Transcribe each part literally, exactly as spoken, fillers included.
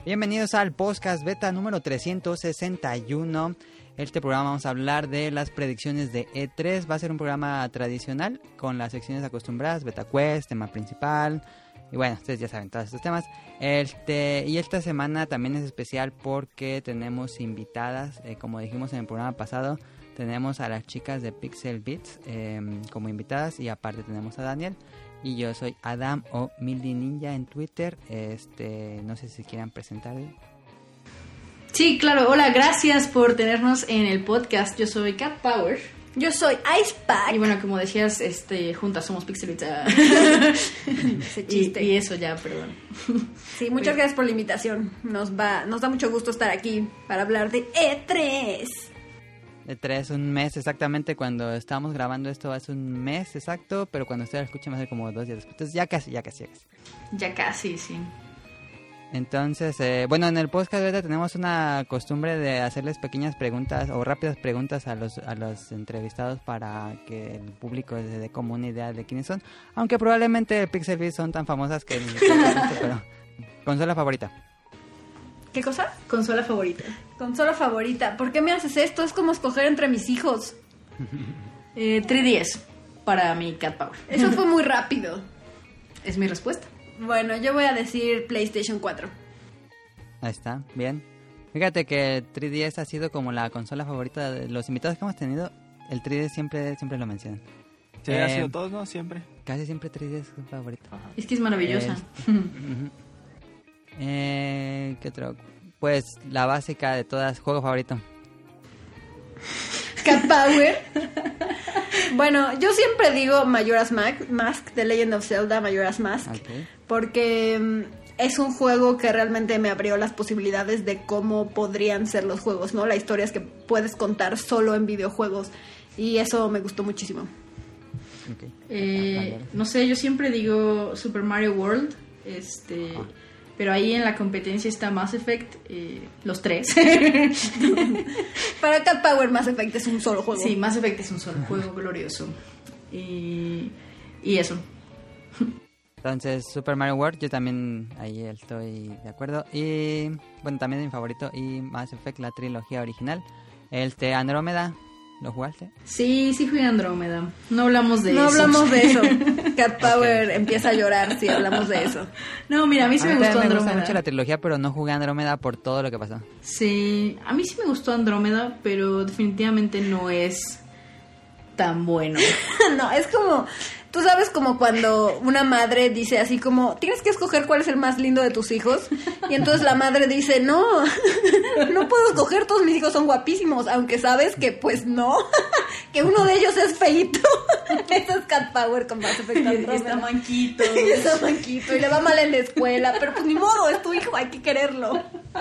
Bienvenidos al podcast beta número trescientos sesenta y uno. Este programa vamos a hablar de las predicciones de E tres. Va a ser un programa tradicional con las secciones acostumbradas, Beta Quest, tema principal. Y bueno, ustedes ya saben todos estos temas. Este, y esta semana también es especial porque tenemos invitadas. Eh, como dijimos en el programa pasado, tenemos a las chicas de Pixel Beats eh, como invitadas. Y aparte tenemos a Daniel. Y yo soy Adam o Mildy Ninja en Twitter. Este, no sé si quieran presentar. Sí, claro. Hola, gracias por tenernos en el podcast. Yo soy Cat Power. Yo soy Icepack. Y bueno, como decías, este, juntas somos Pixel Beats. Ese chiste. Y, y eso ya, perdón. Sí, muchas Pero... gracias por la invitación. Nos va, nos da mucho gusto estar aquí para hablar de E tres. E tres, un mes exactamente. Cuando estábamos grabando esto hace un mes exacto, pero cuando ustedes lo escuchen va a ser como dos días después. Entonces ya casi, ya casi, ya casi. Ya casi, sí. Entonces, eh, bueno, en el podcast beta tenemos una costumbre de hacerles pequeñas preguntas o rápidas preguntas a los a los entrevistados para que el público se dé como una idea de quiénes son. Aunque probablemente Pixel Beats son tan famosas que ni siquiera esto, pero consola favorita. ¿Qué cosa? Consola favorita. Consola favorita. ¿Por qué me haces esto? Es como escoger entre mis hijos. eh, tres D S para mi Cat Power. Eso fue muy rápido. Es mi respuesta. Bueno, yo voy a decir PlayStation cuatro. Ahí está, bien. Fíjate que tres D S ha sido como la consola favorita de los invitados que hemos tenido. El tres D S siempre, siempre lo mencionan. Sí, eh, ha sido todos, ¿no? Siempre. Casi siempre tres D S es su favorito. Ajá. Es que es maravillosa. Eh, uh-huh. eh, ¿Qué otro? Pues la básica de todas, juego favorito. Cat Power. Bueno, yo siempre digo Majora's Mask, The Legend of Zelda, Majora's Mask, okay. Porque um, es un juego que realmente me abrió las posibilidades de cómo podrían ser los juegos, ¿no? La historia es que puedes contar solo en videojuegos y eso me gustó muchísimo. Okay. Eh, no sé, yo siempre digo Super Mario World, este... Ajá. Pero ahí en la competencia está Mass Effect, eh, los tres. Para Cat Power, Mass Effect es un solo juego. Sí, Mass Effect es un solo juego glorioso. Y, y eso. Entonces, Super Mario World, yo también ahí estoy de acuerdo. Y bueno, también mi favorito, y Mass Effect, la trilogía original. Este, Andrómeda, ¿lo jugaste? Sí, sí jugué Andrómeda. No hablamos de no eso. No hablamos de eso. Cat Power okay. Empieza a llorar si hablamos de eso. No, mira, a mí sí a me mí gustó me Andrómeda. Me gusta mucho la trilogía, pero no jugué Andrómeda por todo lo que pasó. Sí, a mí sí me gustó Andrómeda, pero definitivamente no es tan bueno. No, es como... Tú sabes como cuando una madre dice así como, tienes que escoger cuál es el más lindo de tus hijos. Y entonces la madre dice, no, no puedo escoger, todos mis hijos son guapísimos. Aunque sabes que pues no, que uno de ellos es feíto. Eso es Cat Power con Mass Effect Andrómeda. Y está manquito. Y está manquito y le va mal en la escuela. Pero pues ni modo, es tu hijo, hay que quererlo.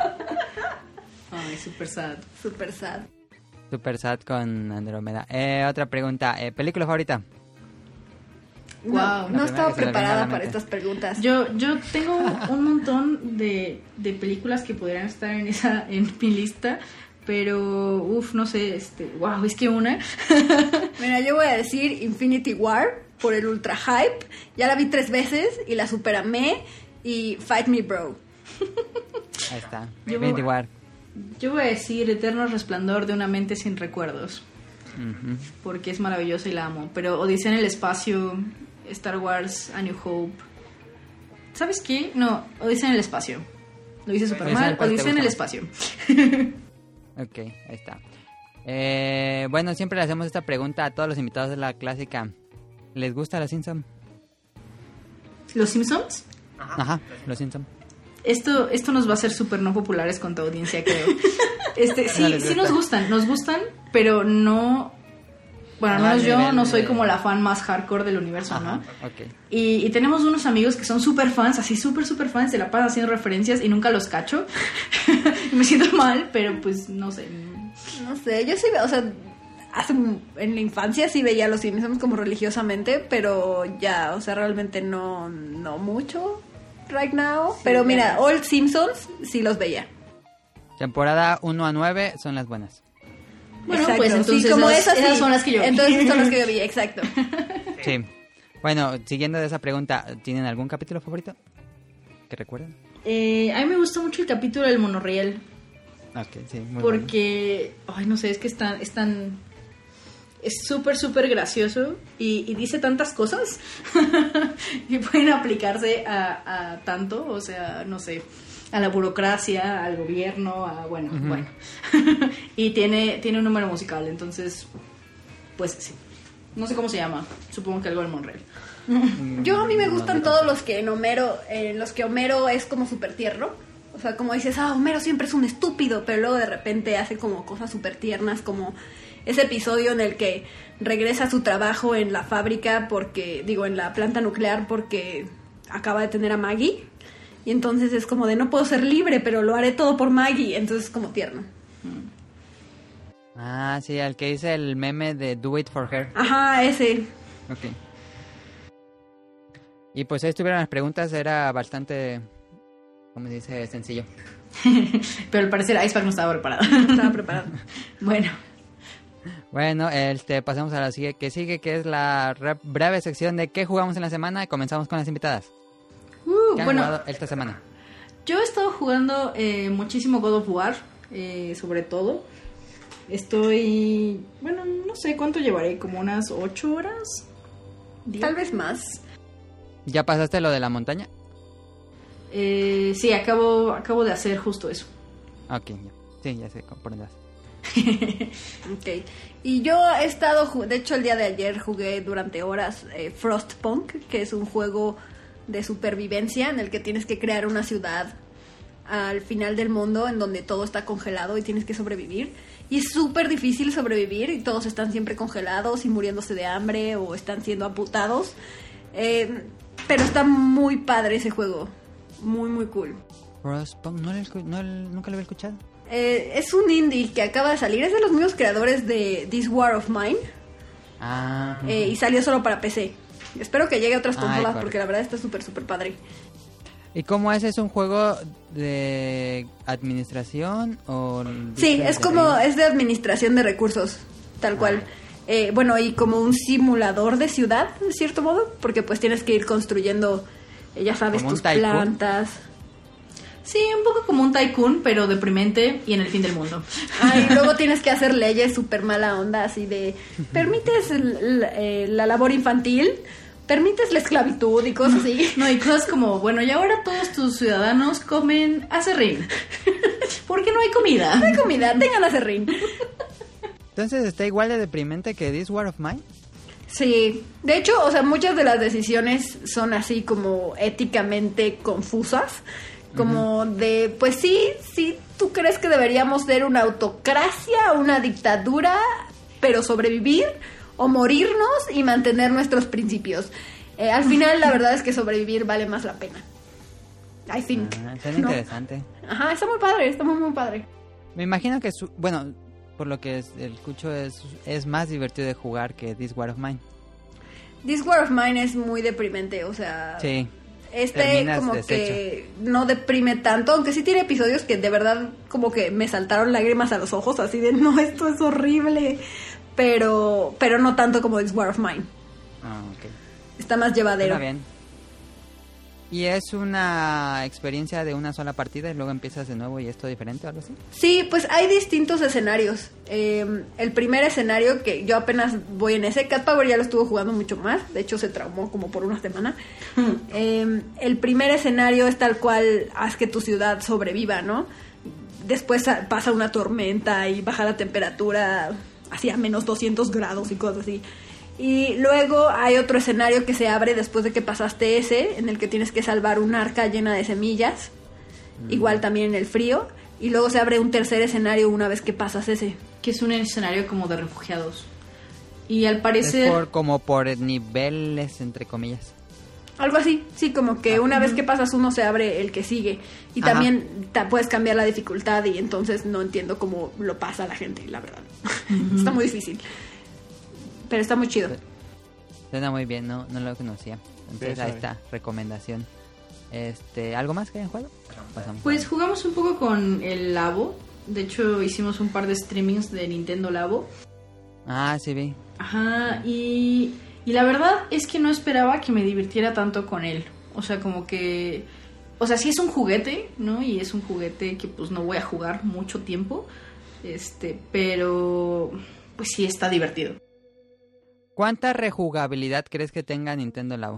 Ay, super sad. Super sad. Super sad con Andrómeda. Eh, otra pregunta, eh, ¿película favorita? Wow, no, no estaba preparada para estas preguntas. Yo yo tengo un montón de, de películas que podrían estar en esa en mi lista, pero uff, no sé, este, wow, es que una. Mira, yo voy a decir Infinity War por el ultra hype. Ya la vi tres veces y la super amé. Y Fight Me Bro. Ahí está. Yo Infinity voy, War. Yo voy a decir Eterno Resplandor de una mente sin recuerdos. Uh-huh. Porque es maravillosa y la amo. Pero Odisea en el espacio, Star Wars, A New Hope. ¿Sabes qué? No, Odisea en el espacio. Lo hice súper mal. Odisea en el espacio. Ok, ahí está. Eh, bueno, siempre le hacemos esta pregunta a todos los invitados de la clásica. ¿Les gusta Los Simpsons? ¿Los Simpsons? Ajá, Ajá Los Simpsons. Esto, esto nos va a hacer súper no populares con tu audiencia, creo. Este, sí, no sí nos gustan, nos gustan, pero no... Bueno, al menos no, yo no soy de... como la fan más hardcore del universo, Ajá, ¿no? Okay. Y, y tenemos unos amigos que son súper fans, así súper, súper fans, se la pasan haciendo referencias y nunca los cacho. Me siento mal, pero pues no sé. No sé, yo sí, o sea, hace, en la infancia sí veía Los Simpsons como religiosamente, pero ya, o sea, realmente no, no mucho right now. Sí, pero mira, ya. Old Simpsons sí los veía. Temporada uno a nueve son las buenas. Bueno, exacto. Pues entonces sí, como esas, esas, esas sí. son las que yo vi. Entonces son las que yo vi, exacto. Sí. Bueno, siguiendo de esa pregunta, ¿tienen algún capítulo favorito que recuerden? Eh, a mí me gusta mucho el capítulo del monorriel. Ok, sí, muy Porque, bueno. Ay, no sé, es que es tan... Es tan es súper, súper gracioso y, y dice tantas cosas que pueden aplicarse a, a tanto, o sea, no sé, a la burocracia, al gobierno, a bueno, uh-huh. bueno. Y tiene, tiene un número musical, entonces, pues sí. No sé cómo se llama, supongo que algo del Monreal. Yo a mí me gustan todos los que en Homero, eh, los que Homero es como súper tierno. O sea, como dices, ah, Homero siempre es un estúpido, pero luego de repente hace como cosas súper tiernas, como ese episodio en el que regresa a su trabajo en la fábrica porque, digo, en la planta nuclear porque acaba de tener a Maggie. Y entonces es como de, no puedo ser libre, pero lo haré todo por Maggie. Entonces es como tierno. Ah, sí, al que dice el meme de Do It For Her. Ajá, ese. Ok. Y pues ahí estuvieron las preguntas, era bastante, ¿cómo se dice? Sencillo. Pero al parecer Icepack no estaba preparado. No estaba preparado. Bueno. Bueno, este, pasemos a la sigue, que sigue, que es la re- breve sección de qué jugamos en la semana y comenzamos con las invitadas. Uh, ¿Qué han bueno, jugado esta semana? Yo he estado jugando eh, muchísimo God of War, eh, sobre todo. Estoy, bueno, no sé cuánto llevaré, como unas ocho horas. ¿diez? Tal vez más. ¿Ya pasaste lo de la montaña? Eh, sí, acabo, acabo de hacer justo eso. Ok, ya. Sí, ya sé por dónde vas. Ok. Y yo he estado, de hecho el día de ayer jugué durante horas eh, Frostpunk, que es un juego de supervivencia en el que tienes que crear una ciudad al final del mundo en donde todo está congelado y tienes que sobrevivir. Y es súper difícil sobrevivir y todos están siempre congelados y muriéndose de hambre o están siendo amputados. Eh, pero está muy padre ese juego. Muy, muy cool. Frostpunk, no, no, nunca lo había escuchado. Eh, es un indie que acaba de salir. Es de los mismos creadores de This War of Mine. Ah. Eh, y salió solo para P C. Espero que llegue a otras consolas. Ay, porque la verdad está súper, súper padre. ¿Y cómo es? ¿Es un juego de administración o...? Sí, es como... es de administración de recursos, tal cual. Ah. Eh, bueno, y como un simulador de ciudad, de cierto modo. Porque pues tienes que ir construyendo, eh, ya sabes, tus plantas. Sí, un poco como un tycoon, pero deprimente y en el fin del mundo. Ah, y luego tienes que hacer leyes súper mala onda, así de... Permites el, la, eh, la labor infantil, permites la esclavitud y cosas así. No, y cosas como, bueno, y ahora todos tus ciudadanos comen aserrín. Porque no hay comida. No hay comida, tengan aserrín. Entonces, ¿está igual de deprimente que This War of Mine? Sí, de hecho, o sea, muchas de las decisiones son así como éticamente confusas. Como uh-huh. de, pues sí, sí, tú crees que deberíamos ser una autocracia, una dictadura, pero sobrevivir o morirnos y mantener nuestros principios. Eh, al final, la verdad es que sobrevivir vale más la pena. I think. Ah, suena ¿no? interesante. Ajá, está muy padre, está muy, muy padre. Me imagino que, su, bueno, por lo que es, escucho, es, es más divertido de jugar que This War of Mine. This War of Mine es muy deprimente, o sea... Sí. Este Terminas como deshecho. Que no deprime tanto, aunque sí tiene episodios que de verdad como que me saltaron lágrimas a los ojos, así de no, esto es horrible, pero pero no tanto como This War of Mine. Ah, ok. Está más llevadero. Está bien. ¿Y es una experiencia de una sola partida y luego empiezas de nuevo y es todo diferente o algo así? Sí, pues hay distintos escenarios. Eh, el primer escenario, que yo apenas voy en ese, Cat Power ya lo estuvo jugando mucho más, de hecho se traumó como por una semana. eh, el primer escenario es tal cual, haz que tu ciudad sobreviva, ¿no? Después pasa una tormenta y baja la temperatura hacia menos doscientos grados y cosas así. Y luego hay otro escenario que se abre después de que pasaste ese, en el que tienes que salvar un arca llena de semillas, mm. igual también en el frío, y luego se abre un tercer escenario una vez que pasas ese. Que es un escenario como de refugiados. Y al parecer... Es por, como por niveles, entre comillas. Algo así, sí, como que una uh-huh. vez que pasas uno se abre el que sigue. Y Ajá. también ta- puedes cambiar la dificultad y entonces no entiendo cómo lo pasa la gente, la verdad. Uh-huh. Está muy difícil. Pero está muy chido. Suena muy bien, no, no lo conocía. Entonces ahí está, recomendación. Este, ¿algo más que hayan jugado? Pasamos pues jugamos un poco con el Labo. De hecho, hicimos un par de streamings de Nintendo Labo. Ah, sí vi. Ajá, y, y la verdad es que no esperaba que me divirtiera tanto con él. O sea, como que o sea, sí es un juguete, ¿no? Y es un juguete que pues no voy a jugar mucho tiempo, este, pero pues sí está divertido. ¿Cuánta rejugabilidad crees que tenga Nintendo Labo?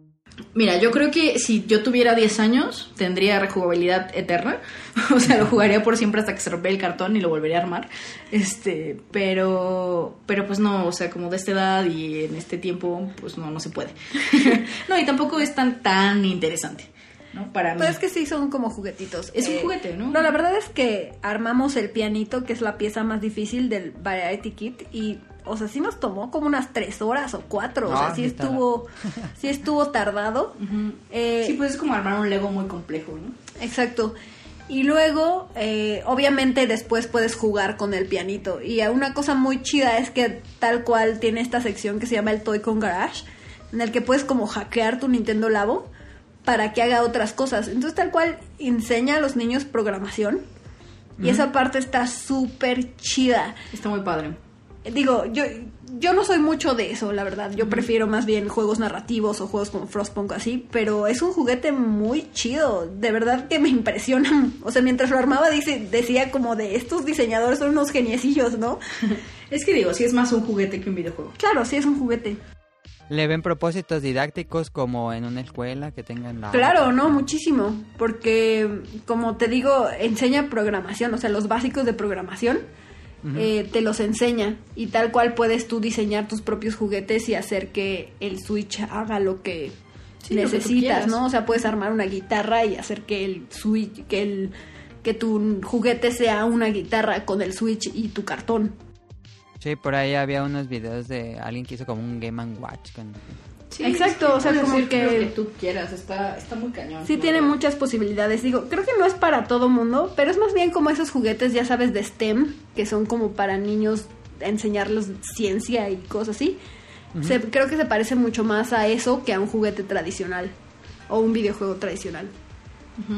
Mira, yo creo que si yo tuviera diez años, tendría rejugabilidad eterna. O sea, lo jugaría por siempre hasta que se rompiera el cartón y lo volvería a armar. Este, pero, pero pues no, o sea, como de esta edad y en este tiempo, pues no, no se puede. No, y tampoco es tan, tan interesante, ¿no? Para mí. Pero es que sí son como juguetitos. Es eh, un juguete, ¿no? No, la verdad es que armamos el pianito, que es la pieza más difícil del Variety Kit, y... O sea, sí nos tomó como unas tres horas o cuatro. No, o sea, sí, sí estuvo sí estuvo tardado. Uh-huh. eh, Sí, pues es como armar un Lego muy complejo, ¿no? Exacto. Y luego, eh, obviamente después puedes jugar con el pianito. Y una cosa muy chida es que tal cual tiene esta sección que se llama el Toy Con Garage, en el que puedes como hackear tu Nintendo Labo para que haga otras cosas. Entonces tal cual enseña a los niños programación. Y uh-huh. esa parte está súper chida. Está muy padre. Digo, yo yo no soy mucho de eso, la verdad. Yo prefiero más bien juegos narrativos o juegos como Frostpunk así, pero es un juguete muy chido. De verdad que me impresiona. O sea, mientras lo armaba dice, decía como de estos diseñadores son unos geniecillos, ¿no? Es que digo, sí es más un juguete que un videojuego. Claro, sí es un juguete. ¿Le ven propósitos didácticos como en una escuela que tengan la... Claro, no, muchísimo. Porque, como te digo, enseña programación, o sea, los básicos de programación. Uh-huh. Eh, te los enseña y tal cual puedes tú diseñar tus propios juguetes y hacer que el Switch haga lo que sí, necesitas, lo que ¿no? O sea, puedes armar una guitarra y hacer que el Switch, que el que tu juguete sea una guitarra con el Switch y tu cartón. Sí, por ahí había unos videos de alguien que hizo como un Game and Watch con... Sí, exacto, o sea, como que... que... que tú quieras, está, está muy cañón. Sí, tiene verdad. Muchas posibilidades. Digo, creo que no es para todo mundo, pero es más bien como esos juguetes, ya sabes, de STEM, que son como para niños, enseñarles ciencia y cosas así. Uh-huh. Se, creo que se parece mucho más a eso que a un juguete tradicional o un videojuego tradicional. Uh-huh.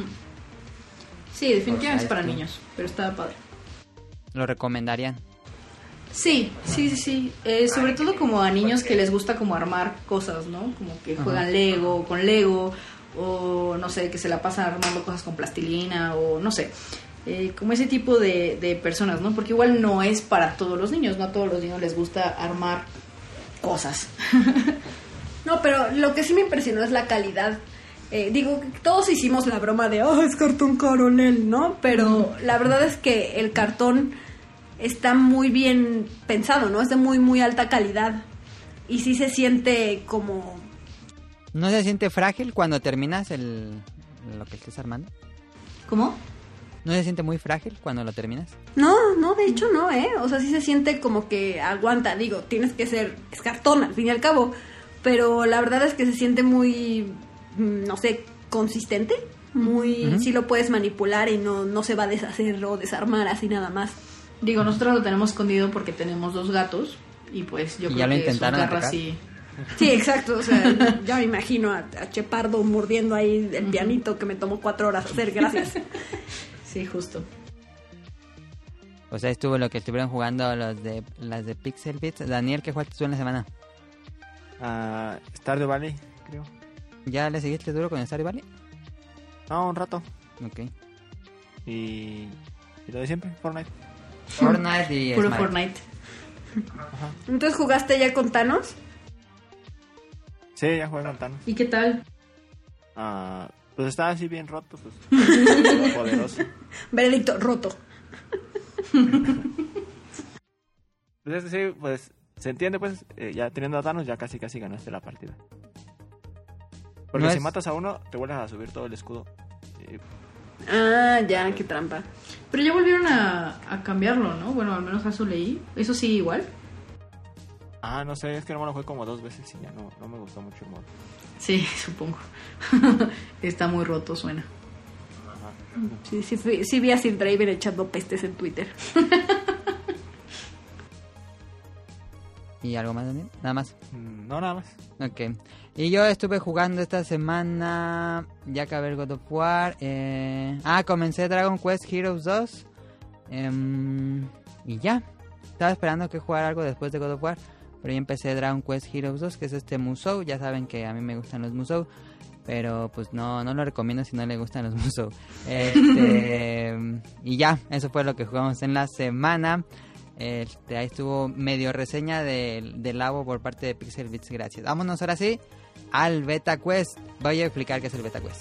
Sí, definitivamente es para niños, pero está padre. ¿Lo recomendarían? Sí, sí, sí, sí. Eh, sobre todo como a niños que les gusta como armar cosas, ¿no? Como que juegan Lego, con Lego, o no sé, que se la pasan armando cosas con plastilina, o no sé. Eh, como ese tipo de, de personas, ¿no? Porque igual no es para todos los niños, no a todos los niños les gusta armar cosas. No, pero lo que sí me impresionó es la calidad. Eh, digo, todos hicimos la broma de, oh, es cartón Caronel, ¿no? Pero uh-huh. la verdad es que el cartón... está muy bien pensado, ¿no? Es de muy, muy alta calidad. Y sí se siente como... ¿No se siente frágil cuando terminas el lo que estés armando? ¿Cómo? ¿No se siente muy frágil cuando lo terminas? No, no, de hecho no, ¿eh? O sea, sí se siente como que aguanta. Digo, tienes que ser... es cartón, al fin y al cabo. Pero la verdad es que se siente muy... no sé, consistente. Muy... Uh-huh. Sí lo puedes manipular y no, no se va a deshacer o desarmar así nada más. Digo, nosotros lo tenemos escondido porque tenemos dos gatos y pues yo ¿Y creo ya lo que intentaron sus garras sí... Sí, exacto, o sea, ya me imagino a, a Chepardo mordiendo ahí el uh-huh. pianito que me tomó cuatro horas hacer, gracias. Sí, justo. O sea, estuvo lo que estuvieron jugando los de las de Pixel Beats. Daniel, ¿qué jugaste tú en la semana? Uh, Stardew Valley, creo. ¿Ya le seguiste duro con Stardew Valley? No, un rato. Ok. Y, y lo de siempre, Fortnite. Fortnite y Puro Smite. Fortnite. Ajá. ¿Entonces jugaste ya con Thanos? Sí, ya jugué con Thanos. ¿Y qué tal? Uh, pues estaba así bien roto, pues. Poderoso. Veredicto, roto. Pues sí, pues se entiende, pues, eh, ya teniendo a Thanos ya casi casi ganaste la partida. Porque no si es... matas a uno, te vuelves a subir todo el escudo. Eh, Ah, ya, qué trampa. Pero ya volvieron a, a cambiarlo, ¿no? Bueno, al menos eso leí. ¿Eso sí igual? Ah, no sé, es que no me lo jugué como dos veces y ya no, no me gustó mucho el modo. Sí, supongo. Está muy roto, suena. Ajá. Sí, sí, fui, sí vi a Sir Draven echando pestes en Twitter. ¿Y algo más, Daniel? ¿Nada más? No, nada más. Ok. Y yo estuve jugando esta semana, ya acabé el God of War. Eh... Ah, comencé Dragon Quest Heroes dos. Eh... Y ya. Estaba esperando que jugara algo después de God of War. Pero ya empecé Dragon Quest Heroes dos, que es este Musou. Ya saben que a mí me gustan los Musou. Pero pues no no lo recomiendo si no le gustan los Musou. Este, y ya, eso fue lo que jugamos en la semana. Este, ahí estuvo medio reseña del de Labo por parte de Pixel Beats. Gracias. Vámonos ahora sí al Beta Quest. Voy a explicar qué es el Beta Quest.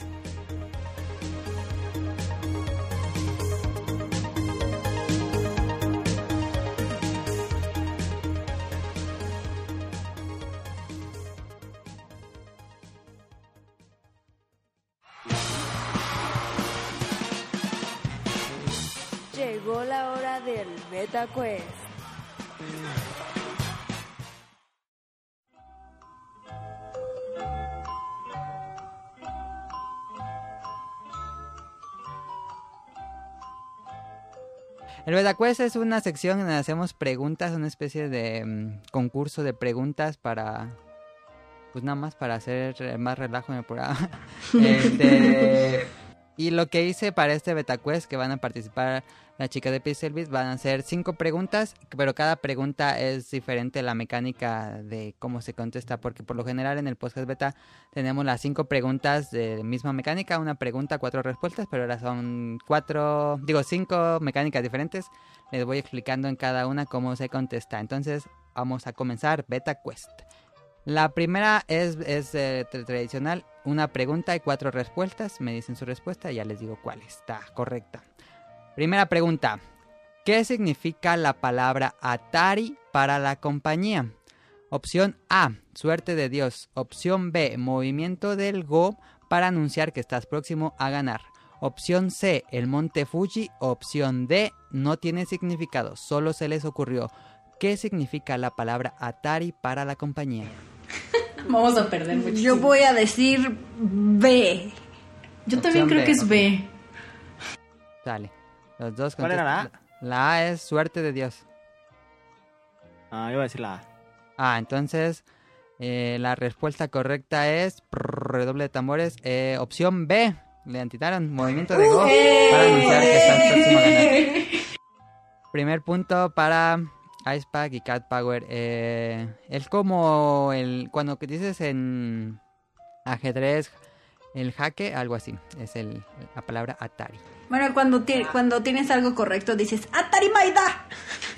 Llegó la hora del Beta Quest. El Beta Quest es una sección donde hacemos preguntas, una especie de um, concurso de preguntas para, pues nada más para hacer más relajo en el programa. este, y lo que hice para este Beta Quest, que van a participar las chicas de Pixel Beats, van a hacer cinco preguntas, pero cada pregunta es diferente la mecánica de cómo se contesta, porque por lo general en el podcast beta tenemos las cinco preguntas de misma mecánica, una pregunta, cuatro respuestas, pero ahora son cuatro, digo cinco mecánicas diferentes. Les voy explicando en cada una cómo se contesta. Entonces vamos a comenzar Beta Quest. La primera es, es eh, tradicional, una pregunta y cuatro respuestas. Me dicen su respuesta y ya les digo cuál está correcta. Primera pregunta. ¿Qué significa la palabra Atari para la compañía? Opción A, suerte de Dios. Opción B, movimiento del Go para anunciar que estás próximo a ganar. Opción C, el monte Fuji. Opción D, no tiene significado, solo se les ocurrió. ¿Qué significa la palabra Atari para la compañía? Vamos a perder muchísimo. Yo voy a decir B. Yo también Opción creo B, que es ok. B. Dale. Los dos ¿Cuál era contestan. La A es suerte de Dios. Ah, yo iba a decir la A. Ah, entonces eh, la respuesta correcta es prrr, redoble de tambores. Eh, opción B. Le antitaron movimiento de Go para anunciar que estás próximo a ganar. Primer punto para Icepack y Cat Power. Eh, es como el cuando que dices en ajedrez el jaque, algo así. Es el, la palabra Atari. Bueno, cuando, ti- cuando tienes algo correcto dices Atari Maida.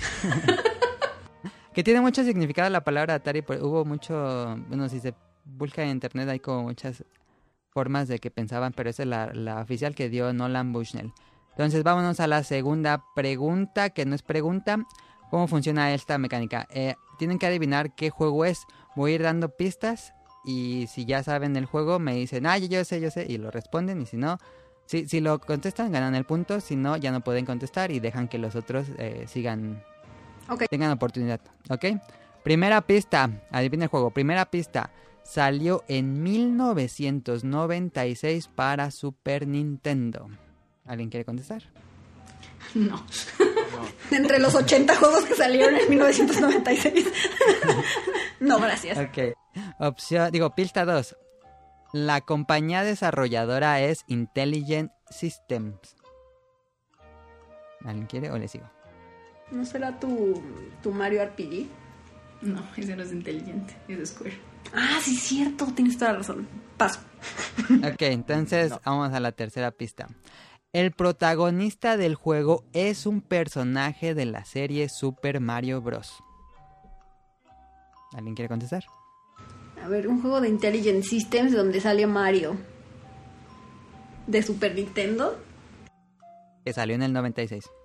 Que tiene mucho significado la palabra Atari. Pues, hubo mucho, bueno, si se busca en internet hay como muchas formas de que pensaban, pero esa es la, la oficial que dio Nolan Bushnell. Entonces vámonos a la segunda pregunta, que no es pregunta. ¿Cómo funciona esta mecánica? Eh, tienen que adivinar qué juego es. Voy a ir dando pistas y si ya saben el juego me dicen, ah, yo sé, yo sé, y lo responden, y si no, si, si lo contestan ganan el punto, si no ya no pueden contestar y dejan que los otros eh, sigan, Ok. tengan oportunidad, ¿ok? Primera pista, adivina el juego, primera pista, salió en mil novecientos noventa y seis para Super Nintendo. ¿Alguien quiere contestar? No. Entre los ochenta juegos que salieron en mil novecientos noventa y seis. No, gracias. Ok. Opción, digo, pista dos. La compañía desarrolladora es Intelligent Systems. ¿Alguien quiere o le sigo? ¿No será tu, tu Mario R P G? No, ese no es inteligente, es Square. Ah, sí, cierto, tienes toda la razón. Paso. Ok, entonces No. vamos a la tercera pista. El protagonista del juego es un personaje de la serie Super Mario Bros. ¿Alguien quiere contestar? A ver, un juego de Intelligent Systems donde sale Mario. ¿De Super Nintendo? Que salió en el noventa y seis.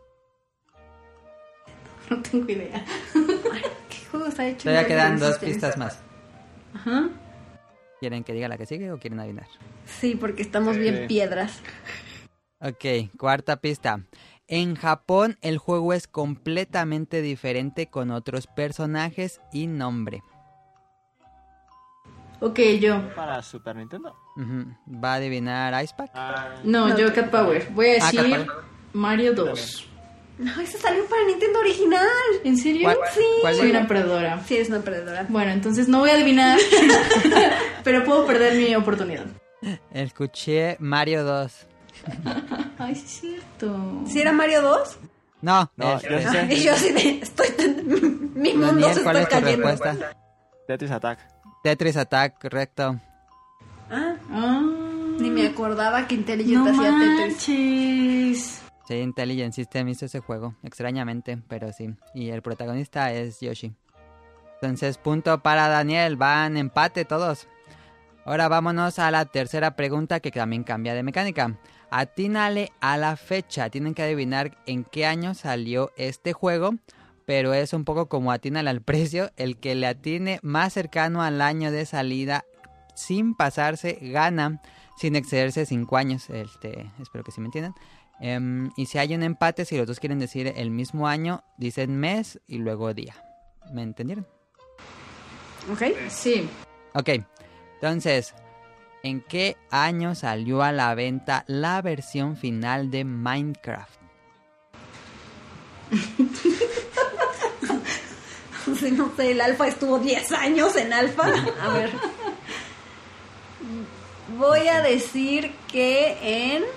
No tengo idea. Ay, ¿qué juego está hecho? Todavía Intelligent quedan dos Systems? pistas más. Ajá. ¿Quieren que diga la que sigue o quieren adivinar? Sí, porque estamos bien Sí. piedras. Ok, cuarta pista. En Japón el juego es completamente diferente con otros personajes y nombre. Ok, yo. ¿Para Super Nintendo? Ujú. ¿Va a adivinar Icepack? Ah, No, No, yo Cat Cat Power. Voy a Ah, Cat decir Power. Mario dos. No, ese salió para Nintendo original. ¿En serio? ¿Cuál- Sí. cuál Soy digo? una perdedora. Sí, eres una perdedora. Bueno, entonces no voy a adivinar, pero puedo perder mi oportunidad. Escuché Mario dos. Ay, sí es cierto. ¿Sí era Mario dos? No, No, es- yo sí es- sé. Y yo así de... Estoy tan- mi mundo Daniel, se ¿cuál está es tu cayendo. respuesta? Tetris Attack. Tetris Attack, correcto. Ah, Ah, ni me acordaba que Intelligent no hacía Tetris. manches. Sí, Intelligent System hizo ese juego, extrañamente, pero sí. Y el protagonista es Yoshi. Entonces, punto para Daniel, van empate todos. Ahora vámonos a la tercera pregunta que también cambia de mecánica. Atínale a la fecha, tienen que adivinar en qué año salió este juego, pero es un poco como atínale al precio. El que le atine más cercano al año de salida sin pasarse gana, sin excederse cinco años. Este, espero que sí me entiendan. Um, y si hay un empate, si los dos quieren decir el mismo año, dicen mes y luego día. ¿Me entendieron? ¿Ok? Sí. Ok, entonces, ¿en qué año salió a la venta la versión final de Minecraft? Sí, no sé, el alfa estuvo diez años en alfa. A ver. Voy a decir que en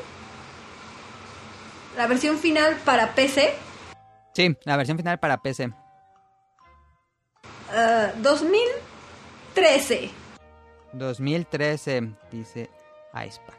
la versión final para P C, Sí, la versión final para P C. uh, dos mil trece. dos mil trece, dice Icepack.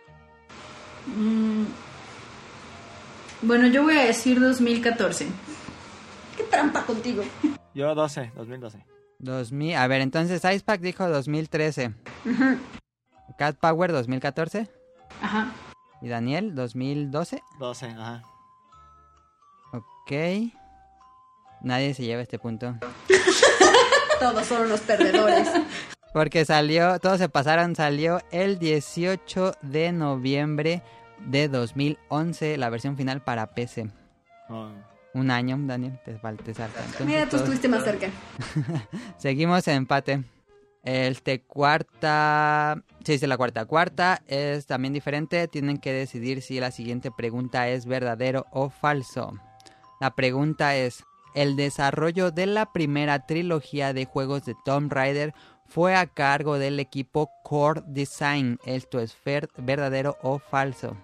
Mm, bueno, yo voy a decir dos mil catorce. Qué trampa contigo. Yo doce, dos mil doce. dos mil, a ver, entonces Icepack dijo dos mil trece. Ujú. Cat Power dos mil catorce. Ajá. Y Daniel dos mil doce. doce, ajá. Ok. Nadie se lleva este punto. Todos son unos perdedores. Porque salió, todos se pasaron, salió el dieciocho de noviembre de dos mil once la versión final para P C. Oh. Un año, Daniel, te falta te salta. Entonces, Mira, tú todos- estuviste más cerca. Seguimos en empate. Este cuarta... Sí, sí, la cuarta. Cuarta es también diferente. Tienen que decidir si la siguiente pregunta es verdadero o falso. La pregunta es... El desarrollo de la primera trilogía de juegos de Tomb Raider fue a cargo del equipo Core Design. ¿Esto es fer- verdadero o falso?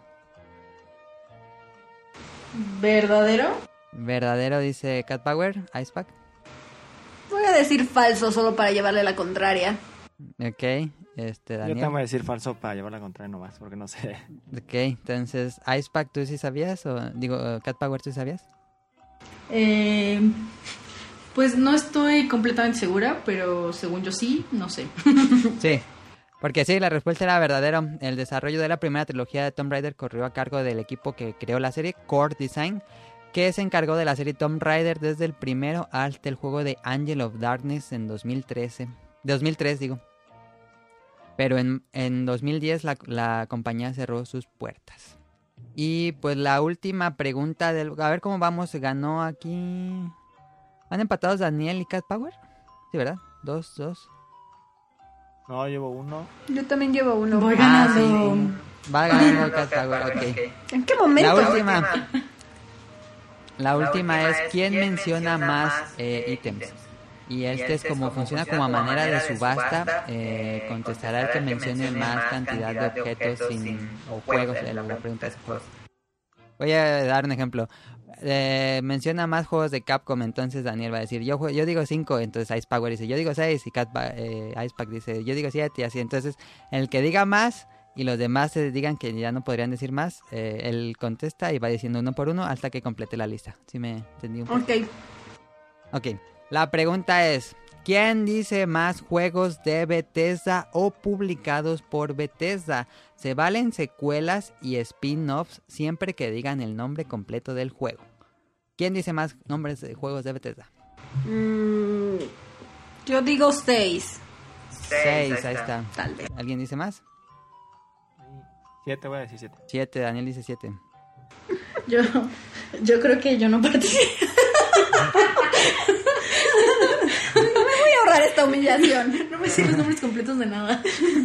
¿Verdadero? Verdadero, dice Cat Power, Icepack. Voy a decir falso solo para llevarle la contraria. Ok, este, Yo Daniel. tengo que decir falso para llevar la contraria nomás, porque no sé. Ok, entonces, Icepack, ¿tú sí sabías? O digo, Cat Power, ¿tú sabías? Eh, pues no estoy completamente segura, pero según yo sí, no sé. Sí, porque sí, la respuesta era verdadero. El desarrollo de la primera trilogía de Tomb Raider corrió a cargo del equipo que creó la serie, Core Design, que se encargó de la serie Tomb Raider desde el primero hasta el juego de Angel of Darkness en dos mil trece. dos mil tres, digo. Pero en, en dos mil diez la, la compañía cerró sus puertas. Y pues la última pregunta del... A ver cómo vamos, ganó aquí... ¿Han empatados Daniel y Cat Power? Sí, ¿verdad? Dos, dos. No, llevo uno. Yo también llevo uno. Voy Ah, ganando. sí. Va ganando Cat Power, ok. ¿En qué momento? La última. La última es ¿quién menciona más eh, ítems? Y este es como funciona como a manera de subasta. Eh, contestará el que mencione más cantidad de objetos sin, o juegos. eh, La pregunta es juegos. Voy a dar un ejemplo. Eh, menciona más juegos de Capcom, entonces Daniel va a decir, yo jue- yo digo cinco, entonces Ice Power dice, yo digo seis, y Cat ba- eh, Icepack dice, yo digo siete, y así. Entonces, el que diga más y los demás se digan que ya no podrían decir más, eh, él contesta y va diciendo uno por uno hasta que complete la lista. ¿Sí me entendí un poco? Ok. Ok, la pregunta es, ¿quién dice más juegos de Bethesda o publicados por Bethesda? Se valen secuelas y spin-offs siempre que digan el nombre completo del juego. ¿Quién dice más nombres de juegos de Bethesda? Mm, yo digo seis. Seis, ahí está. Tal vez. ¿Alguien dice más? Siete, voy a decir siete. Siete, Daniel dice siete. Yo, yo creo que yo no participo. Voy a ahorrar esta humillación. No me sé los nombres completos de nada.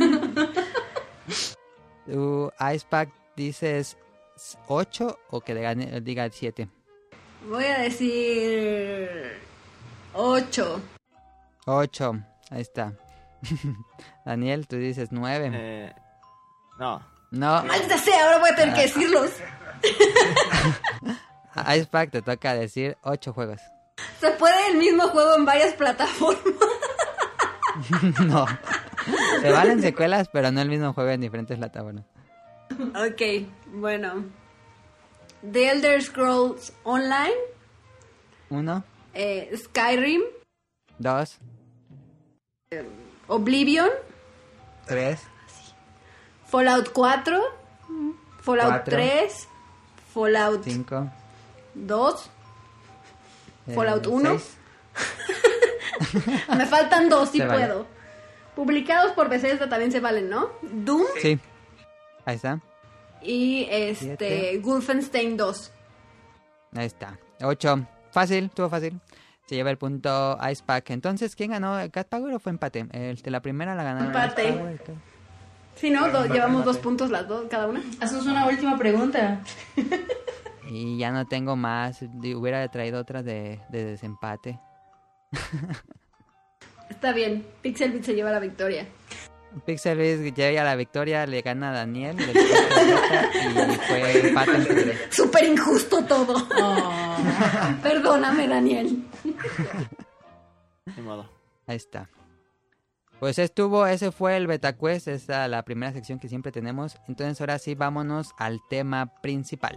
¿Tu Icepack dices ocho o que diga- diga siete? Voy a decir ocho. Ocho, ahí está. Daniel, tú dices nueve. Eh, no. No, Maldita sea, ahora voy a tener que decirlos. a Icepack te toca decir ocho juegos. Se puede el mismo juego en varias plataformas. No, Se valen secuelas, pero no el mismo juego en diferentes plataformas. Ok, bueno. The Elder Scrolls Online. Uno, eh, Skyrim. dos, Oblivion. tres, Fallout cuatro. Fallout Cuatro. tres. Fallout cinco, dos. eh, Fallout uno. seis. Me faltan dos, si Se vale. puedo. Publicados por Bethesda también se valen, ¿no? Doom Sí, ahí está, y este Siete. Wolfenstein dos. ahí está. ocho, fácil, estuvo fácil. Se lleva el punto Icepack. Entonces, ¿quién ganó? ¿Cat Power o fue empate? El de la primera la ganaron. Empate. Ice Power, ¿qué? Sí, ¿no? Do- Empate, llevamos dos empate. puntos las dos, cada una. Hacemos una última pregunta. Y ya no tengo más. Di- Hubiera traído otra de, de desempate. Está bien, Pixelbit se lleva la victoria. Pixel Beast llega a la victoria, le gana a Daniel del y fue empate entre tres. Súper injusto todo. Oh. Perdóname, Daniel. Ni modo. Ahí está. Pues estuvo, ese fue el BetaQuest, esa es la primera sección que siempre tenemos. Entonces ahora sí, vámonos al tema principal.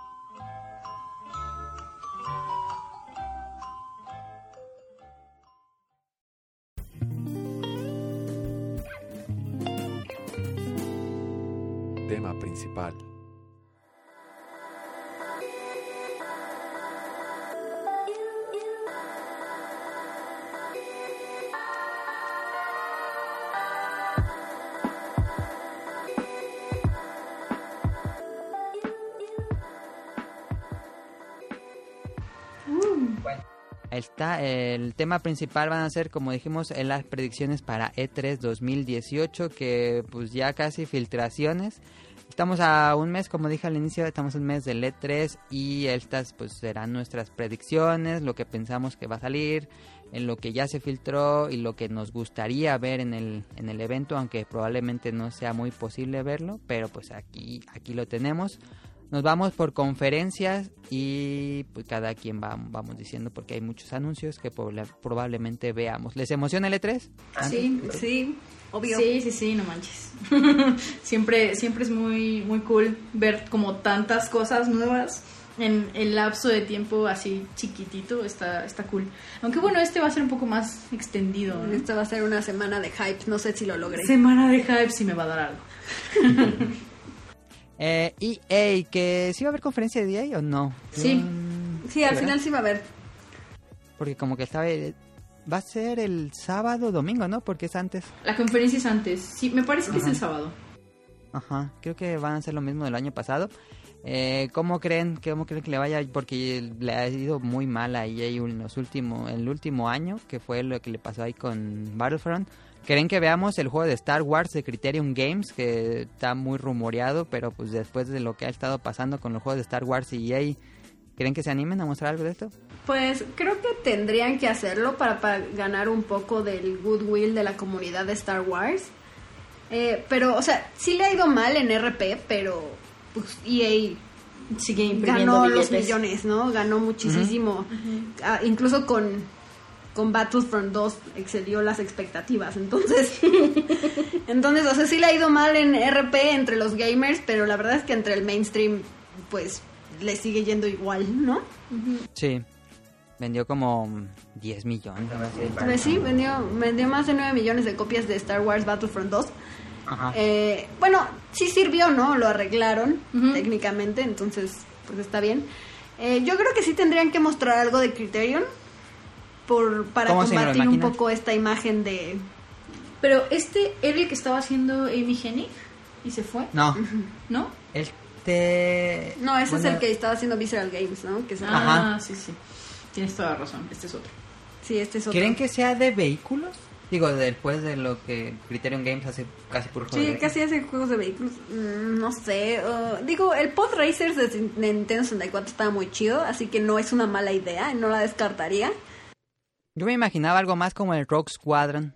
Tema principal. Ahí está, el tema principal van a ser, como dijimos, en las predicciones para E tres dos mil dieciocho, que pues ya casi filtraciones. Estamos a un mes, como dije al inicio, estamos a un mes del E tres y estas pues serán nuestras predicciones, lo que pensamos que va a salir, en lo que ya se filtró y lo que nos gustaría ver en el, en el evento, aunque probablemente no sea muy posible verlo, pero pues aquí, aquí lo tenemos. Nos vamos por conferencias y pues cada quien va, vamos diciendo porque hay muchos anuncios que proba- probablemente veamos. ¿Les emociona el E tres? Sí, sí, obvio. Sí, sí, sí, no manches. siempre, siempre es muy, muy cool ver como tantas cosas nuevas en el lapso de tiempo así chiquitito. Está, está cool. Aunque bueno, este va a ser un poco más extendido, ¿no? Esta va a ser una semana de hype, no sé si lo logré. Semana de hype si me va a dar algo. Eh, E A, que sí va a haber conferencia de E A o no. Sí. Mm, Sí, al ¿verdad? final sí va a haber. Porque como que estaba... Va a ser el sábado o domingo, ¿no? Porque es antes. La conferencia es antes. Sí, me parece que Ajá. es el sábado. Ajá, creo que van a hacer lo mismo del año pasado. Eh, ¿Cómo creen? ¿Cómo creen que le vaya? Porque le ha ido muy mal a E A en los últimos, en el último año, que fue lo que le pasó ahí con Battlefront. ¿Creen que veamos el juego de Star Wars de Criterion Games, que está muy rumoreado, pero pues después de lo que ha estado pasando con los juegos de Star Wars y E A, ¿creen que se animen a mostrar algo de esto? Pues creo que tendrían que hacerlo para, para ganar un poco del goodwill de la comunidad de Star Wars. Eh, pero, o sea, sí le ha ido mal en R P, pero pues E Sigue A imprimiendo ganó los billetes. millones, ¿no? Ganó muchísimo. Ah, incluso con, con Battlefront dos excedió las expectativas. Entonces, entonces, o sea, sí le ha ido mal en R P entre los gamers, pero la verdad es que entre el mainstream, pues, le sigue yendo igual, ¿no? Sí, vendió como diez millones. algo así. Pues sí, vendió, vendió más de nueve millones de copias de Star Wars Battlefront dos. Ajá. Eh, bueno, sí sirvió, ¿no? Lo arreglaron Ujú. técnicamente, entonces pues está bien. Eh, yo creo que sí tendrían que mostrar algo de Criterion por, para ¿Cómo se lo combatir un imaginan? poco esta imagen de... Pero este era el que estaba haciendo Amy Hennig y se fue, No, ¿no? este... No, ese bueno, es el que estaba haciendo Visceral Games, ¿no? Que es- Ah, Ajá. sí, sí. Tienes toda la razón. Este es otro. Sí, este es otro. ¿Creen que sea de vehículos? Digo, después de lo que Criterion Games hace casi por juego. Sí, casi hace juegos de vehículos. Mm, no sé. uh, digo, el Pod Racers de Nintendo sesenta y cuatro estaba muy chido, así que no es una mala idea, no la descartaría. Yo me imaginaba algo más como el Rogue Squadron.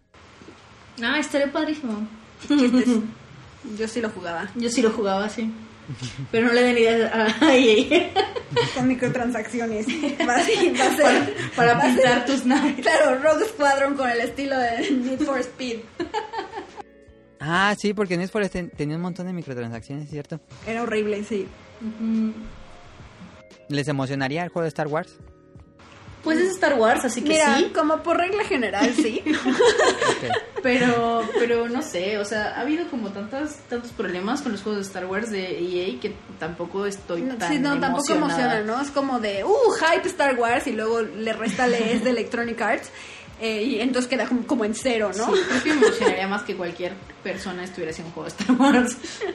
Ah, estaría padrísimo. Chistes. Yo sí lo jugaba. Yo sí lo jugaba, sí. Pero no le den ideas a E A. Con microtransacciones. Va a ser, va a ser- Para va a ser- pintar tus naves. Claro, Rogue Squadron con el estilo de Need for Speed. Ah, sí, porque Need for Speed tenía un montón de microtransacciones, ¿cierto? Era horrible, sí. Ujú. ¿Les emocionaría el juego de Star Wars? Pues es Star Wars, así que Mira, sí. como por regla general, sí. Ok. Pero, pero no sé, o sea, ha habido como tantas, tantos problemas con los juegos de Star Wars de E A que tampoco estoy No, tan sí, no, tampoco emocionada. emociona, ¿no? Es como de, uh, hype Star Wars y luego le resta es de Electronic Arts eh, y entonces queda como, como en cero, ¿no? Sí, creo que me emocionaría más que cualquier persona estuviera haciendo un juego de Star Wars.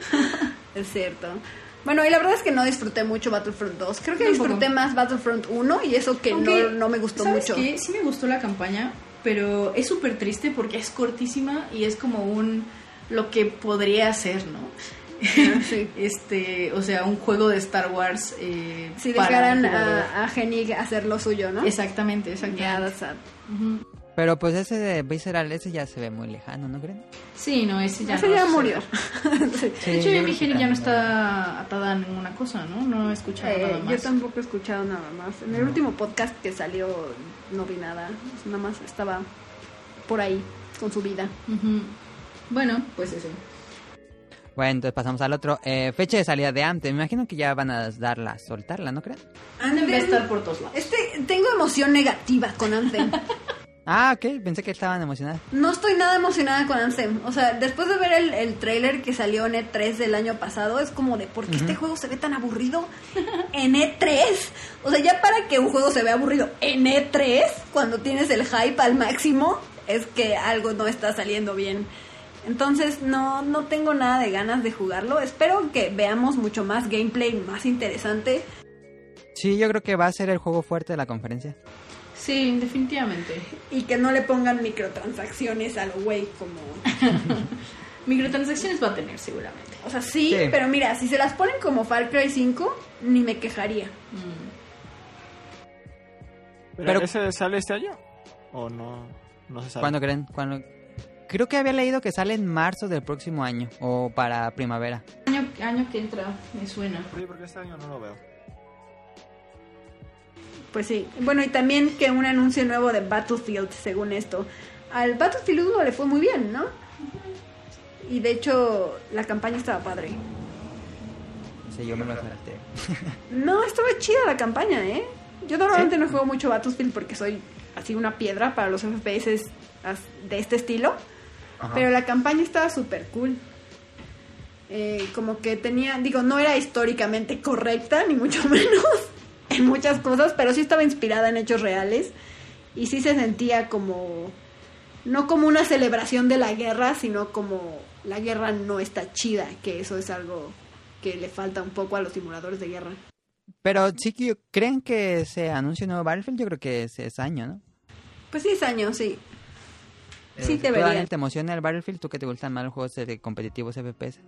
Es cierto. Bueno, y la verdad es que no disfruté mucho Battlefront dos. Creo que Tampoco. disfruté más Battlefront uno y eso que Aunque, no, no me gustó ¿sabes mucho. qué? Sí me gustó la campaña, pero es súper triste porque es cortísima y es como un... lo que podría ser, ¿no? Ah, sí. Este, o sea, un juego de Star Wars eh, Si para dejaran un jugador. a, a Hennig hacer lo suyo, ¿no? Exactamente, Ya, exactamente. that's sad. Ujú. Pero pues ese de Visceral, ese ya se ve muy lejano, ¿no creen? Sí, no, ese ya Ese no ya se- murió. Sí. Sí, De hecho, yo mi creo que Hennig ya no también. está atada a ninguna cosa, ¿no? No he escuchado Eh, nada más. yo tampoco he escuchado nada más. En el último podcast que salió no vi nada. Nada más estaba por ahí con su vida. Ujú. Bueno, pues eso. Bueno, entonces pasamos al otro. Eh, fecha de salida de Anthem. Me imagino que ya van a darla, soltarla, ¿no creen? Anthem va a estar por todos lados. Este, tengo emoción negativa con Anthem. Ah, ok. Pensé que estaban emocionadas. No estoy nada emocionada con Anthem. O sea, después de ver el, el trailer que salió en E tres del año pasado, es como de, ¿por qué este juego se ve tan aburrido en E tres? O sea, ya para que un juego se vea aburrido en E tres, cuando tienes el hype al máximo, es que algo no está saliendo bien. Entonces, no, no tengo nada de ganas de jugarlo. Espero que veamos mucho más gameplay, más interesante. Sí, yo creo que va a ser el juego fuerte de la conferencia. Sí, definitivamente. Y que no le pongan microtransacciones a lo güey como... Microtransacciones va a tener seguramente. O sea, sí, Sí. pero mira, si se las ponen como Far Cry cinco, ni me quejaría. Mm. ¿Pero, Pero- ese sale este año? ¿O no? No se sabe. ¿Cuándo creen? ¿Cuándo? Creo que había leído que sale en marzo del próximo año o para primavera. Año, año que entra, me suena. Sí, porque este año no lo veo. Pues sí. Bueno, y también que un anuncio nuevo de Battlefield, según esto. Al Battlefield uno le fue muy bien, ¿no? Y de hecho, la campaña estaba padre. Sí, yo me lo salté. No, estaba chida la campaña, ¿eh? Yo normalmente no juego mucho Battlefield porque soy así una piedra para los F P S as- de este estilo. Ajá. Pero la campaña estaba súper cool. Eh, como que tenía, digo, no era históricamente correcta, ni mucho menos, en muchas cosas, pero sí estaba inspirada en hechos reales. Y sí se sentía como, no como una celebración de la guerra, sino como la guerra no está chida, que eso es algo que le falta un poco a los simuladores de guerra. Pero sí que creen que se anuncie un nuevo Battlefield, yo creo que es, es año, ¿no? Pues sí, es año, sí. Sí, Eh, te ¿tú, vería. Daniel, te emociona el Battlefield? ¿Tú que te gustan más los juegos de competitivos F P S?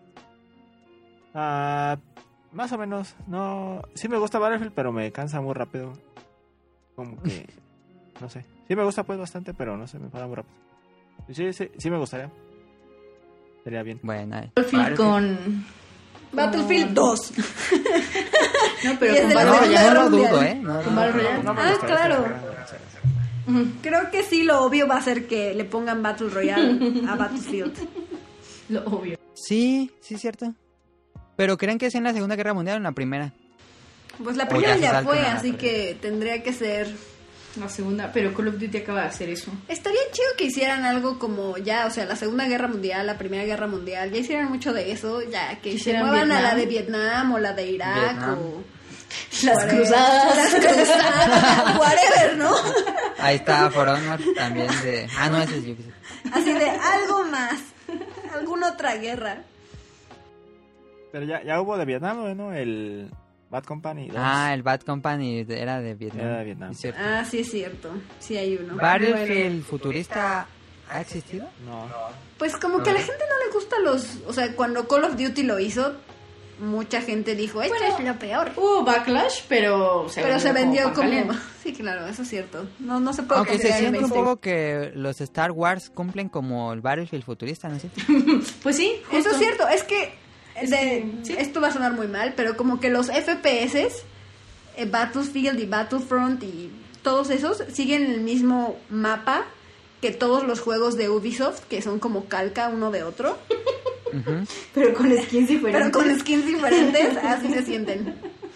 Ah, más o menos. No, sí me gusta Battlefield, pero me cansa muy rápido. Como que, no sé. Sí me gusta pues bastante, pero no sé, me para muy rápido. Sí, sí, sí me gustaría. Sería bien. Bueno, eh, Battlefield con... Battlefield dos. No, pero Y es con de la No, Battle Segunda ya no lo Guerra dudo, Mundial. ¿eh? No, Con no, Battle no. Royale. No me Ah, gustaría, claro. sí. Ujú. Creo que sí, lo obvio va a ser que le pongan Battle Royale a Battlefield. Lo obvio. Sí, sí es cierto. Pero ¿creen que es en la Segunda Guerra Mundial o en la Primera? Pues la O primera ya se ya saltan fue, a la así primera. que tendría que ser... La segunda, pero Call of Duty acaba de hacer eso. Estaría chido que hicieran algo como ya, o sea, la Segunda Guerra Mundial, la Primera Guerra Mundial, ya hicieran mucho de eso, ya que se Hicieran muevan a Vietnam. la de Vietnam o la de Irak Vietnam. o... Las whatever. cruzadas. Las cruzadas, whatever, ¿no? Ahí está For Honor también de... Ah, no, ese es Ubisoft. Así de algo más, alguna otra guerra. Pero ya, ya hubo de Vietnam, ¿no? El Bad Company dos. Ah, el Bad Company era de Vietnam. Era de Vietnam. Es cierto. Ah, sí es cierto, sí hay uno. ¿Battlefield futurista ha existido? No. Pues como que a la gente no le gusta los... O sea, cuando Call of Duty lo hizo, mucha gente dijo, esto Bueno, es lo peor. Hubo backlash, pero se Pero se vendió pan como... caliente. Sí, claro, eso es cierto. No, no se puede Aunque se considerar siente un mainstream. poco que los Star Wars cumplen como el Battlefield futurista, ¿no es cierto? Pues sí, Eso justo. es cierto, es que, Es de- que, sí. esto va a sonar muy mal, pero como que los F P S, eh, Battlefield y Battlefront y todos esos siguen el mismo mapa que todos los juegos de Ubisoft, que son como calca uno de otro, Ujú. Pero con skins diferentes. pero con skins diferentes, así se sienten.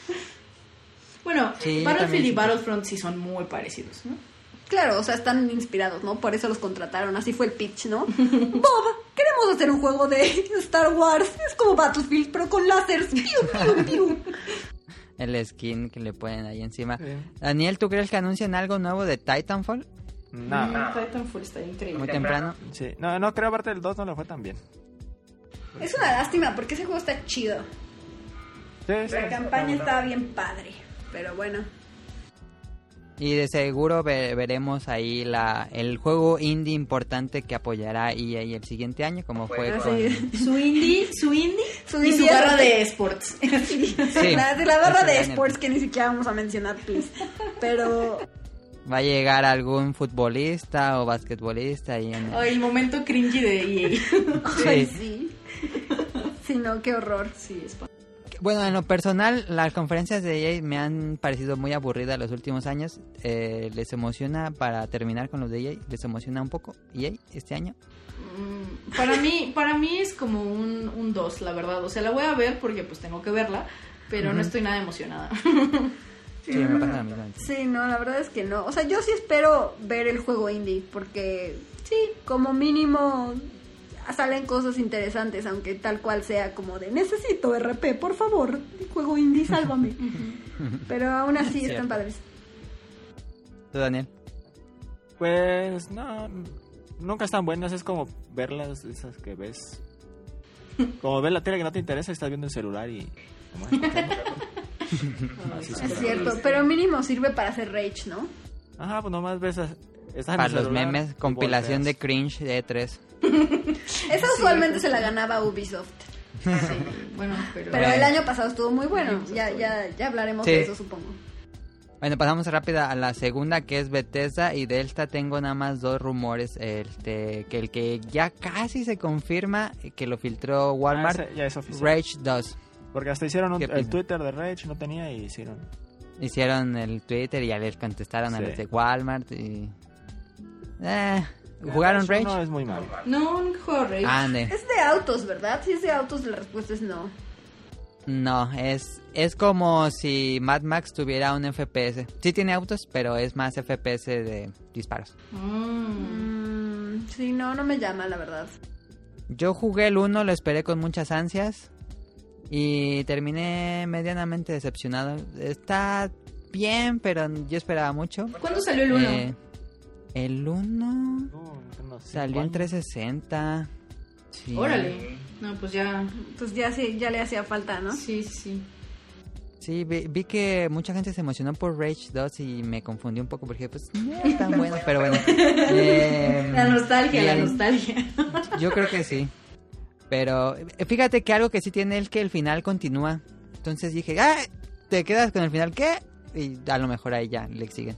Bueno, Sí, yo Battlefield también y sí. Battlefront sí son muy parecidos, ¿no? Claro, o sea, están inspirados, ¿no? Por eso los contrataron, así fue el pitch, ¿no? Bob, queremos hacer un juego de Star Wars, es como Battlefield, pero con láseres. Piu, piu, piu. El skin que le ponen ahí encima. Sí. Daniel, ¿tú crees que anuncian algo nuevo de Titanfall? No, Mm, Titanfall está increíble. Muy temprano. sí. no, no creo, aparte del dos no le fue tan bien. Es una lástima, porque ese juego está chido. Sí, sí. La campaña estaba bien padre, pero bueno. Y de seguro ve- veremos ahí la el juego indie importante que apoyará E A el siguiente año, como fue Ah, con... sí. Su indie, su indie Su y indie su barra es- de esports. Sí, la, de la barra eso de gana. esports que ni siquiera vamos a mencionar, please. Pero Va a llegar algún futbolista o basquetbolista ahí en el... Ay, el momento cringy de E A. ay, Sí. sí. Sí, no, qué horror. Sí, es pa- Bueno, en lo personal, las conferencias de E A me han parecido muy aburridas los últimos años. Eh, ¿Les emociona, para terminar con los de E A, les emociona un poco E A este año? Mm, Para mí, para mí es como un, un dos, la verdad. O sea, la voy a ver porque pues tengo que verla, pero no estoy nada emocionada. Sí, me pasa lo mismo. Sí, no, la verdad es que no. O sea, yo sí espero ver el juego indie, porque sí, como mínimo salen cosas interesantes, aunque tal cual sea como de necesito R P, por favor, juego indie, sálvame. Pero aún así Cierto. están padres. ¿Tú, Daniel? Pues no, nunca están buenas, es como verlas, esas que ves. Como ver la tele que no te interesa y estás viendo el celular y... como, "Ay, ¿por qué no?". Así son. Es cierto, pero mínimo sirve para hacer rage, ¿no? Ajá, pues nomás ves... a- estás en Para el los celular memes, y compilación de volteas. cringe de E tres. Esa usualmente se la ganaba Ubisoft. Sí, bueno, pero... Pero el año pasado estuvo muy bueno. Ya, ya, ya hablaremos Sí. de eso, supongo. Bueno, pasamos rápida a la segunda, que es Bethesda, y de esta tengo nada más dos rumores. Este, que el que ya casi se confirma, que lo filtró Ah, Walmart, ese ya es oficial. Rage dos. Porque hasta hicieron un- ¿Qué el opinas? Twitter de Rage, no tenía y hicieron... Hicieron el Twitter y ya les contestaron a Sí. los de Walmart y... Eh, ¿jugaron Rage? No, es muy malo. No, nunca juego Rage. Ande. Es de autos, ¿verdad? Si es de autos, la respuesta es no. No, es, es como si Mad Max tuviera un F P S. Sí tiene autos, pero es más F P S de disparos. Mm. Mm, sí, no, no me llama, la verdad. Yo jugué el uno, lo esperé con muchas ansias y terminé medianamente decepcionado. Está bien, pero yo esperaba mucho. ¿Cuándo salió el uno? Eh, el uno No, no sé salió en cuándo. trescientos sesenta. Sí. Órale. No, pues ya... Pues ya sí, ya le hacía falta, ¿no? Sí, sí, sí. Sí, vi, vi que mucha gente se emocionó por Rage dos y me confundí un poco porque pues no es tan bueno, pero bueno. Eh, La nostalgia, la bien. nostalgia. Yo creo que sí. Pero eh, fíjate que algo que sí tiene es que el final continúa. Entonces dije, ¡ah! ¿Te quedas con el final qué? Y a lo mejor ahí ya le siguen.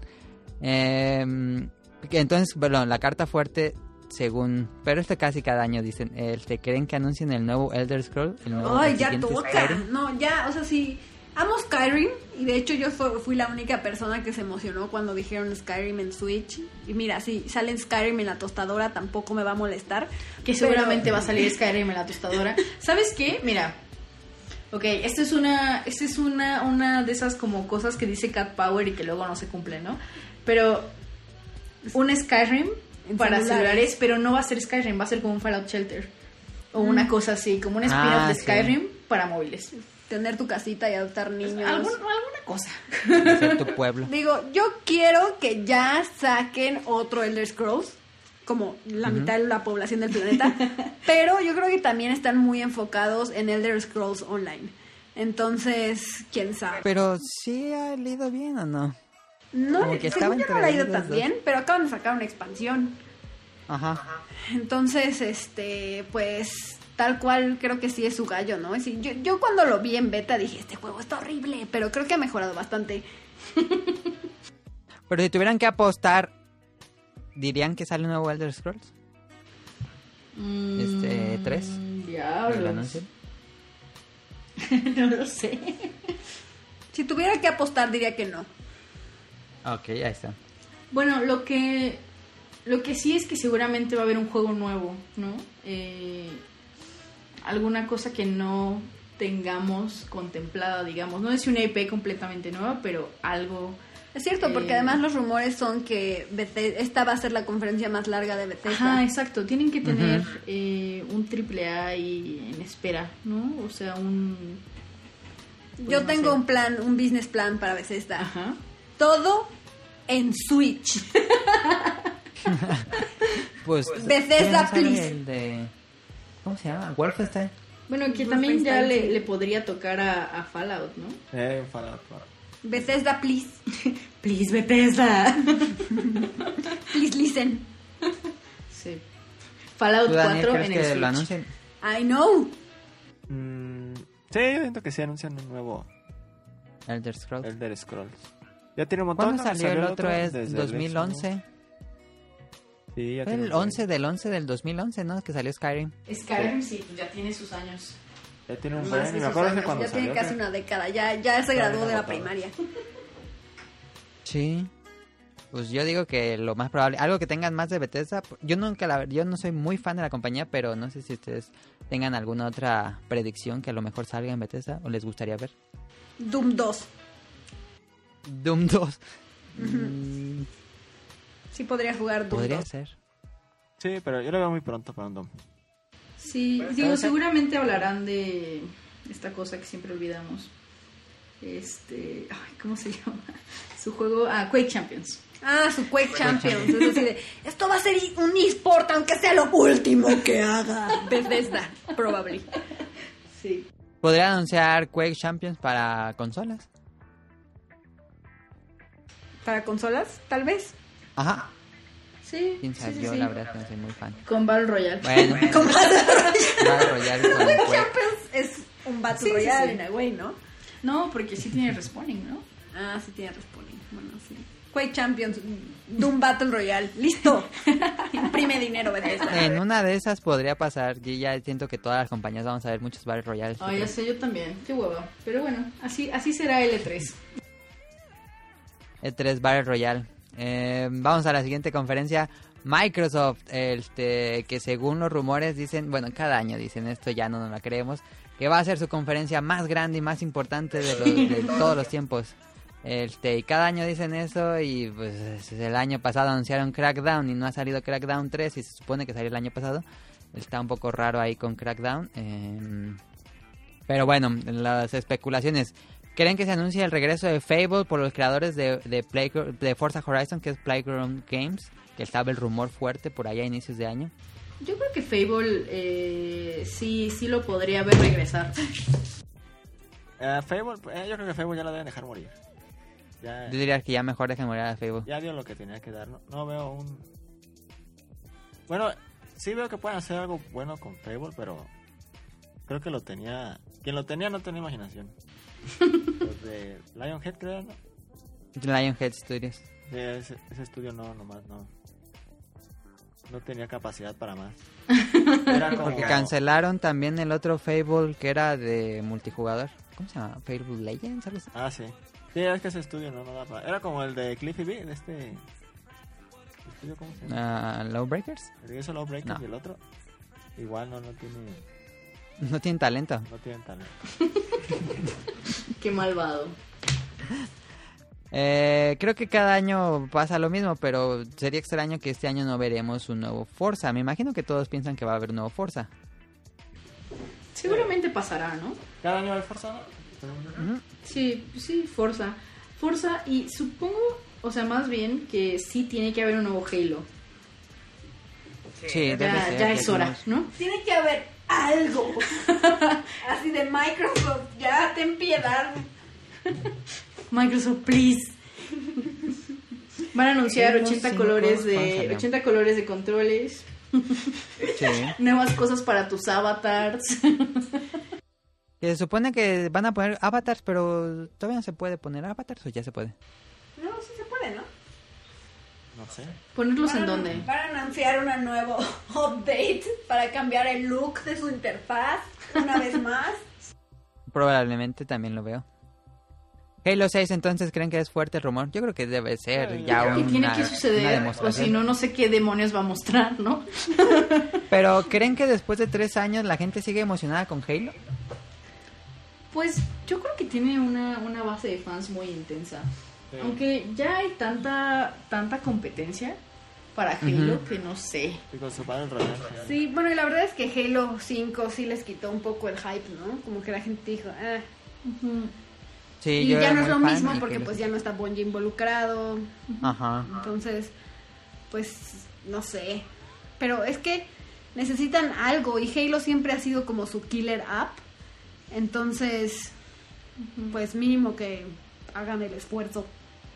Eh, entonces, bueno, la carta fuerte, según... Pero esto casi cada año dicen, este, ¿creen que anuncien el nuevo Elder Scroll? El nuevo, Ay, el ya siguiente toca. Skyrim? No, ya, o sea, sí. Amo Skyrim y de hecho yo fu- fui la única persona que se emocionó cuando dijeron Skyrim en Switch. Y mira, si sale Skyrim en la tostadora tampoco me va a molestar. Que seguramente va a salir Skyrim en la tostadora. ¿Sabes qué? Mira. Ok, esto es una, esta es una, una de esas como cosas que dice Cat Power y que luego no se cumplen, ¿no? Pero un Skyrim En para celulares. celulares, pero no va a ser Skyrim, va a ser como un Fallout Shelter. O una cosa así, como un spin-off Ah, de sí. Skyrim para móviles. Tener tu casita y adoptar niños. Algún- alguna cosa. Ser tu pueblo. Digo, yo quiero que ya saquen otro Elder Scrolls, como la Ujú. mitad de la población del planeta, pero yo creo que también están muy enfocados en Elder Scrolls Online. Entonces, quién sabe. Pero sí ha leído bien o no. No, como que según estaban yo no la he ido entre tan ellos bien, pero acaban de sacar una expansión. Ajá. Entonces, este, pues, tal cual creo que sí es su gallo, ¿no? Es decir, yo, yo cuando lo vi en beta dije, este juego está horrible, pero creo que ha mejorado bastante. Pero si tuvieran que apostar, ¿dirían que sale un nuevo Elder Scrolls? Este, ¿tres? ¿Lo Diablos. anuncian? No lo sé. Si tuviera que apostar, diría que no. Ok, ahí está. Bueno, lo que Lo que sí es que seguramente va a haber un juego nuevo, ¿no? Eh, alguna cosa que no tengamos contemplada, digamos. No es una I P completamente nueva, pero algo... Es cierto, porque Eh, además los rumores son que Bethesda, esta va a ser la conferencia más larga de Bethesda. Ajá, exacto. Tienen que tener Ujú. eh, un triple A ahí en espera, ¿no? O sea, un... pues, Yo no tengo sé. un plan, un business plan para Bethesda. Ajá. Todo en Switch. Pues Bethesda, ¿quién sabe please. el de ¿cómo se llama? Wolfenstein. Bueno, que Wolfenstein, también ya le, sí. le podría tocar a, a Fallout, ¿no? Eh, Fallout. Bethesda, please. Please, Bethesda. Please listen. Sí. Fallout ¿Tú, Daniel, cuatro crees en que el Switch. lo anuncien? I know. Mm, sí, yo siento que sí anuncian un nuevo Elder Scrolls. Elder Scrolls. Ya tiene un montón. ¿Cuándo ¿no? salió el otro? Es desde el dos mil once. Xbox. Sí, ya Fue tiene el un buen. once del once del dos mil once, ¿no? Que salió Skyrim. Skyrim sí, pues ya tiene sus años. Ya tiene un Más buen. de Y me esos acuerdo que años, cuando ya tiene salió. casi que- una década. Ya, ya se Ya, graduó ya de la agotado. primaria. Sí. Pues yo digo que lo más probable, algo que tengan más de Bethesda, yo nunca la, yo no soy muy fan de la compañía, pero no sé si ustedes tengan alguna otra predicción que a lo mejor salga en Bethesda o les gustaría ver. Doom dos. Doom dos. Ujú. Mm, Sí podría jugar Doom podría dos. ser. Sí, pero yo lo veo muy pronto para un Doom. Sí, Puede digo, ser. seguramente hablarán de esta cosa que siempre olvidamos. Este, ay, ¿cómo se llama? Su juego, ah, Quake Champions. Ah, su Quake Champions. Es decir, de, esto va a ser un eSport, aunque sea lo último que haga Bethesda, probably. Sí. Podría anunciar Quake Champions para consolas. ¿Para consolas? Tal vez. Ajá. Sí, Quién sí, sabe, sí, yo sí. la verdad que no soy muy fan. Con Battle Royale. Bueno, Con Battle Battle Royale con Quake Quake. Champions es un Battle Sí, sí, Royale sí. en a way, ¿no? No, porque sí tiene respawning, ¿no? Ah, sí tiene respawning. Bueno, sí. Quake Champions, Doom Battle Royale. ¡Listo! Imprime dinero, Bethesda. En una de esas podría pasar. Yo ya siento que todas las compañías vamos a ver muchos Battle Royales. Ay, ya sé, yo también. Qué hueva. Pero bueno, así, así será el E tres. E tres Battle Royale. Eh, vamos a la siguiente conferencia. Microsoft, este, que según los rumores dicen, bueno, cada año dicen esto, ya no nos la creemos, que va a ser su conferencia más grande y más importante de, los- de todos los tiempos. Este, y cada año dicen eso y pues el año pasado anunciaron Crackdown y no ha salido Crackdown tres y se supone que salió el año pasado. Está un poco raro ahí con Crackdown. eh, pero bueno, las especulaciones. ¿Creen que se anuncie el regreso de Fable por los creadores de, de, Playground- de Forza Horizon, que es Playground Games? Que estaba el rumor fuerte por allá a inicios de año. Yo creo que Fable eh, sí, sí lo podría ver regresar. Eh, Fable, eh, yo creo que Fable ya la deben dejar morir. Ya, Yo diría que ya mejor dejen morir a Fable. ya dio lo que tenía que dar. No, no veo un. Bueno, sí veo que pueden hacer algo bueno con Fable, pero creo que lo tenía. Quien lo tenía no tenía imaginación. Los de Lionhead, creo, ¿no? Lionhead Studios. Sí, ese, ese estudio no, nomás no. No tenía capacidad para más. Era como... Porque cancelaron también el otro Fable que era de multijugador. ¿Cómo se llama? Fable Legends, algo así. Ah, sí. Sí, es que ese estudio no, no da para... Era como el de Cliffy B, de este... ¿Estudio cómo se llama? Ah, Lawbreakers. El que hizo Lawbreakers No. y el otro. Igual no, no tiene... No tienen talento. No tienen talento. Qué malvado. Eh, creo que cada año pasa lo mismo, pero sería extraño que este año no veremos un nuevo Forza. Me imagino que todos piensan que va a haber un nuevo Forza. Seguramente pasará, ¿no? Cada año hay Forza, ¿no? Ujú. Sí, sí, Forza. Forza y supongo, o sea, más bien que sí tiene que haber un nuevo Halo. Sí, debe Ya, ser, ya ya es hora, hicimos- ¿no? Tiene que haber algo. Así de Microsoft, ya ten piedad. Microsoft, please. Van a anunciar Halo ochenta cinco, colores ¿cuándo de salió? ochenta colores de controles, Sí. nuevas cosas para tus avatars. Que se supone que van a poner avatars, pero todavía no se puede poner avatars o ya se puede. No, sí se puede, ¿no? No sé. ¿Ponerlos en Van a- dónde? Van a anunciar una nuevo update para cambiar el look de su interfaz una vez más. Probablemente también lo veo. Halo seis, entonces, ¿creen que es fuerte el rumor? Yo creo que debe ser Yo ya Creo que una, tiene que una suceder, o demostración. si no, no sé qué demonios va a mostrar, ¿no? Pero, ¿creen que después de tres años la gente sigue emocionada con Halo? Pues yo creo que tiene una, una base de fans muy intensa. Sí. Aunque ya hay tanta tanta competencia para Halo Ujú. que no sé. Y con su padre en realidad. Sí, bueno, y la verdad es que Halo cinco sí les quitó un poco el hype, ¿no? Como que la gente dijo, ah. Sí, Y yo ya era no es lo muy fan mismo y porque Halo pues seis. ya no está Bungie involucrado. Ajá. Entonces, pues, no sé. Pero es que necesitan algo y Halo siempre ha sido como su killer app. Entonces, pues mínimo que hagan el esfuerzo.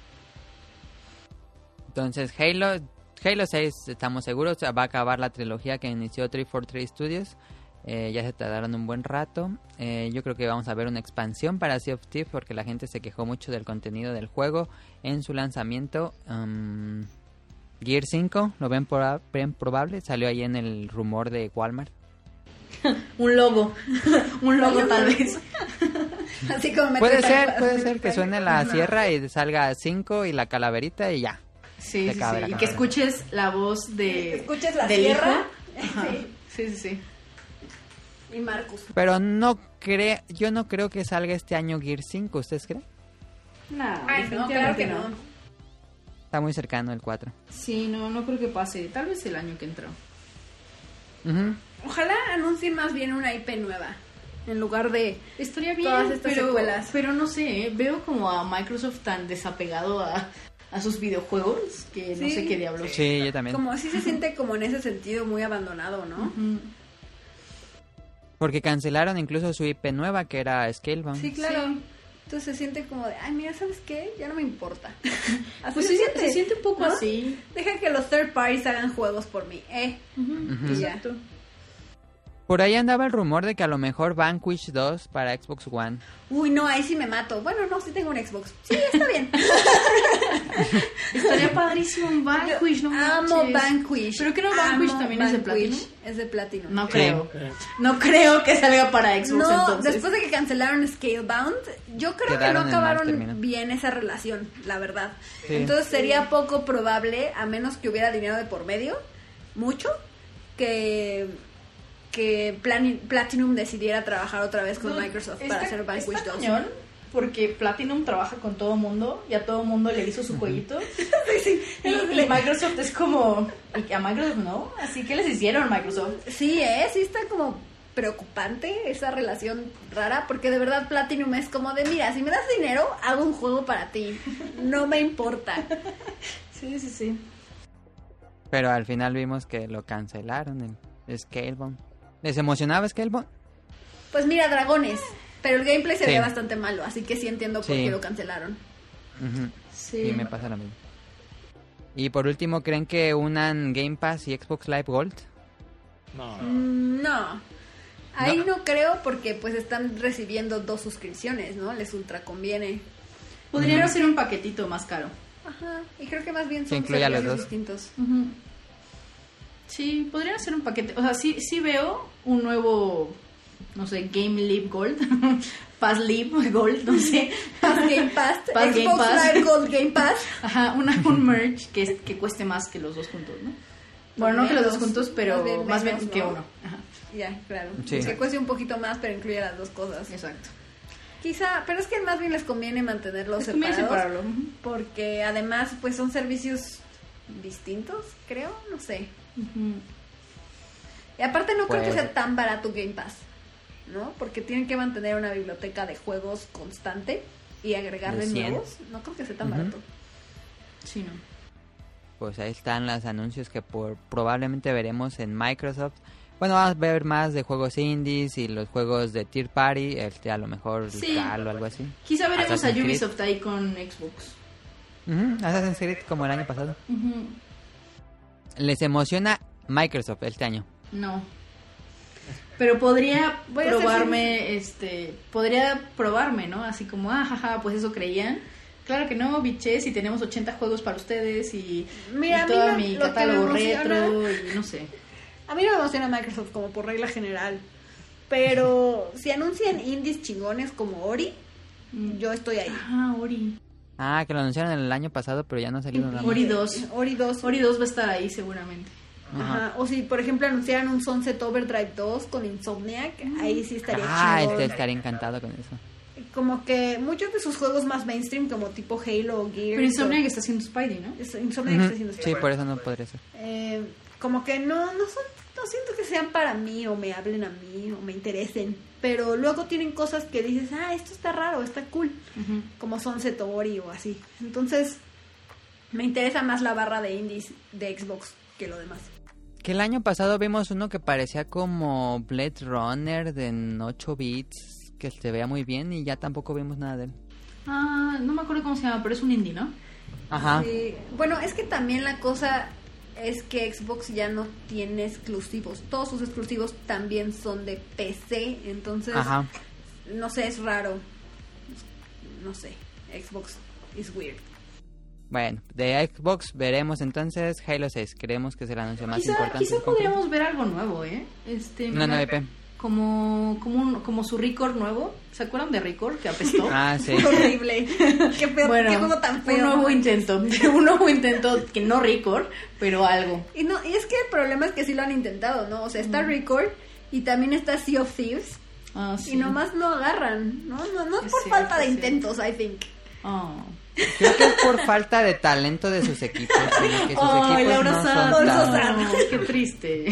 Entonces, Halo, Halo seis, estamos seguros, va a acabar la trilogía que inició trescientos cuarenta y tres Studios. Eh, ya se tardaron un buen rato. Eh, yo creo que vamos a ver una expansión para Sea of Thieves porque la gente se quejó mucho del contenido del juego en su lanzamiento. Um, Gear cinco, ¿lo ven, proba- ven probable? Salió ahí en el rumor de Walmart. Un logo. Un logo tal vez. Así como me Puede trepan- ser, puede ser que suene la sierra y salga cinco y la calaverita y ya. Sí, Se sí, cabe sí. la Y que cámara. escuches la voz de Escuches la del sierra. hijo. Ajá. Sí, sí, sí. Y Marcus. Pero no creo, yo no creo que salga este año Gear cinco, ¿ustedes creen? No, Ay, no, claro que no. Está muy cercano el cuatro. Sí, no, no creo que pase. Tal vez el año que entró. Ujú. Ojalá anuncien más bien una I P nueva. En lugar de... Estaría bien, Todas estas pero, secuelas. pero no sé, ¿eh? Veo como a Microsoft tan desapegado a, a sus videojuegos que no Sí. sé qué diablos. Sí, yo también. Como así se siente como en ese sentido muy abandonado, ¿no? Ujú. Porque cancelaron incluso su I P nueva que era Scalebound. Sí, claro. Sí. Entonces se siente como de, ay, mira, ¿sabes qué? Ya no me importa. Así Pues se, sí, siente, se siente un poco ¿no? así. Deja que los third parties hagan juegos por mí, eh. Ujú. Y ya. Exacto. Por ahí andaba el rumor de que a lo mejor Vanquish dos para Xbox One. Uy, no, ahí sí me mato. Bueno, no, sí tengo un Xbox. Sí, está bien. Estaría padrísimo un Vanquish, no Amo manches. Vanquish. Pero que no Vanquish Amo también es de Vanquish. Platinum. Es de Platinum. No Sí. creo. Eh, No creo que salga para Xbox No, entonces. después de que cancelaron Scalebound, yo creo Quedaron que en no mal acabaron término. bien esa relación, la verdad. Sí. Entonces sería poco probable, a menos que hubiera dinero de por medio, mucho, que que Plani- Platinum decidiera trabajar otra vez con No, Microsoft está- para hacer Vanquish está dos. cañón, porque Platinum trabaja con todo mundo y a todo mundo le hizo su jueguito. Y, y Microsoft es como, y a Microsoft no, así que les hicieron Microsoft. Sí, eh, sí está como preocupante esa relación rara, porque de verdad Platinum es como de, mira, si me das dinero, hago un juego para ti, no me importa. Sí, sí, sí. Pero al final vimos que lo cancelaron, el Scalebound. ¿Les emocionaba Scalebound? Pues mira, dragones, pero el gameplay se Sí. veía bastante malo, así que sí entiendo por Sí. qué lo cancelaron. Ujú. Sí. Sí, me pasa lo mismo. Y por último, ¿creen que unan Game Pass y Xbox Live Gold? no. Mm, No, ahí No. no. creo porque pues están recibiendo dos suscripciones, ¿no? Les ultra conviene. Podrían hacer un paquetito más caro. Ajá, y creo que más bien Que son incluya a los servicios dos. distintos. Sí, podrían hacer un paquete. O sea, sí, sí veo un nuevo, no sé, Game Live Gold, Pass Live Gold, no sé. Pass Game Pass, Pass Xbox Game Pass. Live Gold Game Pass. Ajá, una, un merge que, es- que cueste más que los dos juntos, ¿no? Bueno, no que los dos Menos, juntos, pero más bien más bien, menos, que ¿no? uno. Ajá, Ya, claro. Sí. Que cueste un poquito más, pero incluye las dos cosas. exacto. Quizá, pero es que más bien les conviene mantenerlos Les conviene separados. separarlo. Ujú. Porque además, pues son servicios distintos, creo, no sé. Ujú. Y aparte no creo que Puede. sea tan barato Game Pass, ¿no? Porque tienen que mantener una biblioteca de juegos constante y agregarle De cien. nuevos. No creo que sea tan Ujú. barato. Sí, no. Pues ahí están los anuncios que por, probablemente veremos en Microsoft. Bueno, vamos a ver más de juegos indies y los juegos de Tier Party, este, a lo mejor Sí. C A L o algo así. Quizá veremos a Assassin's Creed. Ubisoft ahí con Xbox. Ujú, Assassin's Creed como el año pasado. Ujú. ¿Les emociona Microsoft este año? No. Pero podría Voy a ser probarme, este, podría probarme, ¿no? Así como, ah, jaja, pues eso creían. Claro que no, biches, y tenemos ochenta juegos para ustedes y, Mira, y a mí todo me- mi lo que catálogo me emociona- retro y no sé. A mí no me emociona Microsoft como por regla general. Pero si anuncian indies chingones como Ori, Yo estoy ahí. Ah, Ori. Ah, que lo anunciaron el año pasado, pero ya no ha salido nada más. Ori dos. Ori dos. Ori dos va a estar ahí seguramente. Ajá. O si, por ejemplo, anunciaran un Sunset Overdrive dos con Insomniac, ahí sí estaría Ah, chido. este estaría encantado con eso. Como que muchos de sus juegos más mainstream, como tipo Halo o Gears. Pero Insomniac o- está haciendo Spidey, ¿no? es- Insomniac Ujú. está haciendo Sí, por eso no podría ser. Eh, como que no, no son, no siento que sean para mí o me hablen a mí o me interesen, pero luego tienen cosas que dices, ah, esto está raro, está cool, Ujú. como Sunset Ori o así. Entonces, me interesa más la barra de indies de Xbox que lo demás. Que el año pasado vimos uno que parecía como Blade Runner de en ocho bits, que se veía muy bien y ya tampoco vimos nada de él. Ah, no me acuerdo cómo se llama, pero es un indie, ¿no? Ajá. Sí. Bueno, es que también la cosa es que Xbox ya no tiene exclusivos. Todos sus exclusivos también son de P C, entonces, Ajá. no sé, es raro. No sé, Xbox is weird. Bueno, de Xbox veremos entonces Halo seis. Creemos que es el anuncio más Quizá, importante. quizá del conference. podríamos ver algo nuevo, ¿eh? Este, Una mira, nueva I P. Como, como, un- como su Record nuevo. ¿Se acuerdan de Record que apestó? Ah, sí. Horrible. Qué feo, Bueno, qué juego tan feo. un nuevo ¿no? intento. Un nuevo intento que no Record, pero algo. Y no, y es que el problema es que sí lo han intentado, ¿no? O sea, está Record y también está Sea of Thieves Ah, sí. y nomás no agarran, ¿no? No, no es Es por cierto, falta de sí. intentos, I think. Oh. Creo que es por falta de talento de sus equipos. sino que sus Ay, equipos Laura no Sanz. son Laura tan- Sanz. No, qué triste.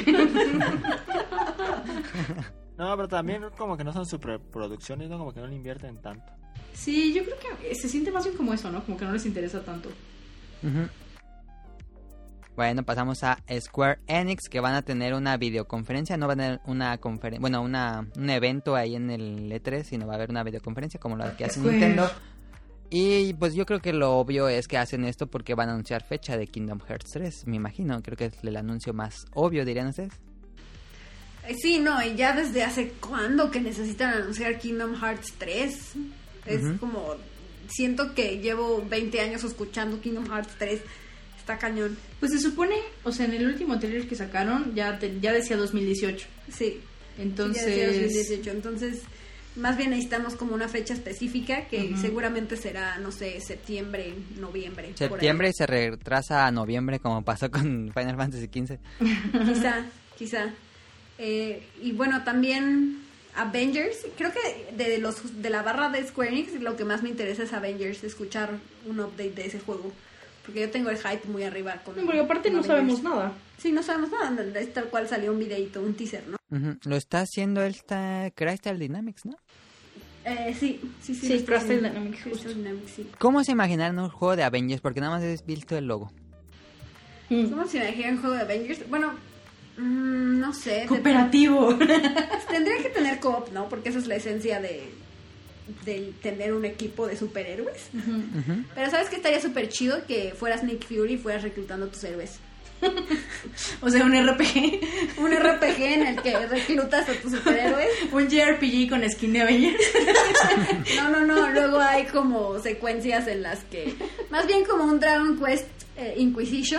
No, pero también como que no son superproducciones, ¿no? Como que no le invierten tanto. Sí, yo creo que se siente más bien como eso, ¿no? Como que no les interesa tanto. Ujú. Bueno, pasamos a Square Enix, que van a tener una videoconferencia. No van a tener una conferencia, bueno, una, un evento ahí en el E tres, sino va a haber una videoconferencia como la que hace Square. Nintendo. Y pues yo creo que lo obvio es que hacen esto porque van a anunciar fecha de Kingdom Hearts tres, me imagino. Creo que es el anuncio más obvio, dirían ustedes. Eh, Sí, no, y ya desde hace cuándo que necesitan anunciar Kingdom Hearts tres. Es Ujú. como, siento que llevo veinte años escuchando Kingdom Hearts tres. Está cañón. Pues se supone, o sea, en el último trailer que sacaron ya, te- ya decía dos mil dieciocho. Sí. Entonces, Ya decía dos mil dieciocho. Entonces, más bien necesitamos como una fecha específica que Ujú. seguramente será, no sé, septiembre, noviembre. por ahí. Septiembre y se retrasa a noviembre como pasó con Final Fantasy quince. Quizá, quizá. Eh, y bueno, también Avengers. Creo que de los de la barra de Square Enix lo que más me interesa es Avengers, escuchar un update de ese juego. Porque yo tengo el hype muy arriba con no, porque aparte con no Avengers. sabemos nada. Sí, no sabemos nada. Es tal cual salió un videito, un teaser, ¿no? Ujú. Lo está haciendo esta Crystal Dynamics, ¿no? Eh, sí, sí, sí. Sí, lo está Crystal haciendo. Dynamics, justo. Crystal Dynamics, sí. ¿Cómo se imaginan un juego de Avengers? Porque nada más he visto el logo. ¿Cómo se imagina un juego de Avengers? Bueno, mm, no sé. de- Cooperativo. Tendría que tener co-op, ¿no? Porque esa es la esencia de, de tener un equipo de superhéroes. Ujú. Pero ¿sabes qué estaría súper chido? Que fueras Nick Fury y fueras reclutando a tus héroes. O sea, un R P G. Un R P G en el que reclutas a tus superhéroes. Un J R P G con skin de Avengers. No, no, no. Luego hay como secuencias en las que... Más bien como un Dragon Quest eh, Inquisition.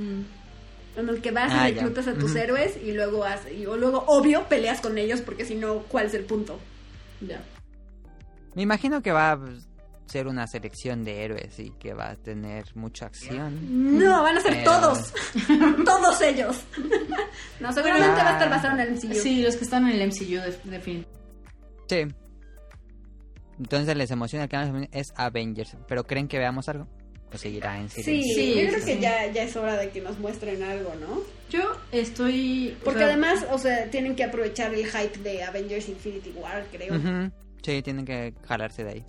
En el que vas Ah, y ya. reclutas a tus Ujú. héroes y luego, has- y luego, obvio, peleas con ellos porque si no, ¿cuál es el punto? Ya. Me imagino que va a ser una selección de héroes y que va a tener mucha acción. No, van a ser Pero- todos. Todos ellos. No, seguramente va a estar basado en el M C U. Sí, los que están en el M C U, de- definitivamente. Sí. Entonces les emociona el que es Avengers. ¿Pero creen que veamos algo? ¿O seguirá en Sí, silencio? Sí, yo creo sí. que ya, ya es hora de que nos muestren algo, ¿no? Yo estoy... o Porque sea, además, o sea, tienen que aprovechar el hype de Avengers Infinity War, creo. Ujú. Sí, tienen que jalarse de ahí.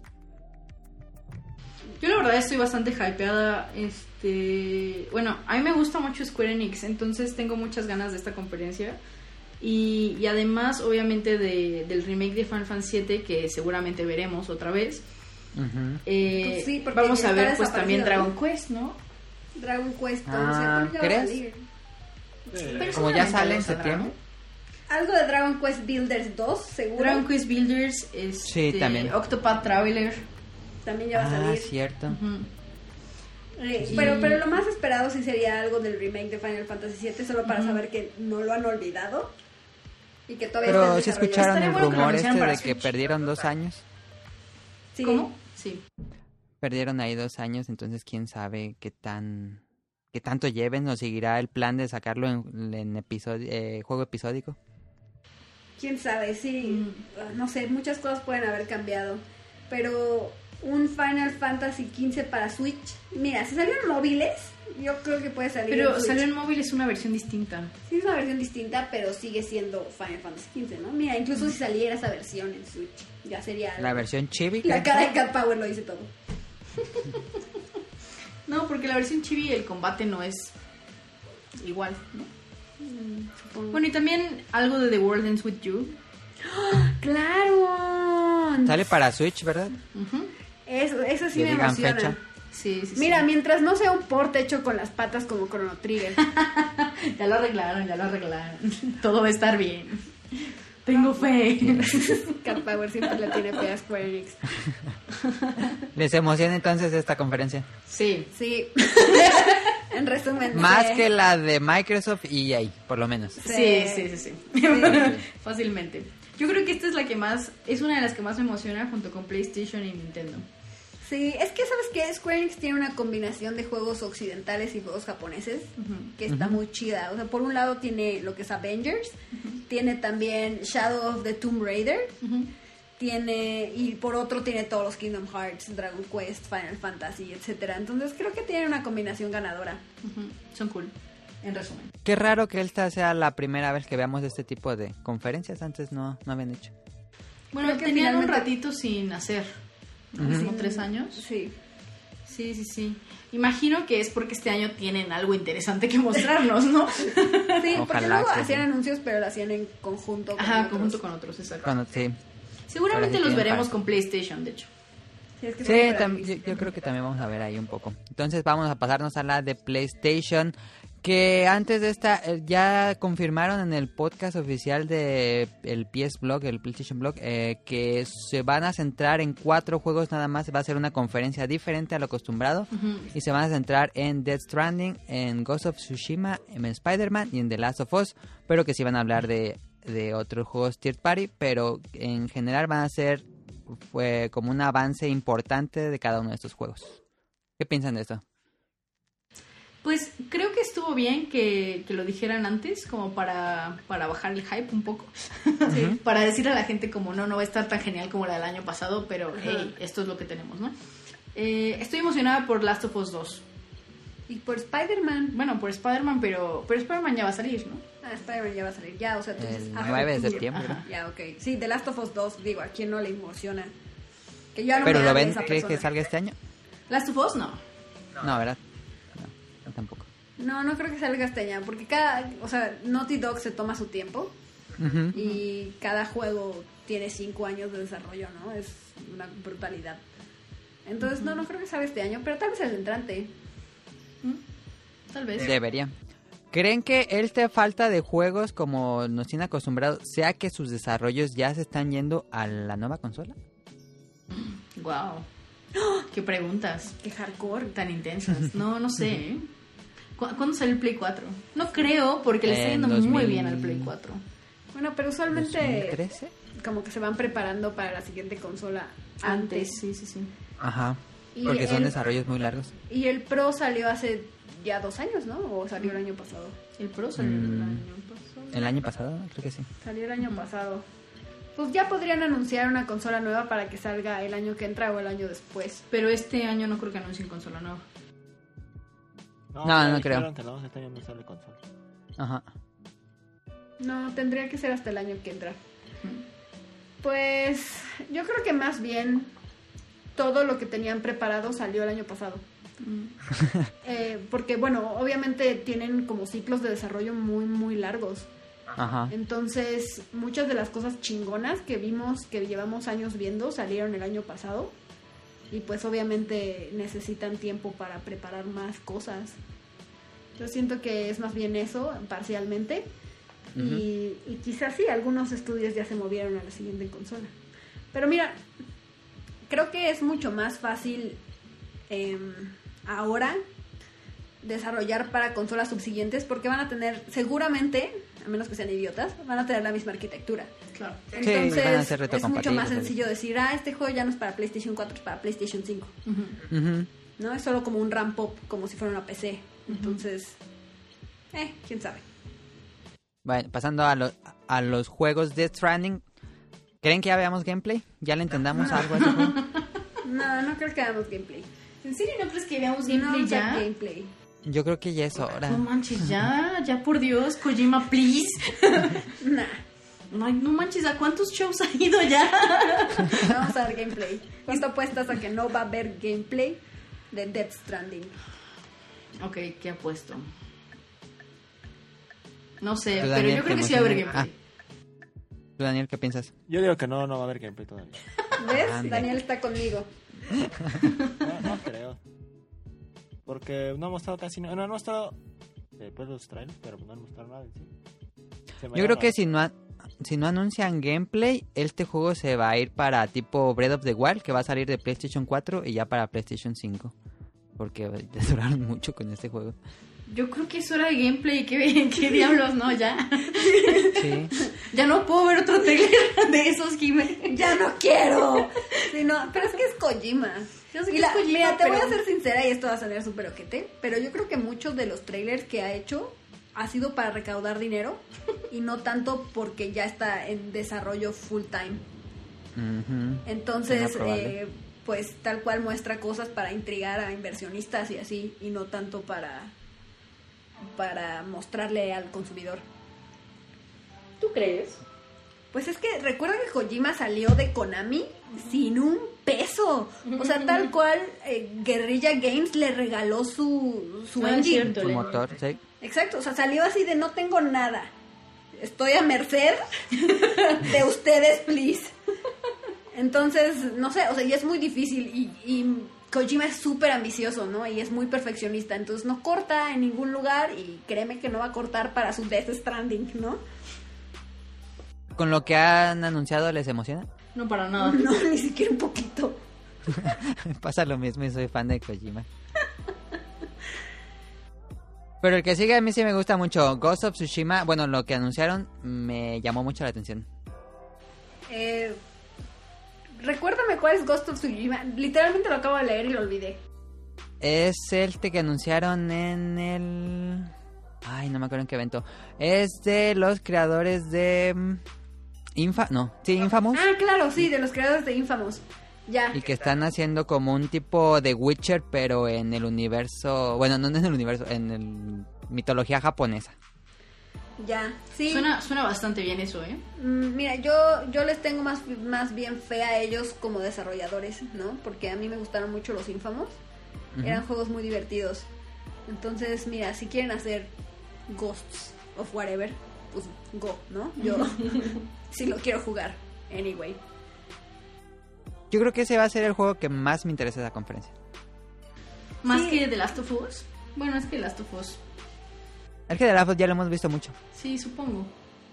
Yo la verdad estoy bastante hypeada. Este, bueno, a mí me gusta mucho Square Enix, entonces tengo muchas ganas de esta conferencia. Y, y además, obviamente, de, del remake de Final Fantasy siete, que seguramente veremos otra vez. Ujú. Eh, Pues sí, porque vamos ya a está ver pues también desaparecido, Dragon Quest, ¿no? Dragon Quest Ah, once, pero ya va a ¿crees? salir. Pero Como ya seguramente sale en lo saldrá, septiembre. Algo de Dragon Quest Builders dos, ¿no? seguro. Dragon Quest Builders, este, Sí, también. Octopath Traveler. También ya va a Ah, salir. cierto. Ujú. Eh, Sí. pero, pero lo más esperado sí sería algo del remake de Final Fantasy siete, solo para Ujú. saber que no lo han olvidado y que todavía Pero está en si desarrollo. escucharon Estaría el bueno que lo rumor anunciaran este para de que Switch. perdieron dos años. Sí. ¿Cómo? Sí. Perdieron ahí dos años, entonces quién sabe qué tan qué tanto lleven o seguirá el plan de sacarlo en, en episodio, eh, juego episódico. Quién sabe, sí. No sé, muchas cosas pueden haber cambiado. Pero un Final Fantasy quince para Switch. Mira, si salió en móviles, yo creo que puede salir Pero en Switch. salió en móvil, es una versión distinta. Sí, es una versión distinta, pero sigue siendo Final Fantasy quince, ¿no? Mira, incluso si saliera esa versión en Switch, ya sería... La versión chibi. La cara de Cat Power lo dice todo. No, porque la versión chibi el combate no es igual, ¿no? Supongo. Bueno, y también algo de The World Ends With You. ¡Claro! Sale para Switch, ¿verdad? Ujú. Eso, eso sí Que me digan emociona. fecha. Sí, sí, Mira, sí. mientras no sea un port hecho con las patas como Chrono Trigger. Ya lo arreglaron, ya lo arreglaron. Todo va a estar bien. Tengo fe. Cat Power siempre le tiene fe a Square Enix. ¿Les emociona entonces esta conferencia? Sí. Sí. En resumen. Más sí. que la de Microsoft y E A, por lo menos. Sí, sí, sí, sí. Fácilmente. Yo creo que esta es la que más, es una de las que más me emociona junto con PlayStation y Nintendo. Sí, es que sabes que Square Enix tiene una combinación de juegos occidentales y juegos japoneses que está muy chida. O sea, por un lado tiene lo que es Avengers, tiene también Shadow of the Tomb Raider, tiene y por otro tiene todos los Kingdom Hearts, Dragon Quest, Final Fantasy, etcétera. Entonces creo que tiene una combinación ganadora. Ujú. Son cool, en resumen. Qué raro que esta sea la primera vez que veamos este tipo de conferencias. Antes no, no habían hecho. Bueno, Creo que tenían un finalmente- ratito sin hacer, ¿no? Como tres años. Sí. Sí, sí, sí. Imagino que es porque este año tienen algo interesante que mostrarnos, ¿no? Sí, porque Ojalá luego que hacían sí. anuncios, pero lo hacían en conjunto con Ajá, otros. conjunto con otros, exacto. Cuando, sí, Seguramente Ahora sí los tienen veremos para- con PlayStation, de hecho. Sí, es que sí son para tam- mí. yo, yo creo que también vamos a ver ahí un poco. Entonces vamos a pasarnos a la de PlayStation, que antes de esta eh, ya confirmaron en el podcast oficial de el P S Blog, el PlayStation Blog, eh, que se van a centrar en cuatro juegos nada más. Va a ser una conferencia diferente a lo acostumbrado. Y se van a centrar en Death Stranding, en Ghost of Tsushima, en Spider-Man y en The Last of Us. Pero que sí van a hablar de, de otros juegos third party. Pero en general van a ser fue como un avance importante de cada uno de estos juegos. ¿Qué piensan de esto? Pues creo que estuvo bien que, que lo dijeran antes, como para, para bajar el hype un poco. Sí, para decir a la gente como no, no va a estar tan genial como la del año pasado, pero hey, esto es lo que tenemos, ¿no? Eh, estoy emocionada por Last of Us dos. Y por Spider-Man. Bueno, por Spider-Man, pero, pero Spider-Man ya va a salir, ¿no? Ah, Spider-Man ya va a salir ya, o sea, tú dices, El ah, nueve de octubre. septiembre. Ajá. Ya, ok. Sí, The Last of Us dos, digo, a quién no le emociona. Que ya no ¿Pero me lo hable ven? esa ¿Crees que persona. salga este año? Last of Us no. No, ¿verdad? No, yo tampoco. No, no creo que salga este año, porque cada, o sea, Naughty Dog se toma su tiempo Ujú. y cada juego tiene cinco años de desarrollo, ¿no? Es una brutalidad. Entonces, no, no creo que salga este año, pero tal vez el entrante. Tal vez. Debería. ¿Creen que esta falta de juegos, como nos tienen acostumbrados, sea que sus desarrollos ya se están yendo a la nueva consola? Wow. Qué preguntas Qué hardcore. tan intensas. No, no sé. ¿eh? ¿Cu- ¿Cuándo salió el Play cuatro? No creo, porque le está En yendo muy dos mil bien al Play cuatro. Bueno, pero usualmente ¿dos mil trece? como que se van preparando para la siguiente consola antes. Sí, sí, sí. Ajá. Y Porque son el- desarrollos muy largos. Y el Pro salió hace ya dos años, ¿no? O salió el año pasado. El Pro salió el Mm. año pasado. ¿El año pasado? Creo que sí. Salió el año pasado. Pues ya podrían anunciar una consola nueva para que salga el año que entra o el año después. Pero este año no creo que anuncien consola nueva. No, ya no dijeron creo. que no, este año no sale consola. Ajá. No, tendría que ser hasta el año que entra. Pues yo creo que más bien todo lo que tenían preparado salió el año pasado. Eh, porque bueno, obviamente tienen como ciclos de desarrollo muy muy largos. Ajá. Entonces muchas de las cosas chingonas que vimos, que llevamos años viendo, salieron el año pasado. Y pues obviamente necesitan tiempo para preparar más cosas. Yo siento que es más bien eso, parcialmente. Y, y quizás sí, algunos estudios ya se movieron a la siguiente consola. Pero mira, creo que es mucho más fácil eh, ahora desarrollar para consolas subsiguientes porque van a tener, seguramente a menos que sean idiotas, van a tener la misma arquitectura. Claro. Sí, van a ser Entonces es mucho retrocompatibles, más así. sencillo decir, ah, este juego ya no es para PlayStation cuatro, es para PlayStation cinco. Ujú. Ujú. ¿No? Es solo como un RAM pop, como si fuera una P C. Entonces, eh, quién sabe. Bueno, pasando a, lo- a los juegos de Stranding. ¿Creen que ya veamos gameplay? ¿Ya le entendamos algo a ese juego? No, no creo que hagamos gameplay. ¿En serio no crees que veamos No, gameplay o sea, ya? gameplay. Yo creo que ya es hora. No manches, ya, ya por Dios, Kojima, please. Nah, Ay, no manches, ¿a cuántos shows ha ido ya? no vamos a ver gameplay. ¿Cuánto apuestas a que no va a haber gameplay de Death Stranding? Ok, ¿qué apuesto? No sé, Tú, pero Daniel, yo creo te que sí va a haber emociona. gameplay. ¿Tú, Daniel, qué piensas? Yo digo que no, no va a haber gameplay todavía. ¿Ves? Ande. Daniel está conmigo. No, no creo. Porque no ha mostrado casi nada. No, no ha mostrado después de los trailers, pero no han mostrado nada en sí. Se me Yo creo llama- que si no, a- si no anuncian gameplay, este juego se va a ir para tipo Breath of the Wild, que va a salir de PlayStation cuatro y ya para PlayStation cinco. Porque ya duraron mucho con este juego. Yo creo que es hora de gameplay. ¿Qué, qué diablos? No, ya. Sí. Ya no puedo ver otro trailer de esos, Jimé. ¡Ya no quiero! Sí, no, pero es que es Kojima. Yo sé Y que la- es Kojima, mira, te voy a pero- ser sincera y esto va a sonar súper ojete, pero yo creo que muchos de los trailers que ha hecho ha sido para recaudar dinero y no tanto porque ya está en desarrollo full time. Ujú. Entonces, Suena probable. eh, pues tal cual muestra cosas para intrigar a inversionistas y así, y no tanto para, para mostrarle al consumidor. ¿Tú crees? Pues es que recuerda que Kojima salió de Konami sin un peso. O sea, tal cual eh, Guerrilla Games le regaló su, su Ah, es engine. cierto. Su le- motor, sí. Exacto, o sea, salió así de no tengo nada. Estoy a merced de ustedes, please. Entonces, no sé, o sea, y es muy difícil y, y Kojima es súper ambicioso, ¿no? Y es muy perfeccionista, entonces no corta en ningún lugar y créeme que no va a cortar para su Death Stranding, ¿no? ¿Con lo que han anunciado les emociona? No, para nada. No, ni siquiera un poquito. Pasa lo mismo y soy fan de Kojima. Pero el que sigue a mí sí me gusta mucho. Ghost of Tsushima, bueno, lo que anunciaron me llamó mucho la atención. Eh, recuérdame cuál es Ghost of Tsushima. Literalmente lo acabo de leer y lo olvidé. Es el que anunciaron en el... Ay, no me acuerdo en qué evento. Es de los creadores de... mm, Infa... No, sí, Infamous. Ah, claro, sí, de los creadores de Infamous. Ya. Y que están haciendo como un tipo de Witcher, pero en el universo... Bueno, no en el universo, en el mitología japonesa. Ya, sí. Suena, suena bastante bien eso, ¿eh? Mm, Mira, yo, yo les tengo más, más bien fe a ellos como desarrolladores, ¿no? Porque a mí me gustaron mucho los Infamous. Ujú. Eran juegos muy divertidos. Entonces, mira, si quieren hacer Ghosts of whatever, pues go, ¿no? Yo sí lo quiero jugar, anyway. Yo creo que ese va a ser el juego que más me interesa de la conferencia. Más Sí. que The Last of Us. Bueno, es que The Last of Us. El que de la ya lo hemos visto mucho. Sí, supongo.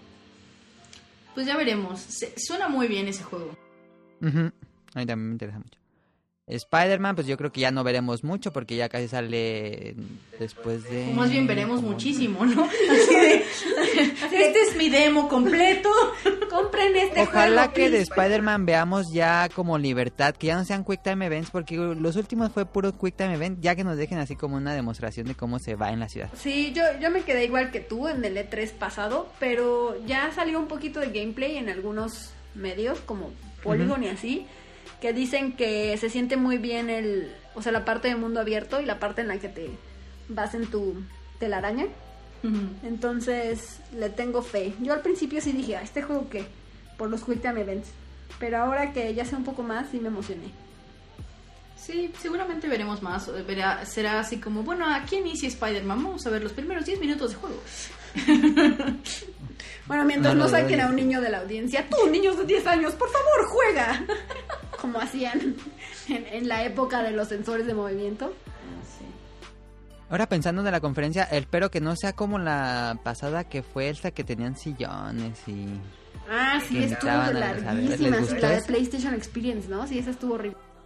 Pues ya veremos. Se- suena muy bien ese juego. Ujú. A mí también me interesa mucho. Spider-Man, pues yo creo que ya no veremos mucho porque ya casi sale después de... O más bien veremos como- muchísimo, ¿no? Así de, este es mi demo completo. Compren este Ojalá juego, que de please. Spider-Man veamos ya como libertad, que ya no sean Quick Time Events, porque los últimos fue puro Quick Time Event, ya que nos dejen así como una demostración de cómo se va en la ciudad. Sí, yo, yo me quedé igual que tú en el E tres pasado, pero ya salió un poquito de gameplay en algunos medios, como Polygon y así, que dicen que se siente muy bien el, o sea, la parte de mundo abierto y la parte en la que te vas en tu telaraña. Entonces, le tengo fe. Yo al principio sí dije, ¿a este juego qué? Por los Quick Time Events. Pero ahora que ya sé un poco más, sí me emocioné. Sí, seguramente veremos más. Verá, será así como, bueno, aquí inicia Spider-Man. Vamos a ver los primeros diez minutos de juego. Bueno, mientras No no, lo saquen doy. a un niño de la audiencia, tú, niños de diez años, por favor, juega. Como hacían en, en la época de los sensores de movimiento. Ahora pensando de la conferencia, espero que no sea como la pasada que fue esta que tenían sillones y... Ah, sí, Que estuvo invitaban a los- a ver, ¿les larguísima. sí, gustó la de eso? PlayStation Experience, ¿no? Sí, esa estuvo horrible.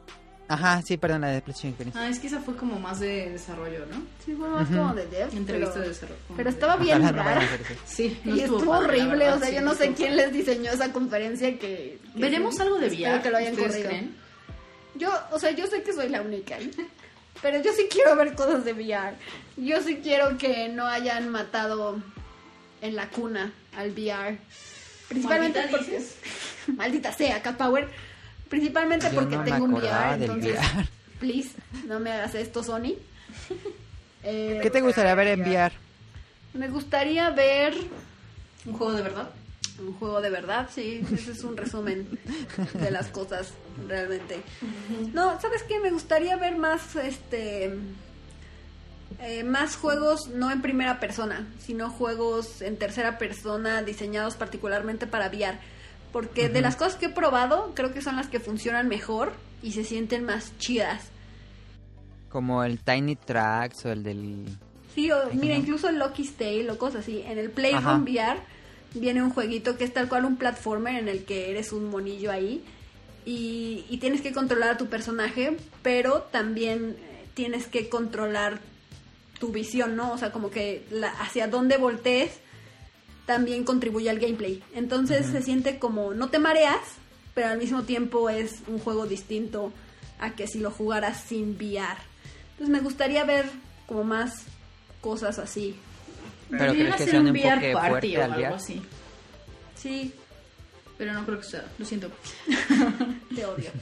Ajá, sí, perdón, la de PlayStation Experience. Ah, es que esa fue como más de desarrollo, ¿no? Sí, fue más Ujú. como de dev. Entrevista pero, de desarrollo. como pero de- estaba bien Ojalá no vayan a rara. hacer eso. Sí, no Y estuvo padre, la horrible, verdad, o sea, sí, yo no no sé estuvo quién padre. les diseñó esa conferencia que... que ¿Veremos algo de espero V R? que lo hayan ¿Ustedes corrido. creen? Yo, o sea, yo sé que soy la única ahí, pero yo sí quiero ver cosas de V R. Yo sí quiero que no hayan matado en la cuna al V R. Principalmente Maldita porque... dices. Maldita sea, Cat Power. Principalmente Yo porque no me tengo un V acordaba R, del entonces... V R. Please, no me hagas esto, Sony. Eh, ¿Qué te gustaría ver en V R? Me gustaría ver ¿Un juego de verdad? un juego de verdad, sí. Ese es un resumen de las cosas, realmente. No, ¿sabes qué? Me gustaría ver más, este... eh, más juegos no en primera persona, sino juegos en tercera persona diseñados particularmente para V R. Porque de las cosas que he probado, creo que son las que funcionan mejor y se sienten más chidas. Como el Tiny Tracks o el del... Sí, o, Ay, mira, no. incluso el Lucky's Tale o cosas así. En el Ajá. Playroom V R viene un jueguito que es tal cual un platformer en el que eres un monillo ahí y, y tienes que controlar a tu personaje, pero también eh, tienes que controlar tu visión, ¿no? O sea, como que la, hacia dónde voltees también contribuye al gameplay. Entonces se siente como, no te mareas, pero al mismo tiempo es un juego distinto a que si lo jugaras sin V R. Entonces me gustaría ver como más cosas así. Pero Deberían crees que hacer sea un un V R enfoque party fuerte o al V algo R. así. Sí, Pero no creo que sea, lo siento. te odio.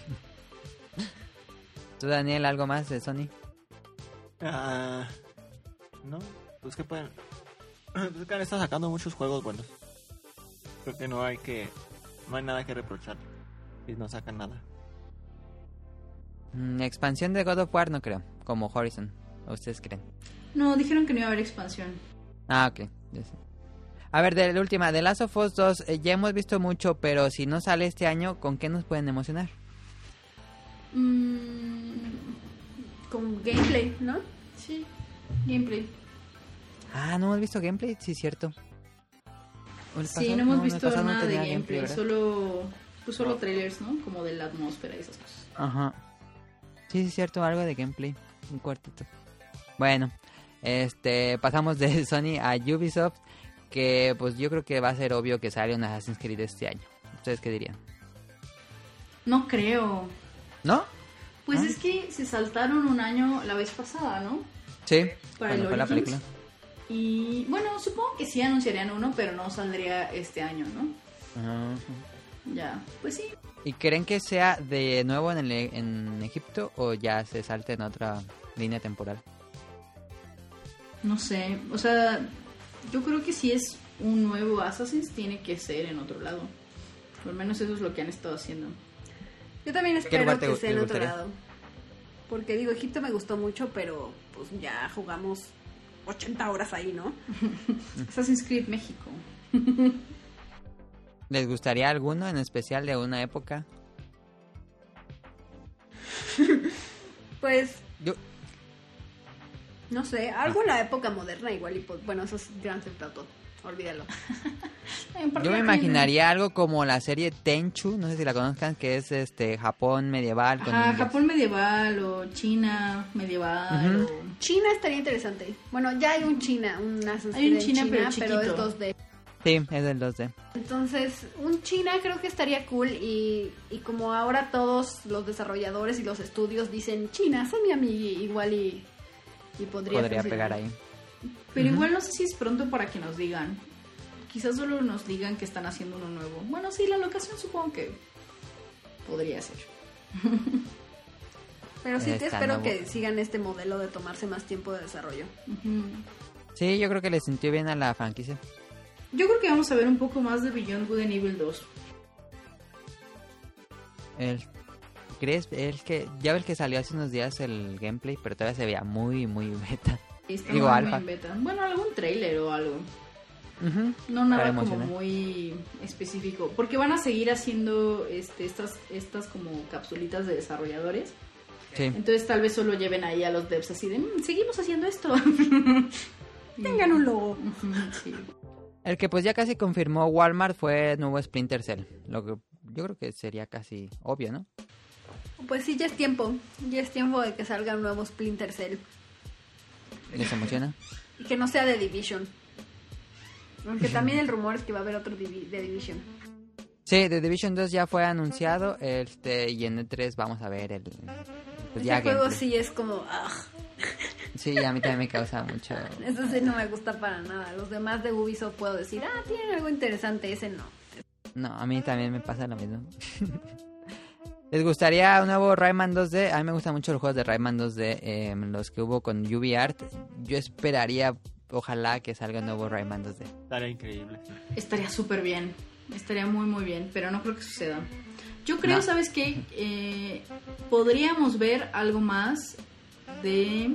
¿Tú, Daniel, algo más de Sony? Ah, no, pues que pueden. Pues que han estado sacando muchos juegos buenos. Creo que no hay que. No hay nada que reprochar. Si no sacan nada. Mm, expansión de God of War no creo, como Horizon. ¿O ustedes creen? No, dijeron que no iba a haber expansión. Ah, ok. Ya sé. A ver, de la última, de Last of Us dos, eh, ya hemos visto mucho, pero si no sale este año, ¿con qué nos pueden emocionar? Mm, Con gameplay, ¿no? sí, gameplay. Ah, no hemos visto gameplay, sí, cierto. ¿O el Sí, pasado? no hemos el visto pasado no nada de tenía gameplay, ¿verdad? solo pues solo trailers, ¿no? Como de la atmósfera y esas cosas. Ajá. Sí, sí, cierto, algo de gameplay. Un cuartito. Bueno, este, pasamos de Sony a Ubisoft, que pues yo creo que va a ser obvio que sale un Assassin's Creed este año. ¿Ustedes qué dirían? No creo. ¿No? Pues ¿Ah? es que se saltaron un año la vez pasada, ¿no? Sí, Para cuando el fue la Origins. película. Y bueno, supongo que sí anunciarían uno, pero no saldría este año, ¿no? Ajá. Ya, pues sí. ¿Y creen que sea de nuevo en, el, en Egipto o ya se salte en otra línea temporal? No sé, o sea, yo creo que si es un nuevo Assassin's tiene que ser en otro lado. Por lo menos eso es lo que han estado haciendo. Yo también lugar espero te que gu- sea te en otro gustaría? lado. Porque digo, Egipto me gustó mucho, pero pues ya jugamos ochenta horas ahí, ¿no? Assassin's Creed México. ¿Les gustaría alguno en especial de una época? Pues, Yo, no sé, algo en la época moderna igual y pues, bueno, eso es Grand Theft Auto, olvídalo. yo me imaginaría algo como la serie Tenchu, no sé si la conozcan, que es este Japón medieval con Ajá, ninjas. Japón medieval o China medieval. Ujú. o... China estaría interesante. Bueno, ya hay un China, un Assassin's Hay un Creed en China, pero pero chiquito. es dos D. Sí, es del dos D. Entonces, un China creo que estaría cool y, y como ahora todos los desarrolladores y los estudios dicen China, sé mi amiga, igual y, y podría, Podría funcionar. pegar ahí. Pero Ujú. igual no sé si es pronto para que nos digan. Quizás solo nos digan que están haciendo uno nuevo. Bueno, sí, la locación supongo que podría ser. Pero sí te Está espero nuevo. que sigan este modelo de tomarse más tiempo de desarrollo. Ujú. Sí, yo creo que le sintió bien a la franquicia. Yo creo que vamos a ver un poco más de Beyond Good and Evil dos. El, ¿Crees? El que, ya ves que salió hace unos días el gameplay, pero todavía se veía muy, muy beta. Está Digo, muy alfa. en beta. Bueno, algún trailer o algo. Ujú. No nada Para como emocionar. muy específico. Porque van a seguir haciendo este, estas, estas como capsulitas de desarrolladores. Sí. Entonces tal vez solo lleven ahí a los devs así de, "Mm, seguimos haciendo esto." Tengan un logo. Ujú, sí. El que pues ya casi confirmó Walmart fue el nuevo Splinter Cell. Lo que yo creo que sería casi obvio, ¿no? Pues sí, ya es tiempo. Ya es tiempo de que salga un nuevo Splinter Cell. ¿Les emociona? Y que no sea de Division. Aunque también el rumor es que va a haber otro Divi- de Division. Sí, The Division dos ya fue anunciado, este, y en E tres vamos a ver el... Pues ya Este juego gameplay. sí es como... ah, Sí, a mí también me causa mucho... eso sí no me gusta para nada. Los demás de Ubisoft puedo decir, ah, tienen algo interesante. Ese no. No, a mí también me pasa lo mismo. ¿Les gustaría un nuevo Rayman dos D? A mí me gustan mucho los juegos de Rayman dos D, eh, los que hubo con UbiArt. Yo esperaría, ojalá, que salga un nuevo Rayman dos D. Estaría increíble. Sí. Estaría súper bien. Estaría muy, muy bien. Pero no creo que suceda. Yo creo, No. ¿sabes qué? Eh, podríamos ver algo más de,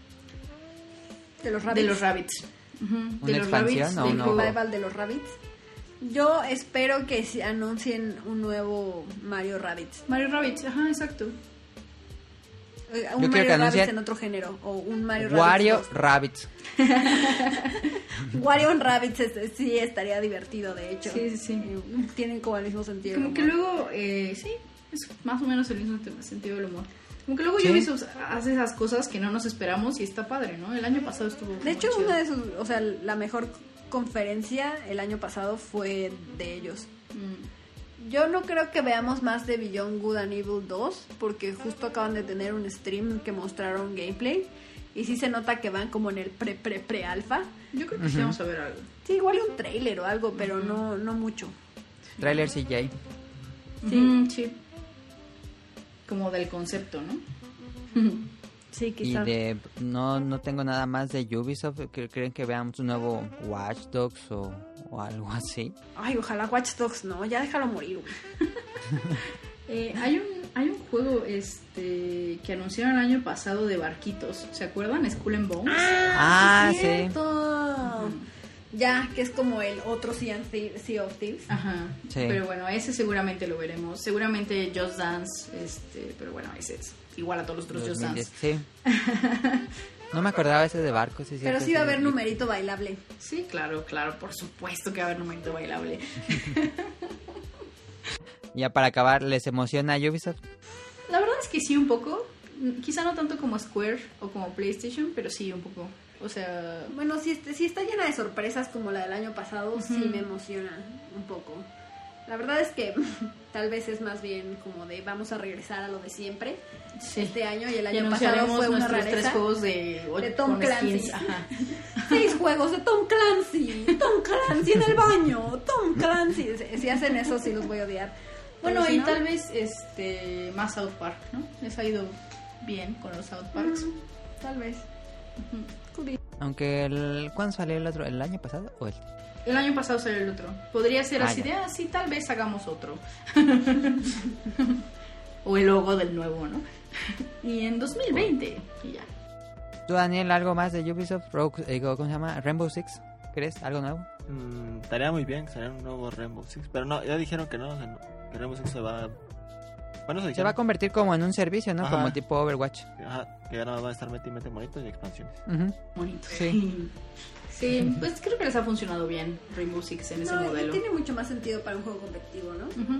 De los de Rabbids. los Rabbids. Ujú, ¿Una de los expansión Rabbids. o del un El nuevo? revival de los Rabbids. Yo espero que se anuncien un nuevo Mario Rabbids. Mario Rabbids, ajá, exacto. Eh, Yo Un quiero Mario que Rabbids anuncien en otro género. O un Mario Wario Rabbids Rabbids. dos. Wario Rabbids es- sí estaría divertido, de hecho. Sí, sí, sí. Eh, Tienen como el mismo sentido. Como del que humor. luego, eh, sí, es más o menos el mismo te- sentido del humor. Como que luego Sí. Ubisoft hace esas cosas que no nos esperamos y está padre, ¿no? El año pasado estuvo De muy hecho, chido. una de sus, o sea, la mejor conferencia el año pasado fue de ellos. Mm. Yo no creo que veamos más de Beyond Good and Evil dos, porque justo acaban de tener un stream que mostraron gameplay y sí se nota que van como en el pre pre pre alfa. Yo creo que sí vamos a ver algo. Sí, igual un trailer o algo, pero no no mucho. Trailer C J. Sí. Ujú, sí. Como del concepto, ¿no? Sí, Y quizás. de... No, no tengo nada más de Ubisoft. ¿Cre- ¿Creen que veamos un nuevo Watch Dogs o, o algo así? Ay, ojalá Watch Dogs no, ya déjalo morir. güey. Eh, hay un hay un juego este que anunciaron el año pasado de barquitos, ¿se acuerdan? Skull and Bones. Ah, sí. Cierto. Ya, que es como el otro Sea, and Thie- Sea of Thieves. Ajá. Sí. Pero bueno, ese seguramente lo veremos. Seguramente Just Dance, este, pero bueno, ese es igual a todos los otros Just dos mil diez, Dance. sí. No me acordaba ese de barcos. Sí, Pero cierto, sí va a haber sí. numerito bailable. Sí, claro, claro, por supuesto que va a haber un momento bailable. Ya para acabar, ¿les emociona Ubisoft? La verdad es que sí, un poco. Quizá no tanto como Square o como PlayStation, pero sí un poco. O sea, Bueno, si, este- si está llena de sorpresas como la del año pasado, sí Ujú. me emociona un poco. La verdad es que tal vez es más bien como de vamos a regresar a lo de siempre sí. este año y el Y año pasado anunciaremos fue una nuestros tres rareza. juegos de, de Tom con Clancy. skins. Ajá. Seis juegos de Tom Clancy, Tom Clancy en el baño, Tom Clancy. Si, si hacen eso sí los voy a odiar. Bueno, Pero si y no, tal vez este más South Park, ¿no? Les ha ido bien con los South Parks. mm, tal vez. Aunque, el, ¿cuándo salió el otro? ¿El año pasado o el...? El año pasado salió el otro. Podría ser Ah, así ya. de, ah, sí, tal vez hagamos otro. O el logo del nuevo, ¿no? Y en dos mil veinte, y ya. ¿Tú, Daniel, algo más de Ubisoft? Rogue, eh, ¿Cómo se llama? ¿Rainbow Six? ¿Crees? ¿Algo nuevo? Mm, estaría muy bien que saliera un nuevo Rainbow Six. Pero no, ya dijeron que no, o sea, no, que Rainbow Six se va. Bueno, se Se dijeron. va a convertir como en un servicio, ¿no? Ajá. Como tipo Overwatch. Ajá, que ya no van a estar meti y mete monitos y expansiones. Ujú. Bonito. Sí. Sí, pues creo que les ha funcionado bien Rainbow Six en ese No, y modelo. tiene mucho más sentido para un juego competitivo, ¿no? Ujú.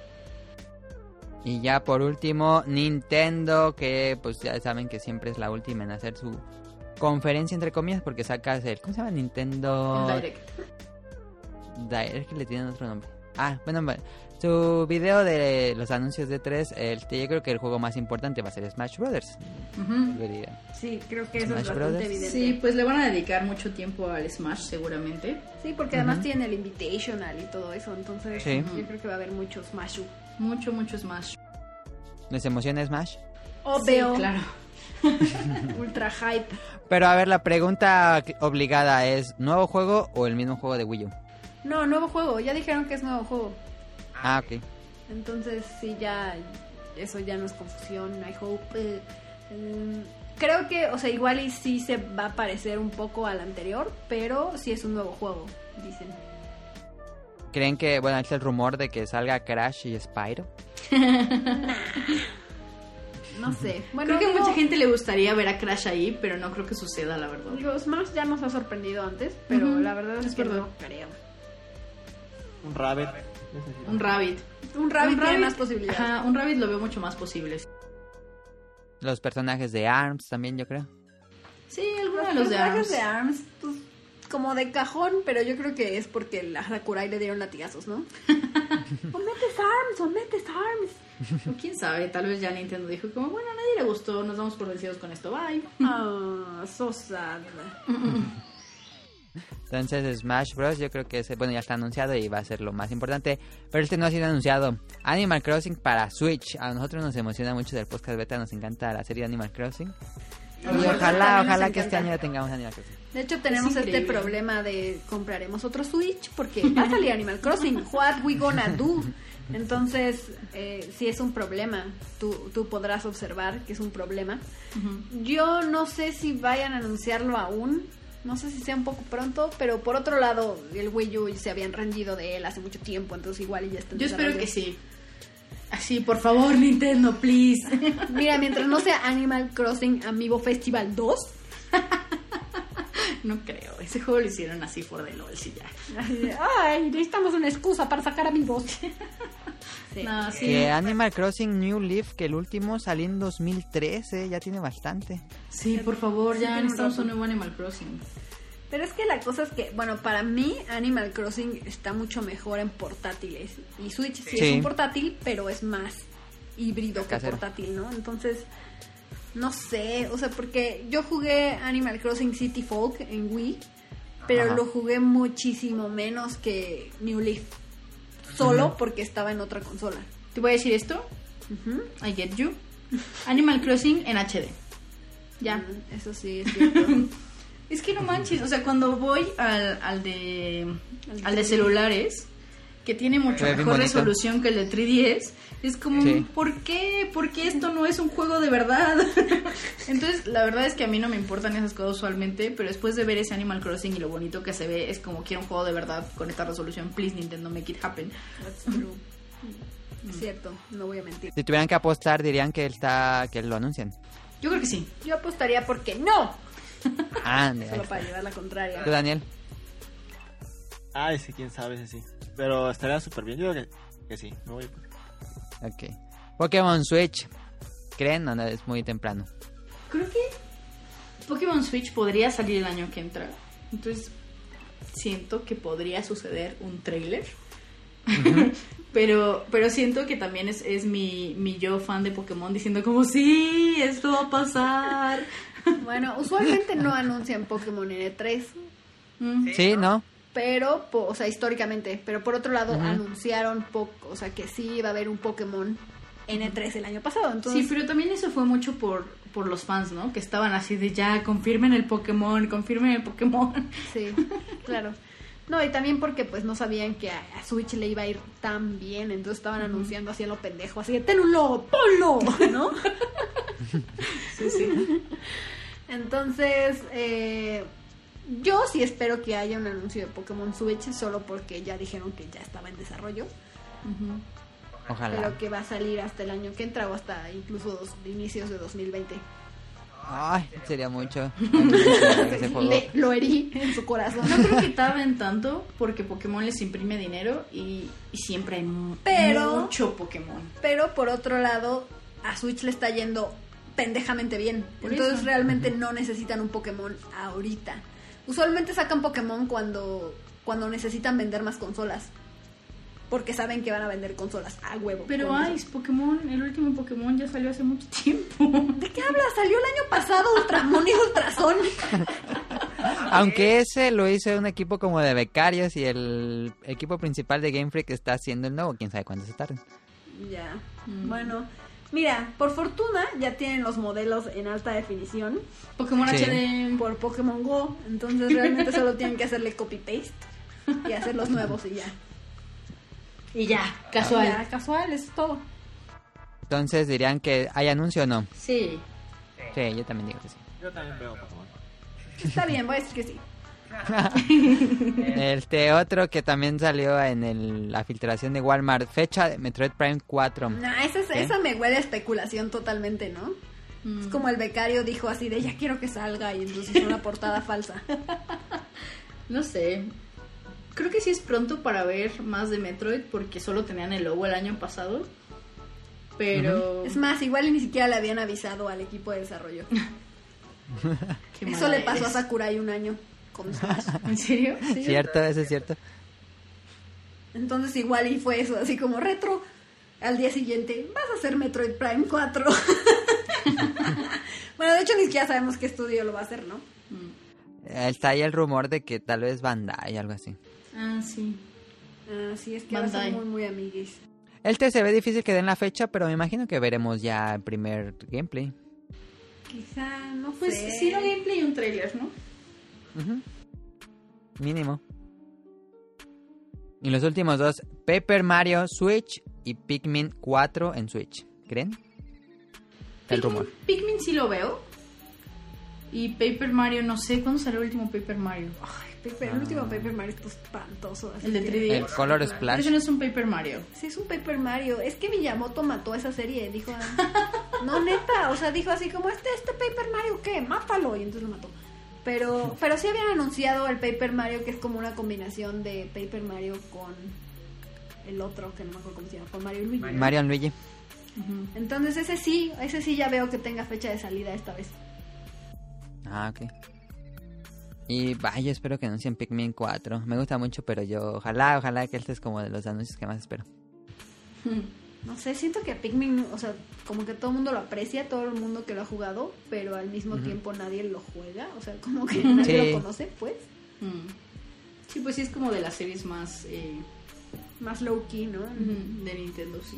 Y ya por último, Nintendo, que pues ya saben que siempre es la última en hacer su conferencia, entre comillas, porque sacas el... ¿Cómo se llama? Nintendo... El Direct. Direct, que le tienen otro nombre. Ah, bueno, bueno, su video de los anuncios de tres, este, yo creo que el juego más importante va a ser Smash Brothers. Ujú. Yo diría. Sí, creo que eso Smash es bastante Brothers. evidente. Sí, pues le van a dedicar mucho tiempo al Smash seguramente. Sí, porque además Ujú. tienen el Invitational y todo eso, entonces Sí. yo creo que va a haber mucho Smash. Mucho, mucho Smash. ¿Les emociona Smash? Obvio, Sí, claro. ultra hype. Pero a ver, la pregunta que- obligada es, ¿nuevo juego o el mismo juego de Wii U? No, nuevo juego, ya dijeron que es nuevo juego. Ah, ok. Entonces sí, ya, eso ya no es confusión, I hope. eh, em, creo que, o sea, igual y sí se va a parecer un poco al anterior, pero sí es un nuevo juego, dicen. ¿Creen que, bueno, es el rumor de que salga Crash y Spyro? No sé. Bueno, creo que a digo- mucha gente le gustaría ver a Crash ahí, pero no creo que suceda, la verdad. Digo, Smash ya nos ha sorprendido antes, pero Ujú, la verdad es, es que verdad. no creo. Un Rabbit. Un Rabbit. Un Rabbit Un tiene Rabbit- más posibilidades. Ajá, un Rabbit lo veo mucho más posible. Los personajes de ARMS también, yo creo. Sí, algunos Los de los de personajes ARMS. de ARMS, pues, como de cajón, pero yo creo que es porque a Sakurai le dieron latigazos, ¿no? O metes ARMS, o metes ARMS. O quién sabe, tal vez ya Nintendo dijo como, bueno, a nadie le gustó, nos damos por vencidos con esto, bye. Ah, so sad. Entonces Smash Bros. Yo creo que ese, bueno, ya está anunciado y va a ser lo más importante. Pero este no ha sido anunciado. Animal Crossing para Switch. A nosotros nos emociona mucho del podcast beta. Nos encanta la serie Animal Crossing. Y nosotros ojalá, también ojalá nos que este encanta. año ya tengamos Animal Crossing. De hecho, tenemos Es este increíble. problema de compraremos otro Switch porque va a salir Animal Crossing. What we gonna do? Entonces, eh, sí es un problema. Tú, tú podrás observar que es un problema. Ujú. Yo no sé si vayan a anunciarlo aún. No sé si sea un poco pronto, pero por otro lado, el Wii U se habían rendido de él hace mucho tiempo, entonces igual y ya está en Yo espero desarrollo. que sí. Así, por favor, Nintendo, please. Mira, mientras no sea Animal Crossing Amiibo Festival dos, No creo, ese juego lo hicieron así por de LOL, sí ya. así de, ay, necesitamos una excusa para sacar amigos. Sí. No, sí. Que Animal Crossing New Leaf, que el último salió en dos mil trece, ya tiene bastante. Sí, por favor, Sí, ya tiene un necesitamos rato. un nuevo Animal Crossing. Pero es que la cosa es que, bueno, para mí Animal Crossing está mucho mejor en portátiles. Y Switch sí, Sí. es un portátil, pero es más híbrido que Casero. portátil, ¿no? Entonces, no sé, o sea, porque yo jugué Animal Crossing City Folk en Wii, pero Ajá. lo jugué muchísimo menos que New Leaf. Solo Ujú. porque estaba en otra consola. Te voy a decir esto, Ujú. I get you. Animal Crossing en H D. Ya. Mm, Eso sí es cierto. Es que no manches, o sea, cuando voy al, al de Al al de tres D. celulares, que tiene mucho Se ve bien mejor bonito. resolución que el de tres D S, es como, Sí. ¿por qué? ¿Por qué esto no es un juego de verdad? Entonces, la verdad es que a mí no me importan esas cosas usualmente, pero después de ver ese Animal Crossing y lo bonito que se ve, es como quiero un juego de verdad con esta resolución. Please, Nintendo, make it happen. That's true. Es cierto, no voy a mentir. Si tuvieran que apostar, dirían que él está, que lo anuncian. Yo creo que sí. Yo apostaría porque no. Ande, ahí Solo está. para llevar la contraria. ¿Tú, Daniel? Ay, sí, quién sabe, sí, sí. Pero estaría súper bien. Yo creo que, que sí. Me voy. Ok. Pokémon Switch. ¿Creen o no? Es muy temprano. Creo que Pokémon Switch podría salir el año que entra. Entonces, siento que podría suceder un trailer. pero pero siento que también es, es mi, mi yo fan de Pokémon diciendo como, sí, esto va a pasar. Bueno, usualmente no anuncian Pokémon en E tres, Mm. ¿Sí? ¿No? pero, po- o sea, históricamente, pero por otro lado Ujú. anunciaron, po- o sea, que sí iba a haber un Pokémon en E tres el año pasado, entonces... Sí, pero también eso fue mucho por, por los fans, ¿no? Que estaban así de ya, confirmen el Pokémon, confirmen el Pokémon. Sí, claro. No, y también porque pues no sabían que a, a Switch le iba a ir tan bien, entonces estaban anunciando así a lo pendejo, así de, ten un logo, ponlo, ¿no? Sí, sí. Entonces, eh, yo sí espero que haya un anuncio de Pokémon Switch, solo porque ya dijeron que ya estaba en desarrollo, Ujú. Ojalá. pero que va a salir hasta el año que entra o hasta incluso dos, inicios de dos mil veinte. Ay, sería mucho. Ese juego. Le- lo herí en su corazón. No creo que tarden tanto porque Pokémon les imprime dinero y, y siempre hay mu- Pero- mucho Pokémon. Pero por otro lado, a Switch le está yendo pendejamente bien. Por Entonces eso. realmente no necesitan un Pokémon ahorita. Usualmente sacan Pokémon cuando, cuando necesitan vender más consolas. Porque saben que van a vender consolas a huevo. Pero Con ay, eso. Pokémon, el último Pokémon ya salió hace mucho tiempo. ¿De qué hablas? Salió el año pasado Ultramon y Ultrason. Aunque ese lo hizo un equipo como de becarios y el equipo principal de Game Freak está haciendo el nuevo. Quién sabe cuándo se tarden. Ya. Mm. Bueno, mira, por fortuna ya tienen los modelos en alta definición Pokémon Sí. H D. por Pokémon Go. Entonces realmente solo tienen que hacerle copy-paste y hacer los nuevos y ya. Y ya, casual. Ya, casual, es todo. Entonces dirían que hay anuncio o no. Sí. Sí, yo también digo que sí. Yo también veo Pokémon. Está bien, voy a decir que sí. Este otro que también salió en el- la filtración de Walmart, fecha de Metroid Prime cuatro. Nah, esa, es- ¿Qué? esa me huele a especulación totalmente, ¿no? Mm. Es como el becario dijo así de ya quiero que salga y entonces hizo una portada falsa. No sé. Creo que sí es pronto para ver más de Metroid porque solo tenían el logo el año pasado. Pero... Es más, igual ni siquiera le habían avisado al equipo de desarrollo. Qué Eso mala le pasó eres. a Sakurai un año con Smash. ¿En serio? Sí. Cierto, eso es cierto. Entonces igual y fue eso, así como retro. Al día siguiente, vas a hacer Metroid Prime cuatro. Bueno, de hecho ni siquiera sabemos qué estudio lo va a hacer, ¿no? Está ahí el rumor de que tal vez Bandai, algo así. Ah, sí. Ah, sí, es que ahora son Bandai. muy, muy amiguis. El T se ve difícil que den la fecha, pero me imagino que veremos ya el primer gameplay. Quizá, no Pues sé. sí, no gameplay y un trailer, ¿no? Ujú. Mínimo. Y los últimos dos, Paper Mario Switch y Pikmin cuatro en Switch. ¿Creen? El Pikmin, rumor. Pikmin sí lo veo. Y Paper Mario, no sé cuándo salió el último Paper Mario. Ay, Paper- el último Paper Mario es espantoso. así El de que- tres D. El Color Pero Splash. ese no es un Paper Mario. Sí, es un Paper Mario. Es que Miyamoto mató esa serie. Dijo, ah, no, neta. O sea, dijo así como, este, este Paper Mario, ¿qué? Mátalo. Y entonces lo mató. Pero, pero sí habían anunciado el Paper Mario, que es como una combinación de Paper Mario con el otro, que no me acuerdo cómo se llama, con Mario y Luigi. Mario and Luigi. Ujú. Entonces ese sí, ese sí ya veo que tenga fecha de salida esta vez. Ah, ok. Y vaya, espero que anuncien Pikmin cuatro. Me gusta mucho, pero yo ojalá, ojalá que este es como de los anuncios que más espero. No sé, siento que a Pikmin, o sea, como que todo el mundo lo aprecia, todo el mundo que lo ha jugado, pero al mismo tiempo nadie lo juega, o sea, como que nadie Sí. lo conoce, pues. Mm. Sí, pues sí es como de las series más eh, Más low key, ¿no? ujú, de Nintendo, sí.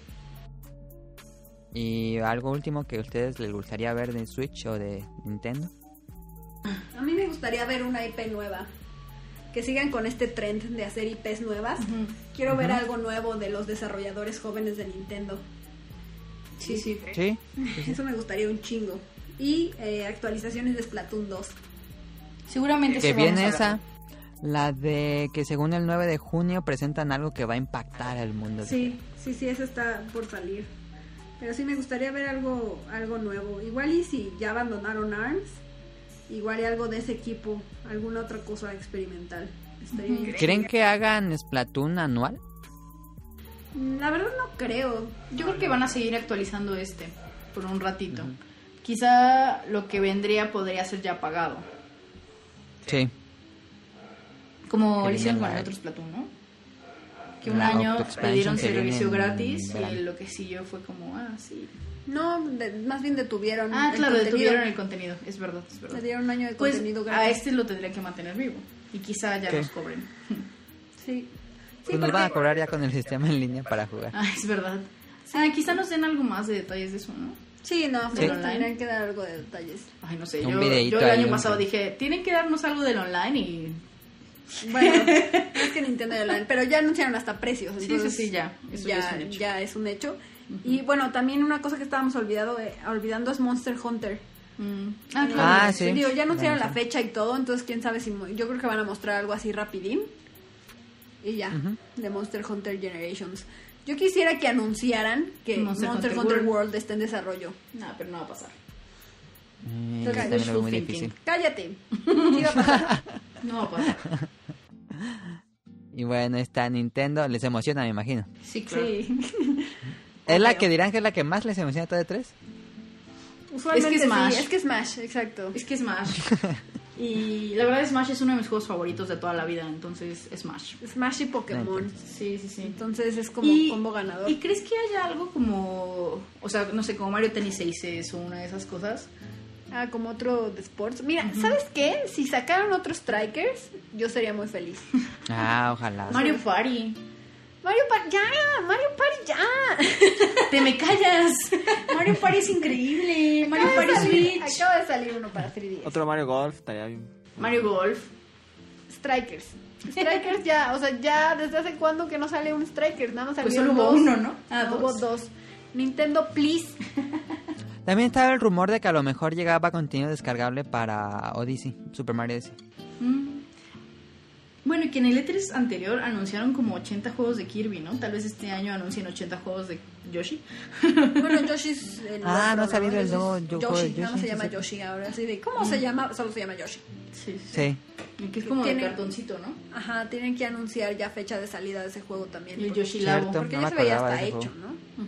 ¿Y algo último que a ustedes les gustaría ver de Switch o de Nintendo? A mí me gustaría ver una I P nueva. Que sigan con este trend de hacer I Ps nuevas. Ujú. Quiero ver algo nuevo de los desarrolladores jóvenes de Nintendo. Sí, sí. Sí. Eso me gustaría un chingo. Y eh, actualizaciones de Splatoon dos. Seguramente Que sí vamos viene a esa, verlo. la de que según el nueve de junio presentan algo que va a impactar al mundo. Sí, sí, sí, eso está por salir. Pero sí me gustaría ver algo, algo nuevo. Igual y si ya abandonaron ARMS, igual y algo de ese equipo, alguna otra cosa experimental. Estaría bien. ¿Creen que hagan Splatoon anual? La verdad no creo. Yo creo que van a seguir actualizando este por un ratito. Quizá lo que vendría podría ser ya pagado. Sí. Como Que lo hicieron viene con la- el otro Splatoon, ¿no? Que un La año Octo Expansion le dieron que viene servicio en gratis verano. y lo que siguió fue como, ah, sí. No, de- más bien detuvieron. Ah, el claro, contenido. detuvieron el contenido. Es verdad, es verdad. Le dieron un año de Pues contenido a gratis. este lo tendría que mantener vivo. Y quizá ya ¿Qué? nos cobren. Sí. Pues nos porque- van a cobrar ya con el sistema en línea para jugar. Ah, es verdad. Ah, quizá nos den algo más de detalles de eso, ¿no? Sí, no, ¿Del pues online? tendrían que dar algo de detalles. Ay, no sé. Un Yo, videíto yo el ahí, año un pasado plan. dije, tienen que darnos algo del online y... Bueno, es que Nintendo Online, pero ya anunciaron hasta precios. Sí, Entonces sí, sí, ya. Eso ya, es un hecho. ya es un hecho. Y bueno, también una cosa que estábamos olvidado, eh, olvidando es Monster Hunter. Mm. Ah, claro. Ah, sí. Digo, ya anunciaron la Bueno, sí. fecha y todo, entonces quién sabe si... mo- Yo creo que van a mostrar algo así rapidín. Y ya, Ujú. de Monster Hunter Generations. Yo quisiera que anunciaran que Monster Monster, Hunter Hunter World. World está en desarrollo. No, pero no va a pasar. Eh, Entonces, también lo veo wishful muy thinking. difícil. Cállate. Sí va a pasar. No va a pasar. Y bueno, está Nintendo, les emociona, me imagino. Sí, claro. Sí. ¿Es la Obvio. que dirán que es la que más les emociona todo de tres? Usualmente Es que Smash. sí, es que Smash, exacto. Es que Smash. Y la verdad Smash es uno de mis juegos favoritos de toda la vida, entonces Smash. Smash y Pokémon. Sí, sí, sí. Entonces es como Y- combo ganador. ¿Y crees que haya algo como, o sea, no sé, como Mario Tennis Aces o una de esas cosas? Ah, como otro de sports. Mira, ¿sabes qué? Si sacaran otro Strikers, yo sería muy feliz. Ah, ojalá. Mario Party. Mario Party, ya, Mario Party, ya. ¡Te me callas! Mario Party es increíble. Mario Acaba de Party salir- Switch. Acaba de salir uno para tres D S. Otro Mario Golf, estaría bien. Mario Golf. Strikers. Strikers ya, o sea, ya desde hace cuándo que no sale un Strikers, nada más Pues salieron solo hubo dos. uno, ¿no? Ah, No, dos. hubo dos. Nintendo, please. También estaba el rumor de que a lo mejor llegaba contenido descargable para Odyssey, Super Mario Odyssey. Mm. Bueno, y que en el E tres anterior anunciaron como ochenta juegos de Kirby, ¿no? Tal vez este año anuncien ochenta juegos de Yoshi. Bueno, Yoshi's el Ah, otro, no ha salido el nuevo Yoshi, yo- juego de nada más se Yoshi, llama sí, sí. Yoshi ahora, así de, ¿cómo se llama? Solo se llama Yoshi. Sí, Sí. Y que es como de Tiene- cartoncito, ¿no? Ajá, tienen que anunciar ya fecha de salida de ese juego también. Y el porque- Yoshi Labo. Cierto. Porque No ya me se veía acordaba hasta de ese hecho, juego. ¿no? Ujú.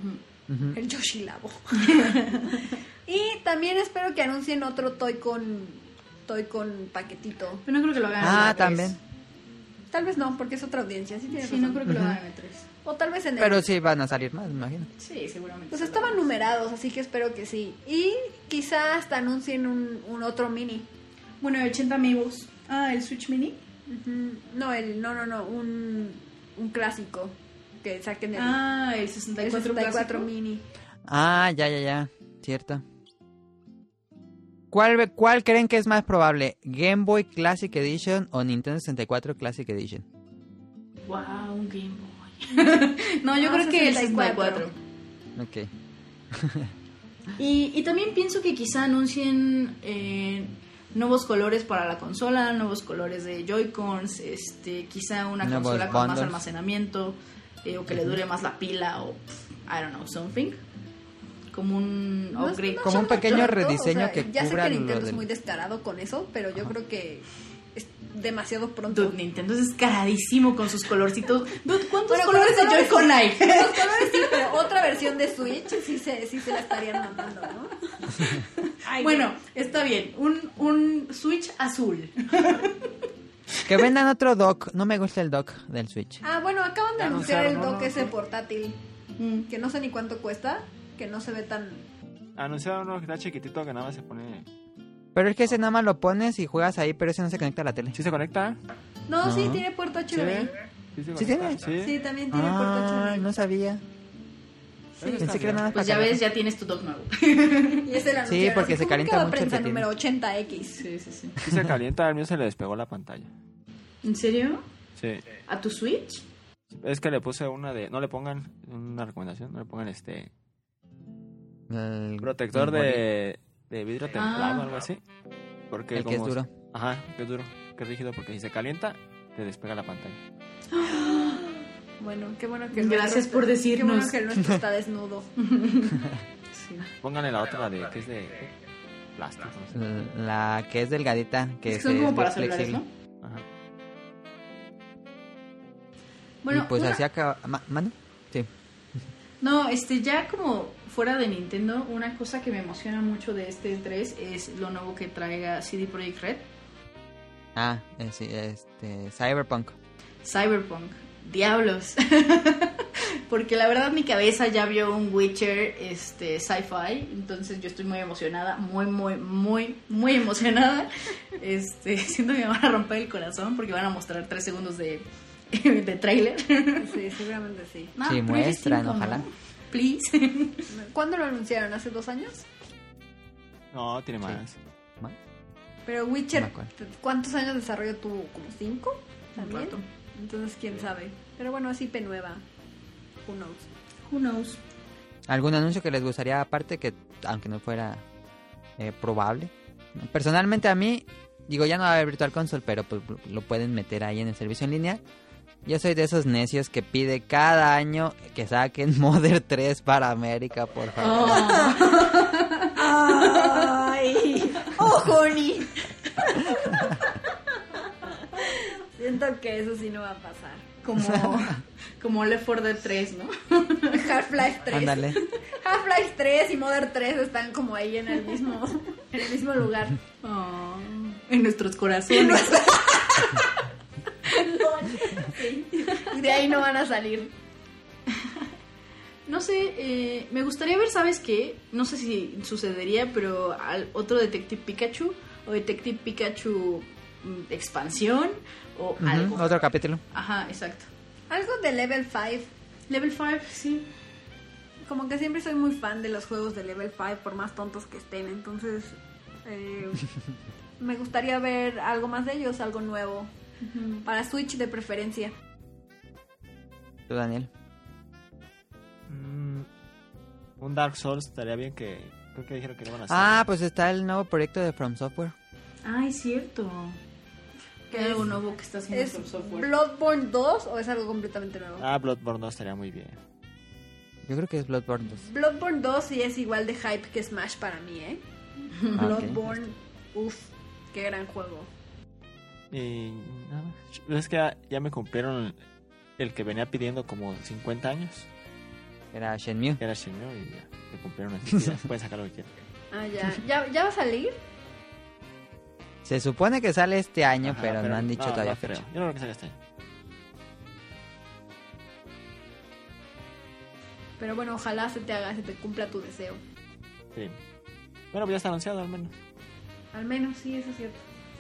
Ujú. El Yoshi Labo. Y también espero que anuncien otro Toy con Toy con paquetito. Pero no creo que lo hagan en Ah, la E tres. también. Tal vez no, porque es otra audiencia. Sí, tienes Sí, razón. no creo que lo hagan en E tres. O tal vez en el... Pero sí van a salir más, me imagino. Sí, seguramente. Pues estaban numerados, así que espero que sí. Y quizá hasta anuncien un, un otro mini. Bueno, ochenta amigos. Ah, el Switch Mini. Ujú. No, el, no, no, no, un, un clásico. Que saquen el, Ah, el sesenta y el cuatro, sesenta y cuatro clásico. mini. Ah, ya, ya, ya. Cierto. ¿Cuál, ve- ¿Cuál creen que es más probable? ¿Game Boy Classic Edition o Nintendo sesenta y cuatro Classic Edition? Wow, un Game Boy. No, yo Ah, creo que el sesenta y sesenta y cuatro. Ok. Y, y también pienso que quizá anuncien eh, nuevos colores para la consola, nuevos colores de Joy-Cons, este, quizá una Nuevos consola con más bundles. almacenamiento, eh, o que le dure más la pila, o pff, I don't know, something. Como un No es- upgrade. no Como son un pequeño tanto, rediseño o sea, que ya sé cubra que lo Nintendo es del- muy descarado con eso, pero yo creo que es demasiado pronto. Dude, Nintendo es descaradísimo con sus colorcitos. Dude, ¿cuántos Bueno, colores de con los Joy-Con hay? Los colores sí, pero otra versión de Switch sí se, sí se la estarían mandando, ¿no? Ay, Bueno, está bien. Un, un Switch azul. Que vendan otro dock. No me gusta el dock del Switch. Ah, bueno, acaban de Ya anunciar el anunciaron dock uno, ese sí. portátil, Mm. que no sé ni cuánto cuesta, que no se ve tan... Anunciaron uno que está chiquitito que nada más se pone... Pero es que ese nada más lo pones y juegas ahí, pero ese no se conecta a la tele. ¿Sí se conecta? No, No. sí, tiene puerto H D M I. ¿Sí, se ¿Sí conecta? tiene? Sí. Sí, también tiene puerto Ah, H D M I. no sabía. Sí. Pensé que era nada más Pues para ya ves, cargar. ya tienes tu dock nuevo. Y ese lo Sí, anunciaron porque así, se calienta comunicado de mucho el prensa que tiene. número ochenta equis. Sí, sí, sí. Sí se calienta, al mío se le despegó la pantalla. ¿En serio? Sí. ¿A tu Switch? Es que le puse una de... No le pongan una recomendación, no le pongan este... El- Protector el boli- de, de vidrio templado Ah. o algo así. Porque El que es como- duro. Ajá, que es duro, que es rígido, porque si se calienta, te despega la pantalla. Bueno, qué bueno que el Gracias nuestro por está- decirnos. Qué bueno que el nuestro está desnudo. Sí. Pónganle la otra de que es de ¿qué? Plástico, no sé. La que es delgadita, que Es que se- son como es para flexible. celulares, ¿no? Ajá. Bueno, y pues una- así acaba... ma- ¿Mano? Sí. No, este, ya como fuera de Nintendo, una cosa que me emociona mucho de este E tres es lo nuevo que traiga C D Projekt Red. Ah, eh, sí, este... Cyberpunk. Cyberpunk. Diablos. Porque la verdad mi cabeza ya vio un Witcher este sci-fi, entonces yo estoy muy emocionada, muy muy muy muy emocionada. Este, siento que me van a romper el corazón porque van a mostrar tres segundos de de tráiler. Sí, seguramente sí. No, Sí, pero muestran, cinco, ¿no? ojalá. Please. ¿Cuándo lo anunciaron? ¿Hace dos años? No, tiene más. ¿Ma? Pero No Witcher, me acuerdo. ¿cuántos años de desarrollo tuvo? ¿Como cinco? Un ¿También? rato. Entonces, quién sabe. Pero bueno, es I P nueva. Who knows? Who knows? ¿Algún anuncio que les gustaría aparte que, aunque no fuera eh, probable? Personalmente a mí, digo, ya no va a haber Virtual Console, pero pues, lo pueden meter ahí en el servicio en línea. Yo soy de esos necios que pide cada año que saquen Mother tres para América, por favor. ¡Ay! ¡Oh, honey! Siento que eso sí no va a pasar. Como como Left four Dead tres, ¿no? Half-Life tres. Ándale. Half-Life tres y Modern tres están como ahí en el mismo, en el mismo lugar. Oh, en nuestros corazones. Sí. Y de ahí no van a salir. No sé, eh, me gustaría ver, ¿sabes qué? No sé si sucedería, pero al otro Detective Pikachu o Detective Pikachu mm, expansión o Ujú, algo. otro capítulo. Ajá, exacto. Algo de Level cinco. Level cinco, sí. Como que siempre soy muy fan de los juegos de Level cinco, por más tontos que estén. Entonces, eh, me gustaría ver algo más de ellos, algo nuevo. Para Switch de preferencia. Tú, Daniel. Mm, un Dark Souls estaría bien que... Creo que dijeron que lo van a hacer. Ah, pues está el nuevo proyecto de From Software. Ay, cierto. ¿Qué ¿Qué algo es? nuevo que está haciendo ¿Es From Software? Bloodborne dos o es algo completamente nuevo? Ah, Bloodborne dos estaría muy bien. Yo creo que es Bloodborne dos. Bloodborne dos sí es igual de hype que Smash para mí, ¿eh? Ah, ok. Bloodborne, uff, qué gran juego. Y nada más. Es que ya, ya me cumplieron el que venía pidiendo como cincuenta años. Era Shenmue. Era Shenmue y ya. Le cumplieron las necesidades. Pueden sacar lo que quieran. Ah, ya. ¿Ya, ya va a salir? Se supone que sale este año, Ajá, pero, no han dicho no, todavía no fecha. creo. Yo no creo que salga este año. Pero bueno, ojalá se te haga, se te cumpla tu deseo. Sí. Bueno, pues ya está anunciado al menos. Al menos, sí, eso es cierto.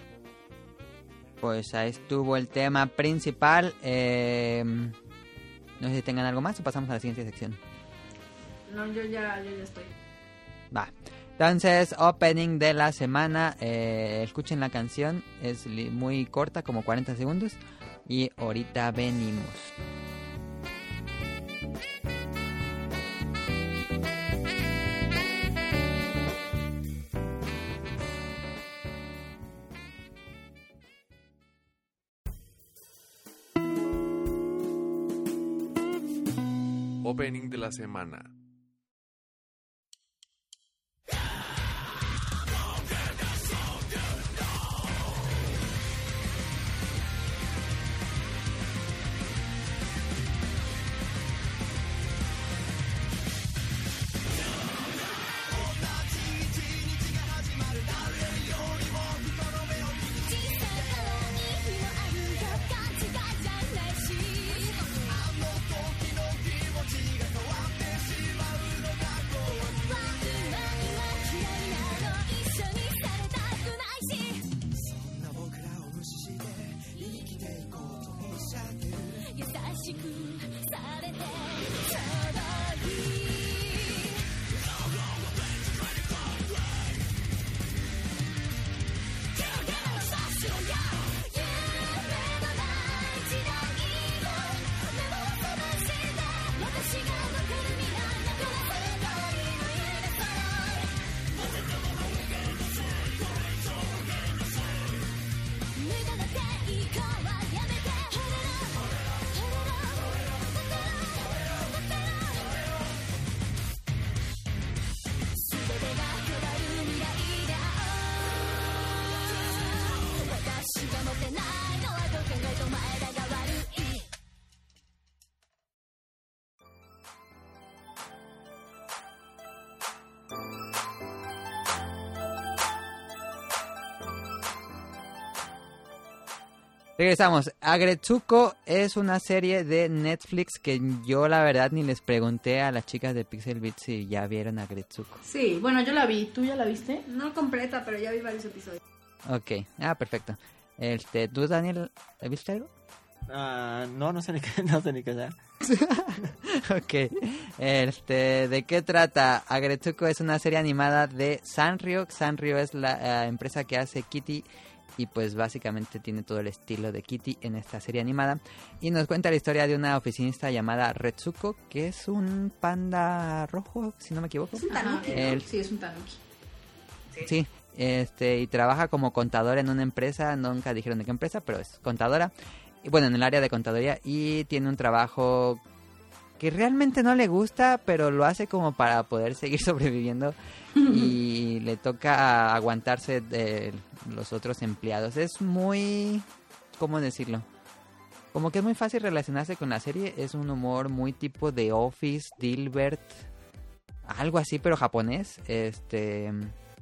Pues ahí estuvo el tema principal. Eh, no sé si tengan algo más o pasamos a la siguiente sección. No, yo ya, yo ya estoy. Va. Entonces, opening de la semana. Eh, escuchen la canción. Es li- muy corta, como cuarenta segundos. Y ahorita venimos. Opening de la semana. Regresamos. Agretsuko es una serie de Netflix que yo la verdad ni les pregunté a las chicas de Pixel Beat si ya vieron Agretsuko. Sí, bueno, yo la vi. ¿Tú ya la viste? No completa, pero ya vi varios episodios. Ok, ah, perfecto. Este, ¿tú, Daniel, viste algo? Ah, no, no sé ni qué, no sé ni qué sea. Ok, este, ¿de qué trata? Agretsuko es una serie animada de Sanrio. Sanrio es la uh, empresa que hace Kitty y pues básicamente tiene todo el estilo de Kitty en esta serie animada. Y nos cuenta la historia de una oficinista llamada Retsuko, que es un panda rojo, si no me equivoco. Es un tanuki, Ajá, ¿no? El- Sí, es un tanuki. Sí, este, y trabaja como contadora en una empresa, nunca dijeron de qué empresa, pero es contadora. Y bueno, en el área de contaduría, y tiene un trabajo que realmente no le gusta, pero lo hace como para poder seguir sobreviviendo y le toca aguantarse de los otros empleados. Es muy, ¿cómo decirlo? Como que es muy fácil relacionarse con la serie, es un humor muy tipo de Office, Dilbert, algo así, pero japonés. Este,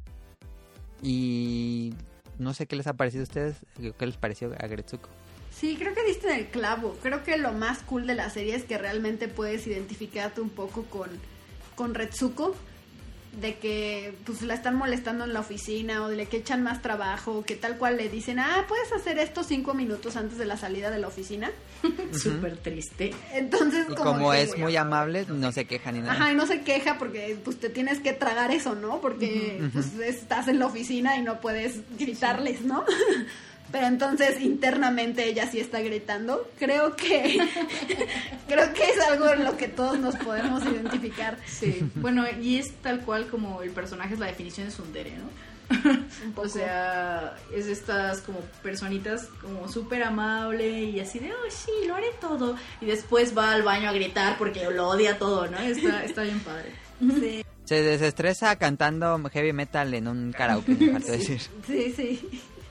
y no sé qué les ha parecido a ustedes, qué les pareció a Agretsuko. Sí, creo que diste en el clavo. Creo que lo más cool de la serie es que realmente puedes identificarte un poco con, con Retsuko. De que pues la están molestando en la oficina o de que echan más trabajo, que tal cual le dicen, ah, puedes hacer esto cinco minutos antes de la salida de la oficina. Súper triste. Entonces, Y como, como que- es muy amable, no se queja ni nada. Ajá, y no se queja porque pues te tienes que tragar eso, ¿no? Porque Ujú. pues estás en la oficina y no puedes gritarles, ¿no? Pero entonces internamente ella sí está gritando. Creo que creo que es algo en lo que todos nos podemos identificar. Sí, bueno, y es tal cual como el personaje es la definición de tsundere, ¿no? Un poco. O sea, es estas como personitas como súper amable y así de, oh, sí, lo haré todo. Y después va al baño a gritar porque lo odia todo, ¿no? Está, está bien padre. Sí, Se desestresa cantando heavy metal en un karaoke, me faltó decir. sí, sí.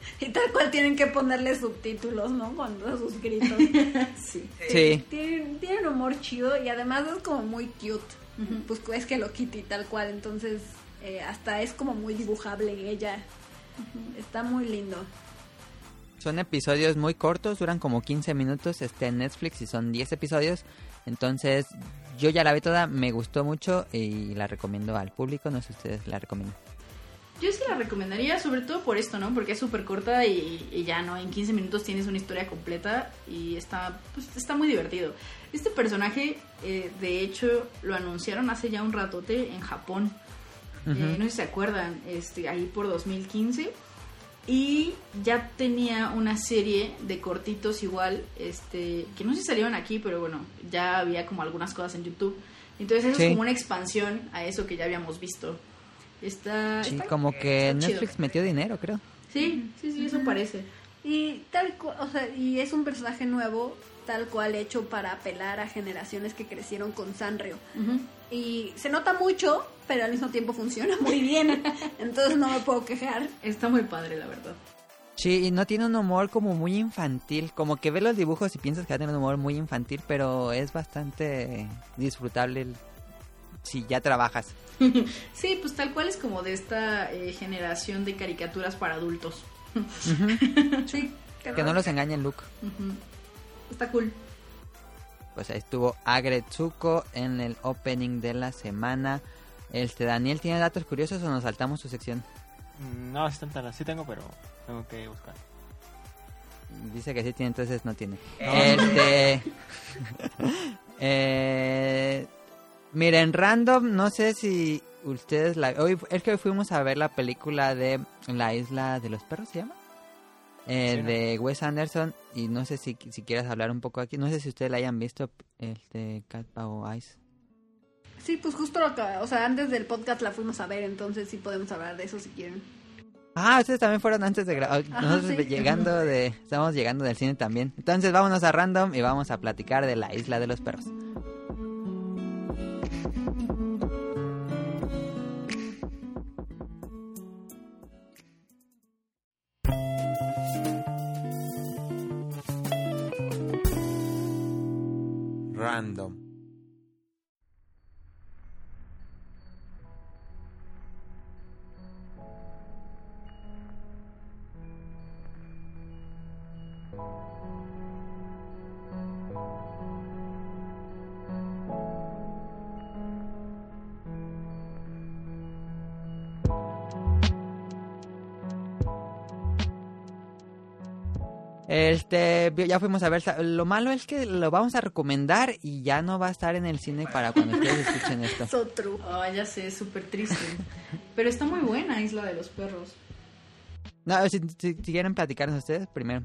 Y tal cual tienen que ponerle subtítulos, ¿no? Cuando a sus gritos. Sí. Sí. Tienen, tienen humor chido y además es como muy cute. Ujú. Pues es que lo Kitty tal cual, entonces eh, hasta es como muy dibujable ella. Está muy lindo. Son episodios muy cortos, duran como quince minutos, está en Netflix y son diez episodios. Entonces, yo ya la vi toda, me gustó mucho y la recomiendo al público, no sé si ustedes la recomiendan. Yo sí la recomendaría, sobre todo por esto, ¿no? Porque es súper corta y, y ya, ¿no? En quince minutos tienes una historia completa y está, pues, está muy divertido. Este personaje, eh, de hecho, lo anunciaron hace ya un ratote en Japón. Ujú. Eh, no sé si se acuerdan, este, ahí por dos mil quince. Y ya tenía una serie de cortitos igual, este, que no sé si salieron aquí, pero bueno, ya había como algunas cosas en YouTube. Entonces eso Sí. es como una expansión a eso que ya habíamos visto. Está, Sí, está- como que está chido. Netflix metió dinero, creo. Sí, sí, sí, eso parece. Y tal cual, o sea, y es un personaje nuevo, tal cual hecho para apelar a generaciones que crecieron con Sanrio. Ujú. Y se nota mucho, pero al mismo tiempo funciona muy bien. Entonces no me puedo quejar. Está muy padre, la verdad. Sí, y no tiene un humor como muy infantil, como que ves los dibujos y piensas que va a tener un humor muy infantil, pero es bastante disfrutable el- si ya trabajas. Sí, pues tal cual es como de esta eh, generación de caricaturas para adultos. Sí, Que no los engañe el look. Ujú. Está cool. Pues ahí estuvo Agretsuko en el opening de la semana. Este Daniel, ¿tiene datos curiosos o nos saltamos su sección? Mm, No, sí, tantas, sí tengo, pero tengo que buscar. Dice que sí tiene, entonces no tiene. Este. eh, miren, random, no sé si ustedes la. Hoy es que hoy fuimos a ver la película de La Isla de los Perros, ¿se llama? Eh, Sí, ¿no? de Wes Anderson. Y no sé si, si quieras hablar un poco aquí. No sé si ustedes la hayan visto, este Cat o Ice. Sí, pues justo lo que, o sea, antes del podcast la fuimos a ver, entonces sí podemos hablar de eso si quieren. Ah, ustedes también fueron antes de grabar. Ajá, Nosotros sí. llegando de. Estamos llegando del cine también. Entonces vámonos a random y vamos a platicar de La Isla de los Perros. Random. Este, ya fuimos a ver. Lo malo es que lo vamos a recomendar y ya no va a estar en el cine para cuando ustedes escuchen esto. So true. Oh, ya sé, es súper triste. Pero está muy buena Isla de los Perros. No, si, si, si quieren platicarnos ustedes primero.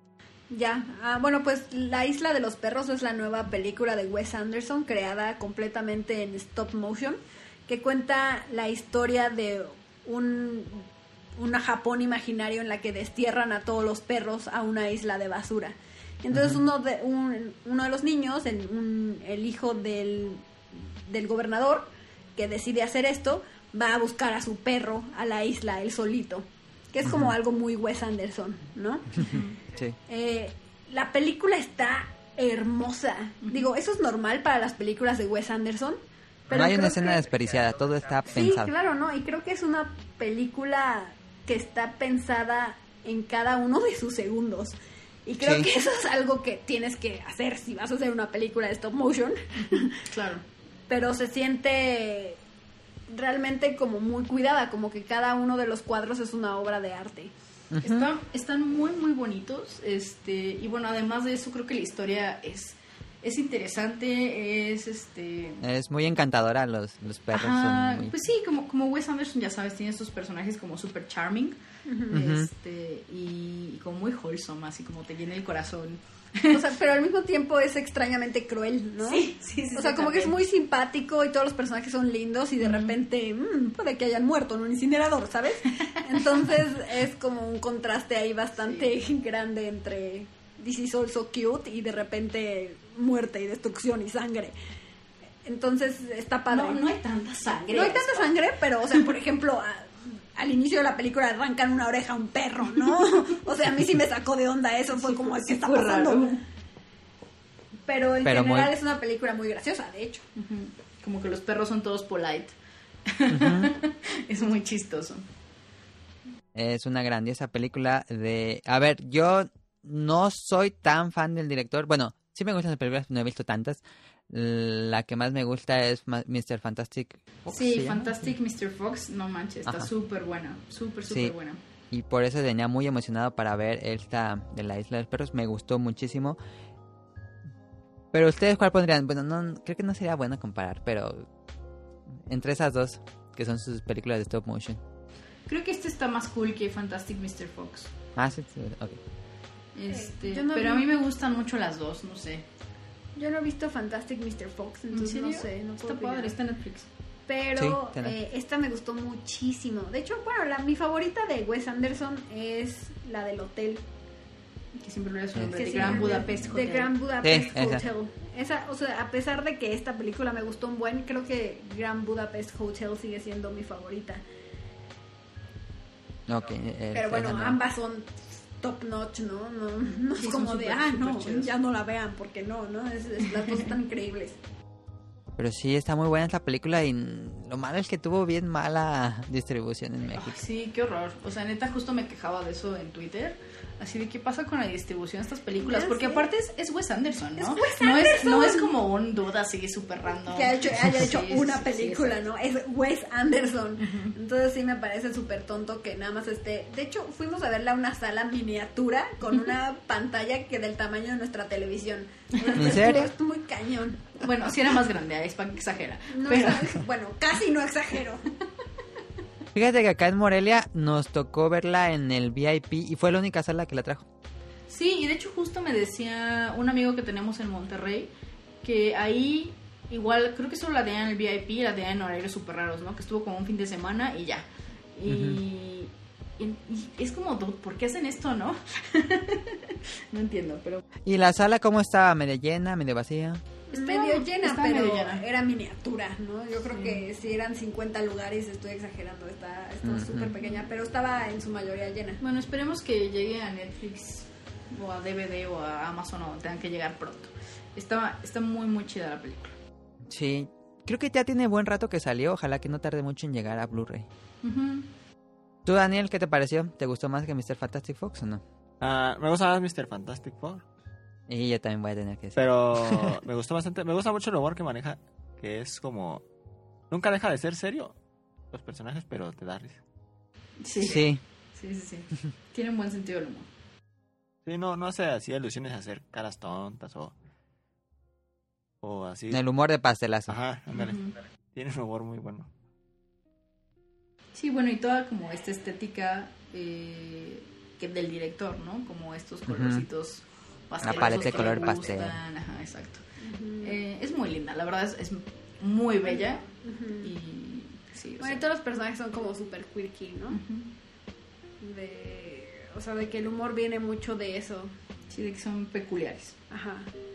Ya, ah, bueno, pues La Isla de los Perros es la nueva película de Wes Anderson, creada completamente en stop motion, que cuenta la historia de un, un Japón imaginario en la que destierran a todos los perros a una isla de basura. Entonces uh-huh. uno, de, un, uno de los niños, el, un, el hijo del, del gobernador, que decide hacer esto, va a buscar a su perro a la isla, él solito. Que es como uh-huh. algo muy Wes Anderson, ¿no? Sí. Eh, la película está hermosa. Uh-huh. Digo, eso es normal para las películas de Wes Anderson. Pero no hay una escena que... desperdiciada, todo está pensado. Sí, claro, ¿no? Y creo que es una película que está pensada en cada uno de sus segundos. Y creo sí. que eso es algo que tienes que hacer si vas a hacer una película de stop motion. Claro. Pero se siente realmente como muy cuidada, como que cada uno de los cuadros es una obra de arte. Uh-huh. Están, están muy muy bonitos, este, y bueno, además de eso creo que la historia es es interesante, es este es muy encantadora, los, los perros Ajá, son muy... pues sí, como, como Wes Anderson, ya sabes, tiene estos personajes como super charming, uh-huh. este, y, y como muy wholesome, así como te llena el corazón. O sea, pero al mismo tiempo es extrañamente cruel, ¿no? Sí, sí, sí. O sea, sí, como también. que es muy simpático y todos los personajes son lindos y de uh-huh. repente mmm, puede que hayan muerto en un incinerador, ¿sabes? Entonces es como un contraste ahí bastante sí. grande entre this is also cute y de repente muerte y destrucción y sangre. Entonces está padre. No, no hay tanta sangre. No hay tanta sangre, pero, o sea, por ejemplo, al inicio de la película arrancan una oreja a un perro, ¿no? O sea, a mí sí me sacó de onda eso, fue Sí, como, sí ¿qué está fue pasando? raro. Pero en Pero general muy- es una película muy graciosa, de hecho. Ujú. Como que los perros son todos polite. Es muy chistoso. Es una grandiosa película de... A ver, yo no soy tan fan del director. Bueno, sí me gustan las películas, no he visto tantas. La que más me gusta es ma- mister Fantastic Fox, ¿se Sí, llama? Fantastic mister Fox, no manches, está Ajá. súper buena, súper, Sí. súper buena. Y por eso venía muy emocionado para ver esta de la Isla de los Perros. Me gustó muchísimo. Pero ustedes, ¿cuál pondrían? Bueno, no, creo que no sería bueno comparar, pero entre esas dos, que son sus películas de stop motion. Creo que este está más cool que Fantastic mister Fox. Ah, sí, sí, ok. Este, yo no pero vi- a mí me gustan mucho las dos, no sé. Yo no he visto Fantastic mister Fox, ¿En entonces serio? no sé, no puedo Está padre, opinar. está en Netflix. Pero Sí, tiene. eh, esta me gustó muchísimo. De hecho, bueno, la, mi favorita de Wes Anderson es la del hotel. Que siempre lo su Sí. nombre, Que de sí, Grand de- Budapest de Hotel. Grand Budapest Sí, esa. Hotel. Esa, o sea, a pesar de que esta película me gustó un buen, creo que Grand Budapest Hotel sigue siendo mi favorita. Ok, eh, Pero bueno, esa no. ambas son top notch, ¿no? No, no es Sí, como son de, súper, ah, súper no, chidas. ya no la vean, porque no, ¿no? Es, es- las dos están increíbles. Pero sí, está muy buena esta película y lo malo es que tuvo bien mala distribución en México. Ay, sí, qué horror. O sea, neta, justo me quejaba de eso en Twitter. Así de qué pasa con la distribución de estas películas. Ya Porque sé. aparte es, es Wes Anderson, ¿no? Es Wes No, es, Anderson. no es como un duda así súper random. Que ha hecho, haya hecho Sí, una sí, sí, película, exacto. ¿no? Es Wes Anderson. Entonces sí me parece súper tonto que nada más esté... De hecho, fuimos a verla a una sala miniatura con una pantalla que del tamaño de nuestra televisión. ¿En serio? Es muy cañón. Bueno, sí era más grande, ahí es para que exagera. No, pero... sabes, bueno, casi no exagero. Fíjate que acá en Morelia nos tocó verla en el V I P y fue la única sala que la trajo. Sí, y de hecho justo me decía un amigo que tenemos en Monterrey que ahí igual, creo que solo la tenían en el V I P y la tenían en horarios súper raros, ¿no? Que estuvo como un fin de semana y ya. Y, y- y es como, dude, ¿por qué hacen esto, no? No entiendo, pero... ¿Y la sala cómo estaba? ¿Medio llena, medio vacía? Estaba- medio llena, estaba pero medio llena. era miniatura, ¿no? Yo creo Sí. que si eran cincuenta lugares, estoy exagerando, está, está Ujú. súper pequeña, pero estaba en su mayoría llena. Bueno, esperemos que llegue a Netflix o a D V D o a Amazon o tengan que llegar pronto. Está, está muy, muy chida la película. Sí, creo que ya tiene buen rato que salió, ojalá que no tarde mucho en llegar a Blu-ray. Ujú. ¿Tú, Daniel, qué te pareció? ¿Te gustó más que mister Fantastic Fox o no? Ah, me gusta más mister Fantastic Four. Y yo también voy a tener que decir. Pero me gustó bastante. Me gusta mucho el humor que maneja. Que es como. Nunca deja de ser serio los personajes, pero te da risa. Sí. Sí, Sí, sí, sí. Tiene un buen sentido del humor. Sí, no, no hace así alusiones a hacer caras tontas o. O así. el humor de pastelazo. Ajá, ándale. Ujú. Tiene un humor muy bueno. Sí, bueno, y toda como esta estética eh, que del director, ¿no? Como estos colorcitos pastelosos paleta de que color me pastel. gustan. Ajá, exacto. Eh, es muy linda, la verdad es, es muy bella y sí, o Bueno, sea, y todos los personajes son como súper quirky, ¿no? ujú. De, o sea, de que el humor viene mucho de eso. Sí, de que son peculiares. Ajá.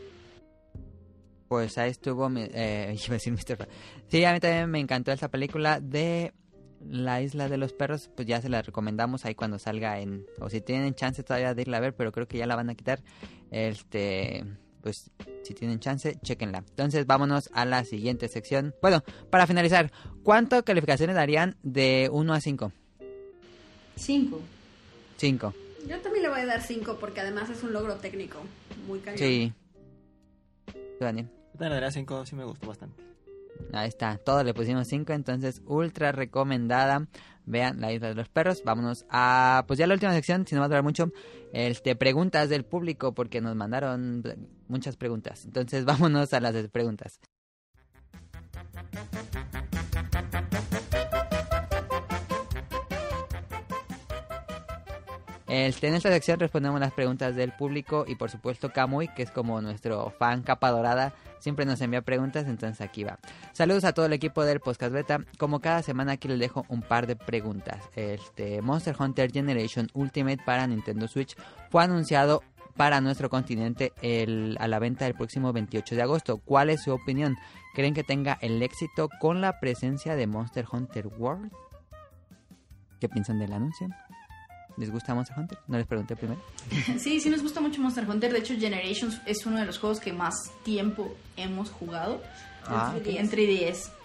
Pues ahí estuvo, mi- eh, iba a decir mister Fa- Sí, a mí también me encantó esta película de La Isla de los Perros. Pues ya se la recomendamos ahí cuando salga en... O si tienen chance todavía de irla a ver, pero creo que ya la van a quitar. Este... Pues si tienen chance, chequenla. Entonces vámonos a la siguiente sección. Bueno, para finalizar, ¿cuántas calificaciones darían de uno a cinco? Cinco. cinco. Yo también le voy a dar cinco porque además es un logro técnico muy cañón. Sí. ¿Tú, Daniel? Yo también le daría cinco, sí me gustó bastante. Ahí está, todos le pusimos cinco, entonces ultra recomendada. Vean La Isla de los Perros. Vámonos a, pues ya la última sección, si no va a durar mucho, este, preguntas del público, porque nos mandaron muchas preguntas. Entonces vámonos a las de preguntas. Este, en esta sección respondemos las preguntas del público y por supuesto Kamui, que es como nuestro fan capa dorada, siempre nos envía preguntas, entonces aquí va. Saludos a todo el equipo del Podcast Beta. Como cada semana aquí les dejo un par de preguntas. Este, Monster Hunter Generation Ultimate para Nintendo Switch fue anunciado para nuestro continente el, a la venta el próximo veintiocho de agosto. ¿Cuál es su opinión? ¿Creen que tenga el éxito con la presencia de Monster Hunter World? ¿Qué piensan del anuncio? ¿Les gusta Monster Hunter? No les pregunté primero. Sí, sí nos gusta mucho Monster Hunter. De hecho, Generations es uno de los juegos que más tiempo hemos jugado Ah, en, en tres D S.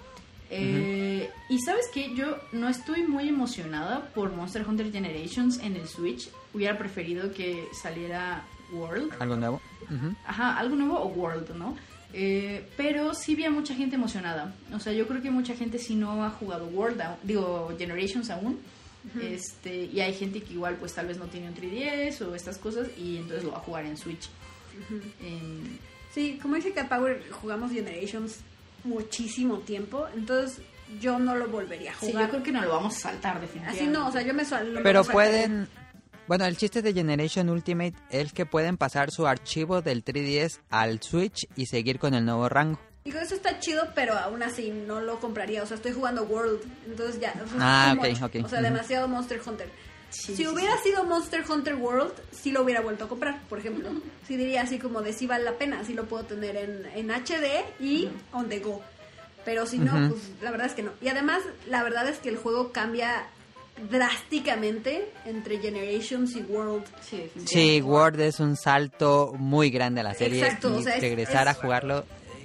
Eh, uh-huh. Y ¿sabes qué? Yo no estoy muy emocionada por Monster Hunter Generations en el Switch. Hubiera preferido que saliera World. ¿Algo nuevo? Uh-huh. Ajá, algo nuevo o World, ¿no? Eh, pero sí vi a mucha gente emocionada. O sea, yo creo que mucha gente sí no ha jugado World, digo, Generations aún. Uh-huh. Este, y hay gente que igual pues tal vez no tiene un tres D S o estas cosas y entonces lo va a jugar en Switch. Uh-huh. En... Sí, como dice Cat Power, jugamos Generations muchísimo tiempo, entonces yo no lo volvería a jugar. Sí, yo creo que no lo vamos a saltar definitivamente. Así no, o sea, yo me suelo. Pero pueden... Bueno, el chiste de Generation Ultimate es que pueden pasar su archivo del tres D S al Switch y seguir con el nuevo rango. Digo, eso está chido, pero aún así no lo compraría. O sea, estoy jugando World, entonces ya. O sea, ah, ok, ok, ok. O sea, uh-huh. demasiado Monster Hunter. Sí, si sí, hubiera sí. sido Monster Hunter World, sí lo hubiera vuelto a comprar, por ejemplo. Sí diría así como de sí vale la pena, sí lo puedo tener en, en H D y uh-huh. on the go. Pero si no, uh-huh. pues la verdad es que no. Y además, la verdad es que el juego cambia drásticamente entre Generations y World. Sí, sí, World es un salto muy grande a la serie. Exacto, y o sea, es, regresar es, a jugarlo...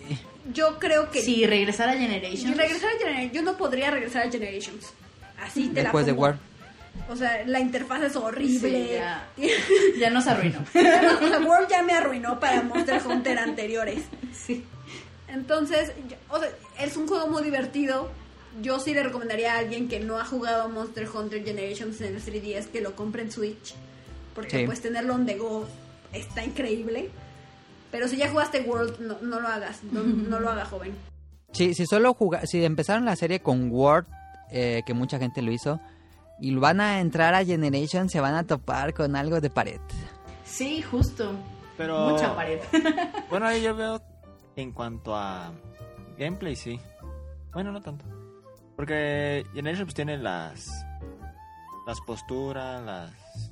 Yo creo que... Sí, regresar a Generations. Regresar a Generations. Yo no podría regresar a Generations. Así te Después la pongo. de World. O sea, la interfaz es horrible. Sí, ya. ya nos arruinó. O sea, World ya me arruinó para Monster Hunter anteriores. Sí. Entonces, yo, o sea, es un juego muy divertido. Yo sí le recomendaría a alguien que no ha jugado Monster Hunter Generations en el tres D S que lo compre en Switch. Porque sí. pues tenerlo on the go está increíble. Pero si ya jugaste World, no, no lo hagas. No, no lo haga, joven. Sí, si solo juga, si empezaron la serie con World, eh, que mucha gente lo hizo, y van a entrar a Generations, se van a topar con algo de pared. Sí, justo. Pero... Mucha pared. Bueno, ahí yo veo en cuanto a gameplay, sí. Bueno, no tanto. Porque Generations pues, tiene las las posturas, las...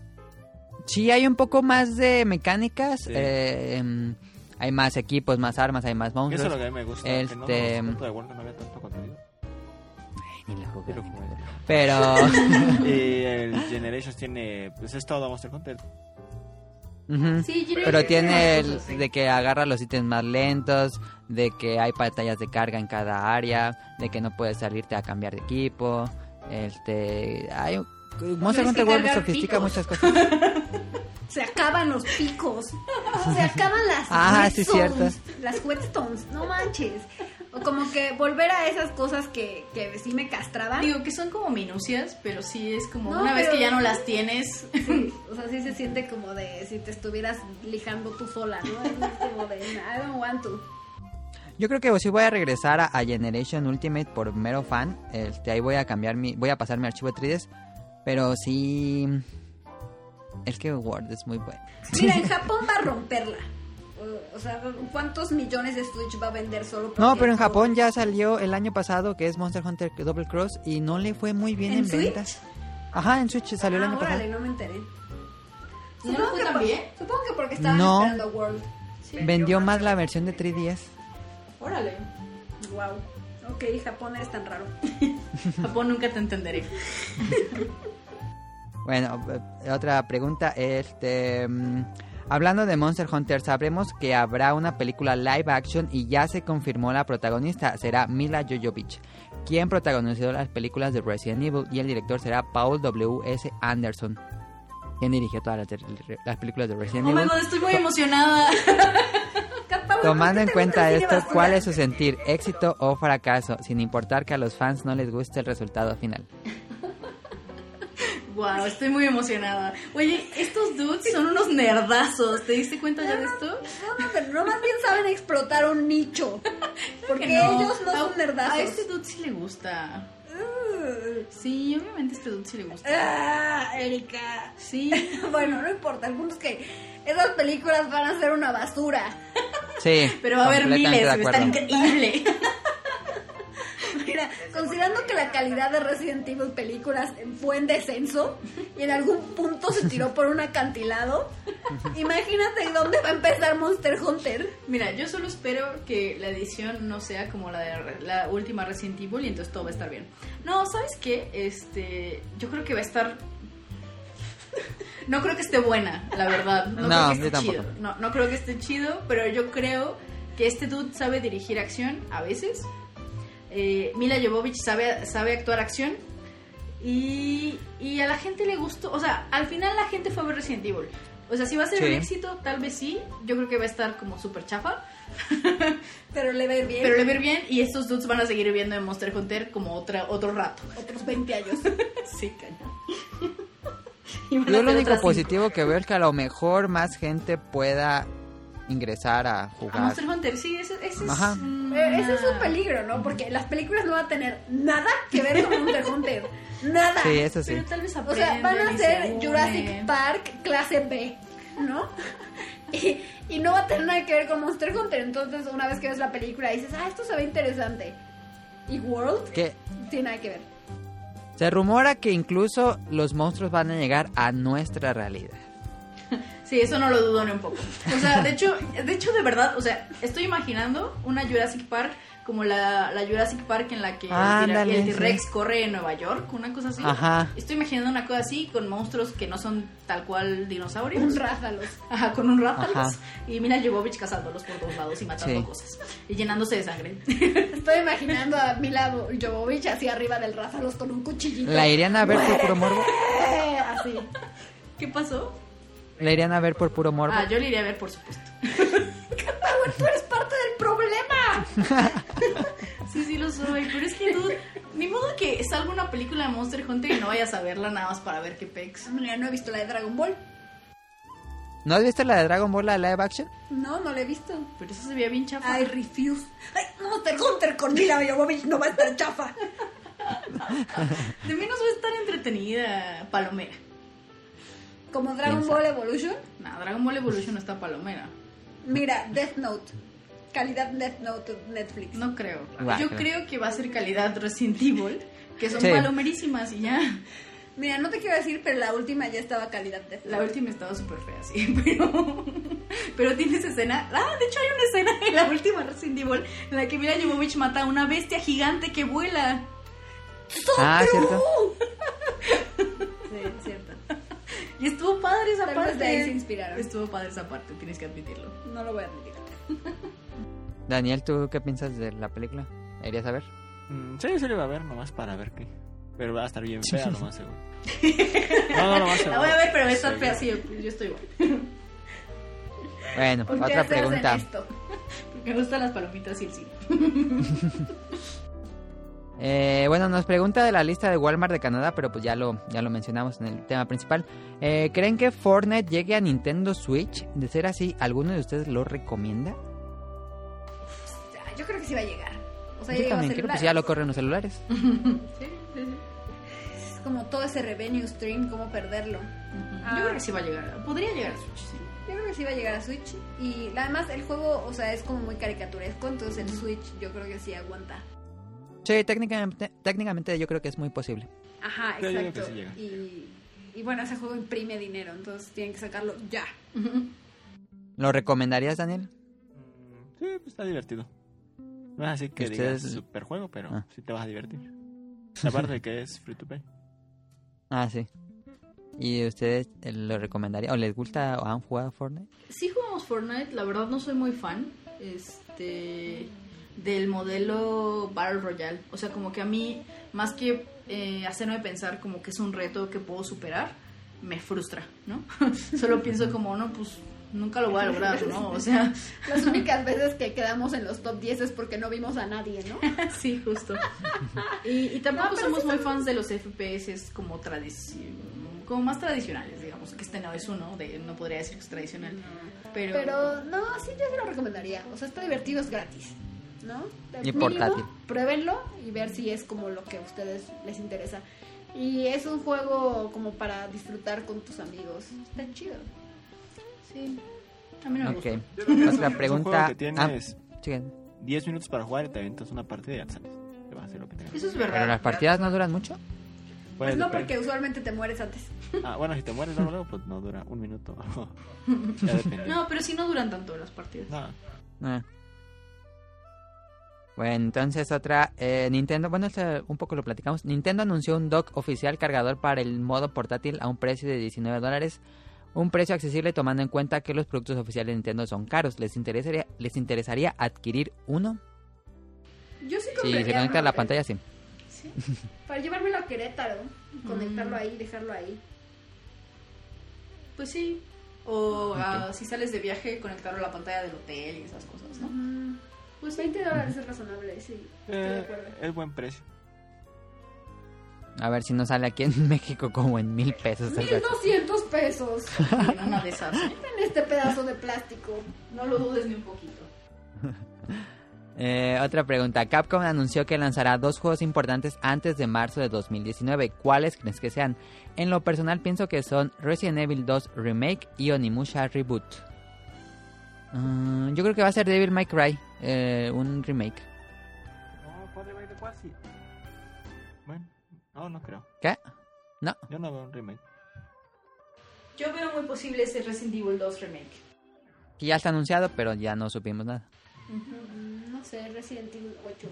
Sí, hay un poco más de mecánicas. Sí. Eh, hay más equipos, más armas, hay más monstruos. Eso es lo que a mí me gusta. Este... Que no, no, de World no había tanto contenido. Ay, ni lo jugué. Sí lo jugué. Pero... y el Generations tiene... Pues es todo Monster Hunter. Uh-huh. Sí, pero tiene el cosas, sí. de que agarra los ítems más lentos, de que hay pantallas de carga en cada área, de que no puedes salirte a cambiar de equipo. Este, hay Monster Hunter World sofistica picos. Muchas cosas. Se acaban los picos. Se acaban las ah, sí, cierto. Las whetstones, no manches. O como que volver a esas cosas que, que sí me castraban. Digo, que son como minucias, pero sí es como no, una vez que ya no las tienes. Sí, o sea, sí se siente como de si te estuvieras lijando tú sola, ¿no? Es como de, I don't want to. Yo creo que sí voy a regresar a, a Generation Ultimate por mero fan. Este, ahí voy a cambiar mi, voy a pasar mi archivo de tres D S. Pero sí, es que Word es muy bueno. Mira, en Japón va a romperla. O sea, ¿cuántos millones de Switch va a vender solo? No, pero en Japón ya salió el año pasado, que es Monster Hunter Double Cross, y no le fue muy bien en, ¿En ventas. Ajá, en Switch salió ah, el año órale, pasado. No me enteré. ¿No lo fue también? Por, supongo que porque estaban no, esperando World. Sí, vendió más la versión de tres D S. Órale. Wow. Ok, Japón eres tan raro. Japón nunca te entenderé. Bueno, otra pregunta, este... Hablando de Monster Hunter, sabremos que habrá una película live action y ya se confirmó la protagonista, será Mila Jovovich, quien protagonizó las películas de Resident Evil, y el director será Paul W S Anderson, quien dirigió todas las, las películas de Resident oh Evil. Oh my God, estoy muy emocionada. Tomando en cuenta esto, ¿cuál es su sentir? ¿Éxito o fracaso? Sin importar que a los fans no les guste el resultado final. Wow, estoy muy emocionada. Oye, estos dudes son unos nerdazos. ¿Te diste cuenta ya de esto? No, no, pero no más bien saben explotar un nicho. Porque no. ellos no son nerdazos. A este dude sí le gusta. Uh. Sí, obviamente a este dude sí le gusta. Ah, Erika. Sí. Bueno, no importa. El punto es que esas películas van a ser una basura. Sí. Pero va a haber miles, va a estar increíble. Mira, considerando que la calidad de Resident Evil películas fue en descenso y en algún punto se tiró por un acantilado, imagínate dónde va a empezar Monster Hunter. Mira, yo solo espero que la edición no sea como la de la última Resident Evil y entonces todo va a estar bien. No, ¿sabes qué? Este, yo creo que va a estar... No creo que esté buena, la verdad. No, No, creo que yo esté tampoco. chido. No, no creo que esté chido, pero yo creo que este dude sabe dirigir acción a veces. Eh, Mila Jovovich sabe, sabe actuar acción. Y, y a la gente le gustó. O sea, al final la gente fue a ver Resident Evil. O sea, si va a ser Sí. un éxito, tal vez sí. Yo creo que va a estar como súper chafa. Pero le va a ir bien. Pero le va a ir bien. Y estos dudes van a seguir viendo en Monster Hunter como otra, otro rato. Otros veinte años. Sí, cañón. Y van a Yo hacer lo único otras cinco. positivo que veo es que a lo mejor más gente pueda ingresar a A jugar. Monster Hunter, sí, ese, ese Ajá. es... mm, Eh, ese es un peligro, ¿no? Porque las películas no van a tener nada que ver con Monster Hunter. Nada. Sí, eso sí. Pero tal vez O sea, van a aprendan y ser se Jurassic unen. Park clase B, ¿no? Y, y no va a tener nada que ver con Monster Hunter. Entonces, una vez que ves la película dices, ah, esto se ve interesante. Y World, Que no tiene nada que ver. se rumora que incluso los monstruos van a llegar a nuestra realidad. Sí, eso no lo dudo ni un poco. O sea, de hecho, de hecho, de verdad, o sea, estoy imaginando una Jurassic Park como la, la Jurassic Park en la que el tira- Ándale, el T-Rex sí. corre en Nueva York, una cosa así. Ajá. Estoy imaginando una cosa así con monstruos que no son tal cual dinosaurios. Un rázalos. Ajá, con un ráfalos. Ajá. Y Mila Jovovich cazándolos por todos lados y matando Sí. cosas. Y llenándose de sangre. Estoy imaginando a Mila Jovovich así arriba del rázalos con un cuchillito. ¿La irían a ver por puro morbo? Eh, Así. ¿Qué pasó? ¿La irían a ver por puro morbo? Ah, yo le iría a ver, por supuesto. Power, tú eres parte del problema. Sí, sí lo soy, pero es que, dude, ni modo que salga una película de Monster Hunter y no vayas a verla nada más para ver qué pex. Mira, no he visto la de Dragon Ball. ¿No has visto la de Dragon Ball, la de live action? No, no la he visto. Pero eso se veía bien chafa. I refuse. Ay, Monster Hunter con Mila Jovovich no va a estar chafa. De menos va a estar entretenida, palomera. Como Dragon Piensa. Ball Evolution. Nah, Dragon Ball Evolution no está palomera. Mira, Death Note. Calidad Death Note Netflix. No creo. Guácala. Yo creo que va a ser calidad Resident Evil, que son Sí. palomerísimas y ya. Mira, no te quiero decir, pero la última ya estaba calidad Death Note. La última estaba súper fea, sí, pero... Pero tienes escena... Ah, de hecho hay una escena en la última Resident Evil en la que Mila Jovovich mata a una bestia gigante que vuela. Ah, ¿cierto? Sí, es cierto. Y estuvo padre esa Tal parte. vez de ahí se inspiraron. Estuvo padre esa parte, tienes que admitirlo. No lo voy a admitir. Daniel, ¿tú qué piensas de la película? ¿La irías a ver? Mm, sí, sí le va a ver, nomás para ver qué. Pero va a estar bien fea, nomás seguro. No, no, nomás seguro. La voy a ver, pero va a estar Seguro. fea, sí, yo estoy igual. Bueno, ¿Por qué otra se hacen pregunta. esto? Me gustan las palomitas y el cine. Eh, bueno, nos pregunta de la lista de Walmart de Canadá, pero pues ya lo, ya lo mencionamos en el tema principal. Eh, ¿Creen que Fortnite llegue a Nintendo Switch? De ser así, ¿alguno de ustedes lo recomienda? Yo creo que sí va a llegar. O sea, Yo llega a también creo, pues ya lo corren los celulares. Sí, sí, sí. Es como todo ese revenue stream, cómo perderlo. Ah. Yo creo que sí va a llegar. Podría llegar a Switch, sí. Yo creo que sí va a llegar a Switch. Y además el juego, o sea, es como muy caricaturesco. Entonces el Switch yo creo que sí aguanta. Sí, técnicamente, técnicamente yo creo que es muy posible. Ajá, Yo digo que exacto. sí llega. Y, y bueno, ese juego imprime dinero. Entonces tienen que sacarlo ya. ¿Lo recomendarías, Daniel? Mm, sí, pues está divertido. No es así que Ustedes- digas super juego, pero Ah. sí te vas a divertir. Aparte de que es free to play. Ah, sí. ¿Y ustedes eh, lo recomendarían? ¿O les gusta o han jugado Fortnite? Sí jugamos Fortnite, la verdad no soy muy fan este del modelo Battle Royale. O sea, como que a mí, más que eh, hacerme pensar como que es un reto que puedo superar, me frustra, ¿no? Solo pienso como, no, pues nunca lo voy a lograr, ¿no? O sea, Las únicas veces que quedamos en los top diez es porque no vimos a nadie, ¿no? sí, justo. Y, y tampoco No, pero somos sí muy fans de los F P S como tradici- como más tradicionales, digamos, que este no es uno, de, no podría decir que es tradicional, pero... Pero no, sí, yo sí lo recomendaría. O sea, está divertido, es gratis, ¿no? De Y mínimo, portátil. Pruébenlo y ver si es como lo que a ustedes les interesa. Y es un juego como para disfrutar con tus amigos. Está chido. Sí, a mí no me Ok. gusta. Otra Es un pregunta. juego que tienes Ah, sí. diez minutos para jugar y te aventas una partida y ya te sales. que va a hacer lo que tenga. Eso es verdad. Pero las partidas no duran mucho. Pues no, depende. porque usualmente te mueres antes. Ah, bueno, si te mueres luego, luego, pues no dura un minuto. Ya depende. No, pero sí no duran tanto las partidas. No. Ah. Bueno, entonces otra, eh, Nintendo, bueno, este un poco lo platicamos. Nintendo anunció un dock oficial cargador para el modo portátil a un precio de diecinueve dólares. Un precio accesible tomando en cuenta que los productos oficiales de Nintendo son caros. ¿Les interesaría, les interesaría adquirir uno? Yo sí Si compraría se conecta a uno, la ¿eh? pantalla, sí. Sí. Para llevármelo a Querétaro, conectarlo Mm. ahí, dejarlo ahí. Pues sí. O ah, si sales de viaje, conectarlo a la pantalla del hotel y esas cosas, ¿no? Mm, Pues sí. veinte dólares es razonable, sí. Estoy de Eh, acuerdo. es buen precio. A ver si no sale aquí en México como en mil pesos. algo mil así. doscientos pesos En una de esas, ¿eh? en este pedazo de plástico. No lo dudes ni un poquito. Eh, otra pregunta. Capcom anunció que lanzará dos juegos importantes antes de marzo de dos mil diecinueve. ¿Cuáles crees que sean? En lo personal pienso que son Resident Evil dos Remake y Onimusha Reboot. Mm, yo creo que va a ser Devil May Cry, eh, un remake. No, ¿cuál remake de cuál? Sí. Bueno, no, no creo. ¿Qué? No. Yo no veo un remake. Yo veo muy posible ese Resident Evil dos remake. Que ya está anunciado, pero ya no supimos nada. Mm, No sé, Resident Evil ocho.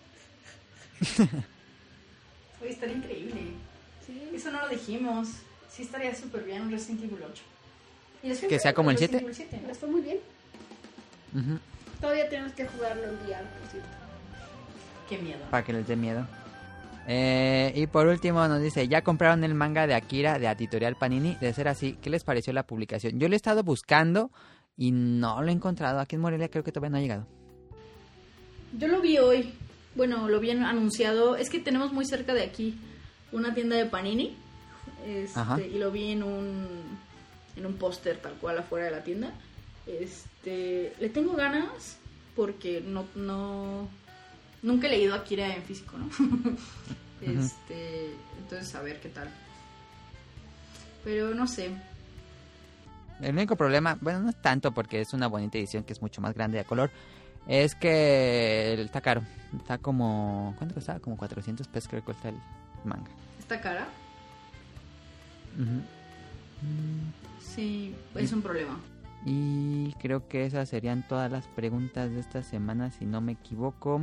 Oye, estaría increíble. Sí. Eso no lo dijimos. Sí estaría súper bien un Resident Evil ocho. Y les fue Que bien sea como con el Resident siete. Evil siete, ¿no? Les fue muy bien. Ujú. Todavía tenemos que jugarlo en V R, por cierto. Qué miedo. Para que les dé miedo. Eh, y por último nos dice, ¿ya compraron el manga de Akira de Editorial Panini? De ser así, ¿qué les pareció la publicación? Yo lo he estado buscando y no lo he encontrado. Aquí en Morelia creo que todavía no ha llegado. Yo lo vi hoy. Bueno, lo vi anunciado. Es que tenemos muy cerca de aquí una tienda de Panini. Este, Ajá. y lo vi en un en un póster tal cual afuera de la tienda. Este, le tengo ganas porque no no nunca he leído Akira en físico, ¿no? Este, entonces a ver qué tal. Pero no sé. El único problema, bueno, no es tanto porque es una bonita edición que es mucho más grande de color, es que está caro. Está como, ¿cuánto costaba? Como cuatrocientos pesos creo que cuesta el manga. ¿Está cara? Ujú. Sí, es un problema. Y creo que esas serían todas las preguntas de esta semana, si no me equivoco.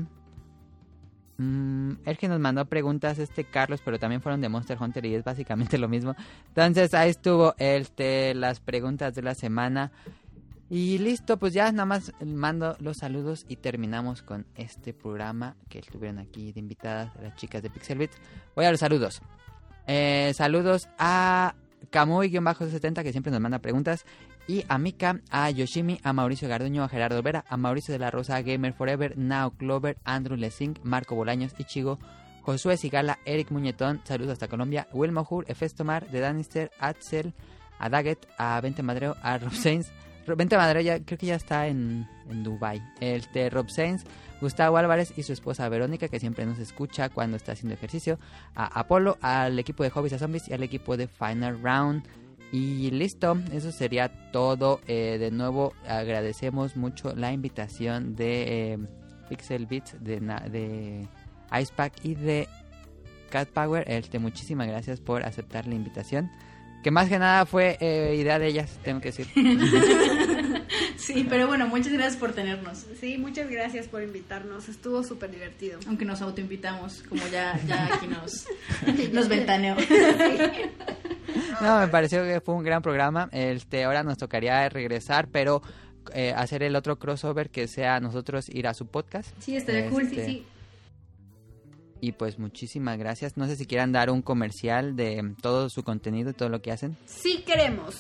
Mm, es que nos mandó preguntas este Carlos, pero también fueron de Monster Hunter y es básicamente lo mismo. Entonces ahí estuvo este, las preguntas de la semana. Y listo, pues ya nada más mando los saludos y terminamos con este programa que estuvieron aquí de invitadas las chicas de Pixel Beats. Voy a los saludos. Eh, saludos a Kamui-setenta que siempre nos manda preguntas. Y a Mika, a Yoshimi, a Mauricio Garduño, a Gerardo Vera, a Mauricio de la Rosa, a Gamer Forever, Now Clover, Andrew Lessing, Marco Bolaños, Ichigo, Josué Sigala, Eric Muñetón, saludos hasta Colombia, Will Mohur, Efestomar, The Danister, Axel, a Daggett, a Vente Madreo, a Rob Sainz. Vente Madreo ya, creo que ya está en, en Dubai. El de Rob Sainz, Gustavo Álvarez y su esposa Verónica, que siempre nos escucha cuando está haciendo ejercicio, a Apolo, al equipo de Hobbies a Zombies y al equipo de Final Round. Y listo, eso sería todo. Eh, de nuevo agradecemos mucho la invitación de eh, Pixel Beats, de, de Icepack y de Cat Power. Este, muchísimas gracias por aceptar la invitación. Que más que nada fue eh, idea de ellas, tengo que decir. Sí, pero bueno, muchas gracias por tenernos. Sí, muchas gracias por invitarnos. Estuvo súper divertido. Aunque nos autoinvitamos, como ya, ya aquí nos, nos ventaneó. No, me pareció que fue un gran programa. Este, ahora nos tocaría regresar, pero eh, hacer el otro crossover que sea nosotros ir a su podcast. Sí, estaría cool, sí, Este, sí. Y pues muchísimas gracias. No sé si quieran dar un comercial de todo su contenido y todo lo que hacen. Sí queremos.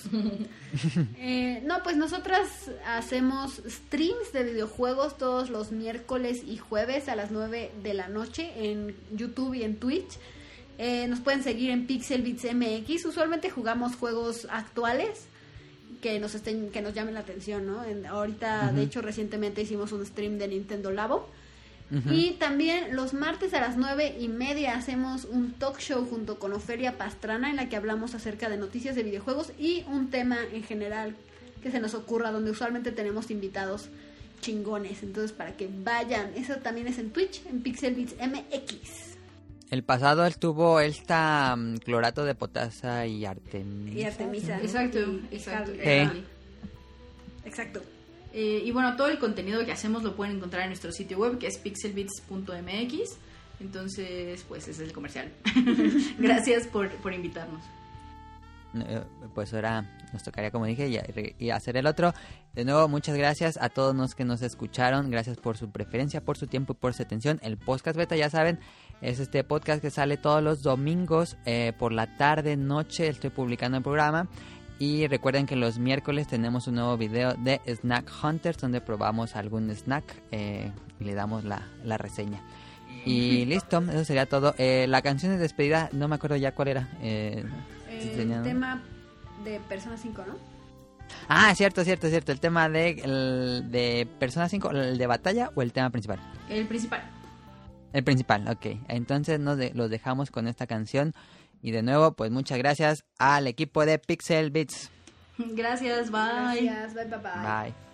Eh, no, pues nosotras hacemos streams de videojuegos todos los miércoles y jueves a las nueve de la noche en YouTube y en Twitch. Eh, nos pueden seguir en Pixel Beats M X. Usualmente jugamos juegos actuales que nos estén, que nos llamen la atención, ¿no? En, ahorita, Uh-huh. de hecho, recientemente hicimos un stream de Nintendo Labo. Uh-huh. Y también los martes a las nueve y media hacemos un talk show junto con Ofelia Pastrana en la que hablamos acerca de noticias de videojuegos y un tema en general que se nos ocurra, donde usualmente tenemos invitados chingones. Entonces, para que vayan. Eso también es en Twitch, en Pixel Beats M X. El pasado estuvo esta um, clorato de potasa y Artemisa. Y Artemisa. Exacto, Y- y exacto. Harley. Sí. Harley. Exacto. Eh, y bueno, todo el contenido que hacemos lo pueden encontrar en nuestro sitio web, que es pixelbits punto m x. Entonces, pues ese es el comercial. Gracias por, por invitarnos. Eh, Pues ahora nos tocaría, como dije, y, y hacer el otro. De nuevo, muchas gracias a todos los que nos escucharon. Gracias por su preferencia, por su tiempo y por su atención. El podcast beta, ya saben, es este podcast que sale todos los domingos eh, por la tarde, noche. Estoy publicando el programa. Y recuerden que los miércoles tenemos un nuevo video de Snack Hunters, donde probamos algún snack eh, y le damos la, la reseña. Y listo, eso sería todo. Eh, la canción de despedida, no me acuerdo ya cuál era. Eh, si El tenía- tema de Persona cinco, ¿no? Ah, cierto, cierto, cierto. El tema de, el, de Persona cinco, ¿el de batalla o el tema principal? El principal. El principal, ok. Entonces nos de- los dejamos con esta canción. Y de nuevo, pues muchas gracias al equipo de Pixel Beats. Gracias, bye. Gracias, bye, bye, bye. Bye.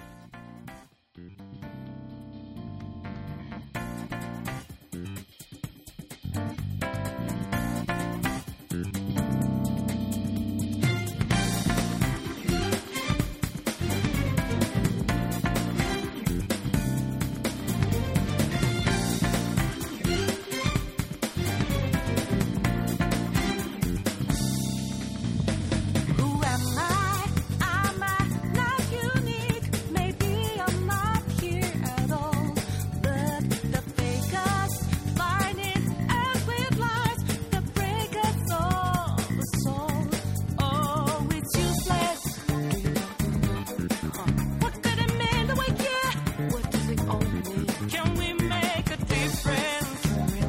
Who am I? Am I not unique? Maybe I'm not here at all. But the fakers find it as with lies, the breakers of the soul. Oh, it's useless. What could it mean to wake here? What does it all mean? Can we make a difference?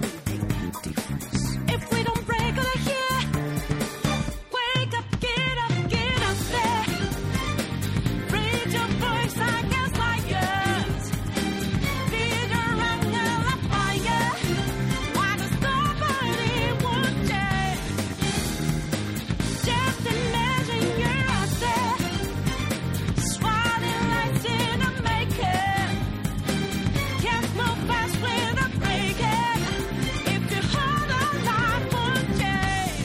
If we don't break out of here. Wake up, get up, get up there. Raise your voice against liars. Feed your anger like fire. Why does nobody want change? Just imagine you're out there, swallowing lights in a making. Can't move fast without breaking. If you hold on, life will change.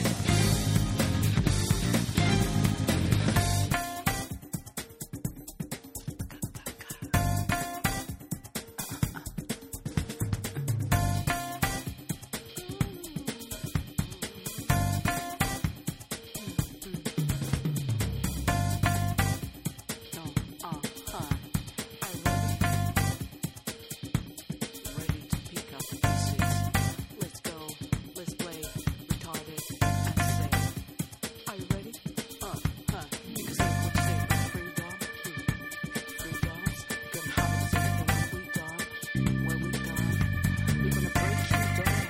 Ready to pick up the pieces. Let's go, let's play retarded and say, are you ready? Uh, huh. Because that's what you say, free dog, free dogs, gonna have a second when we dog, when we done, we're gonna break you down.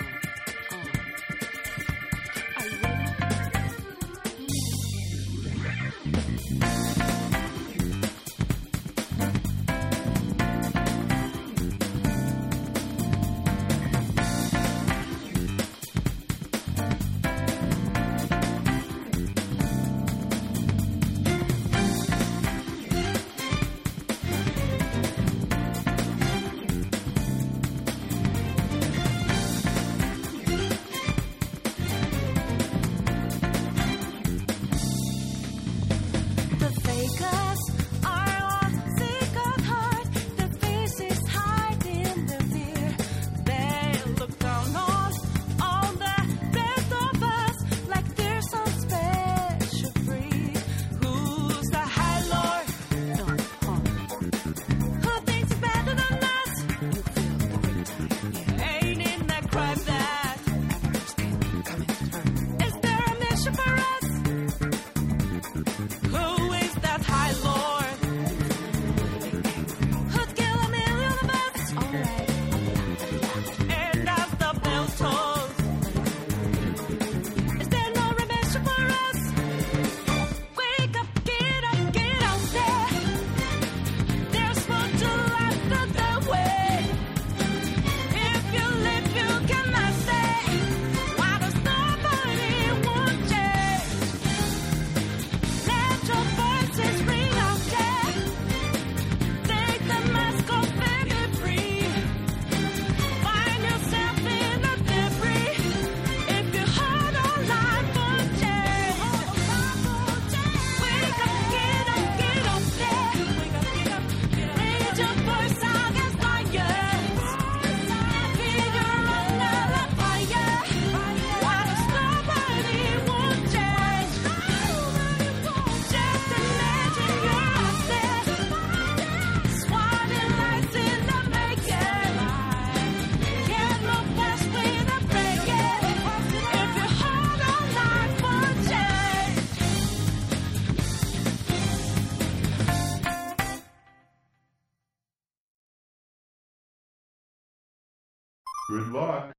Uh, are you ready? The Good luck.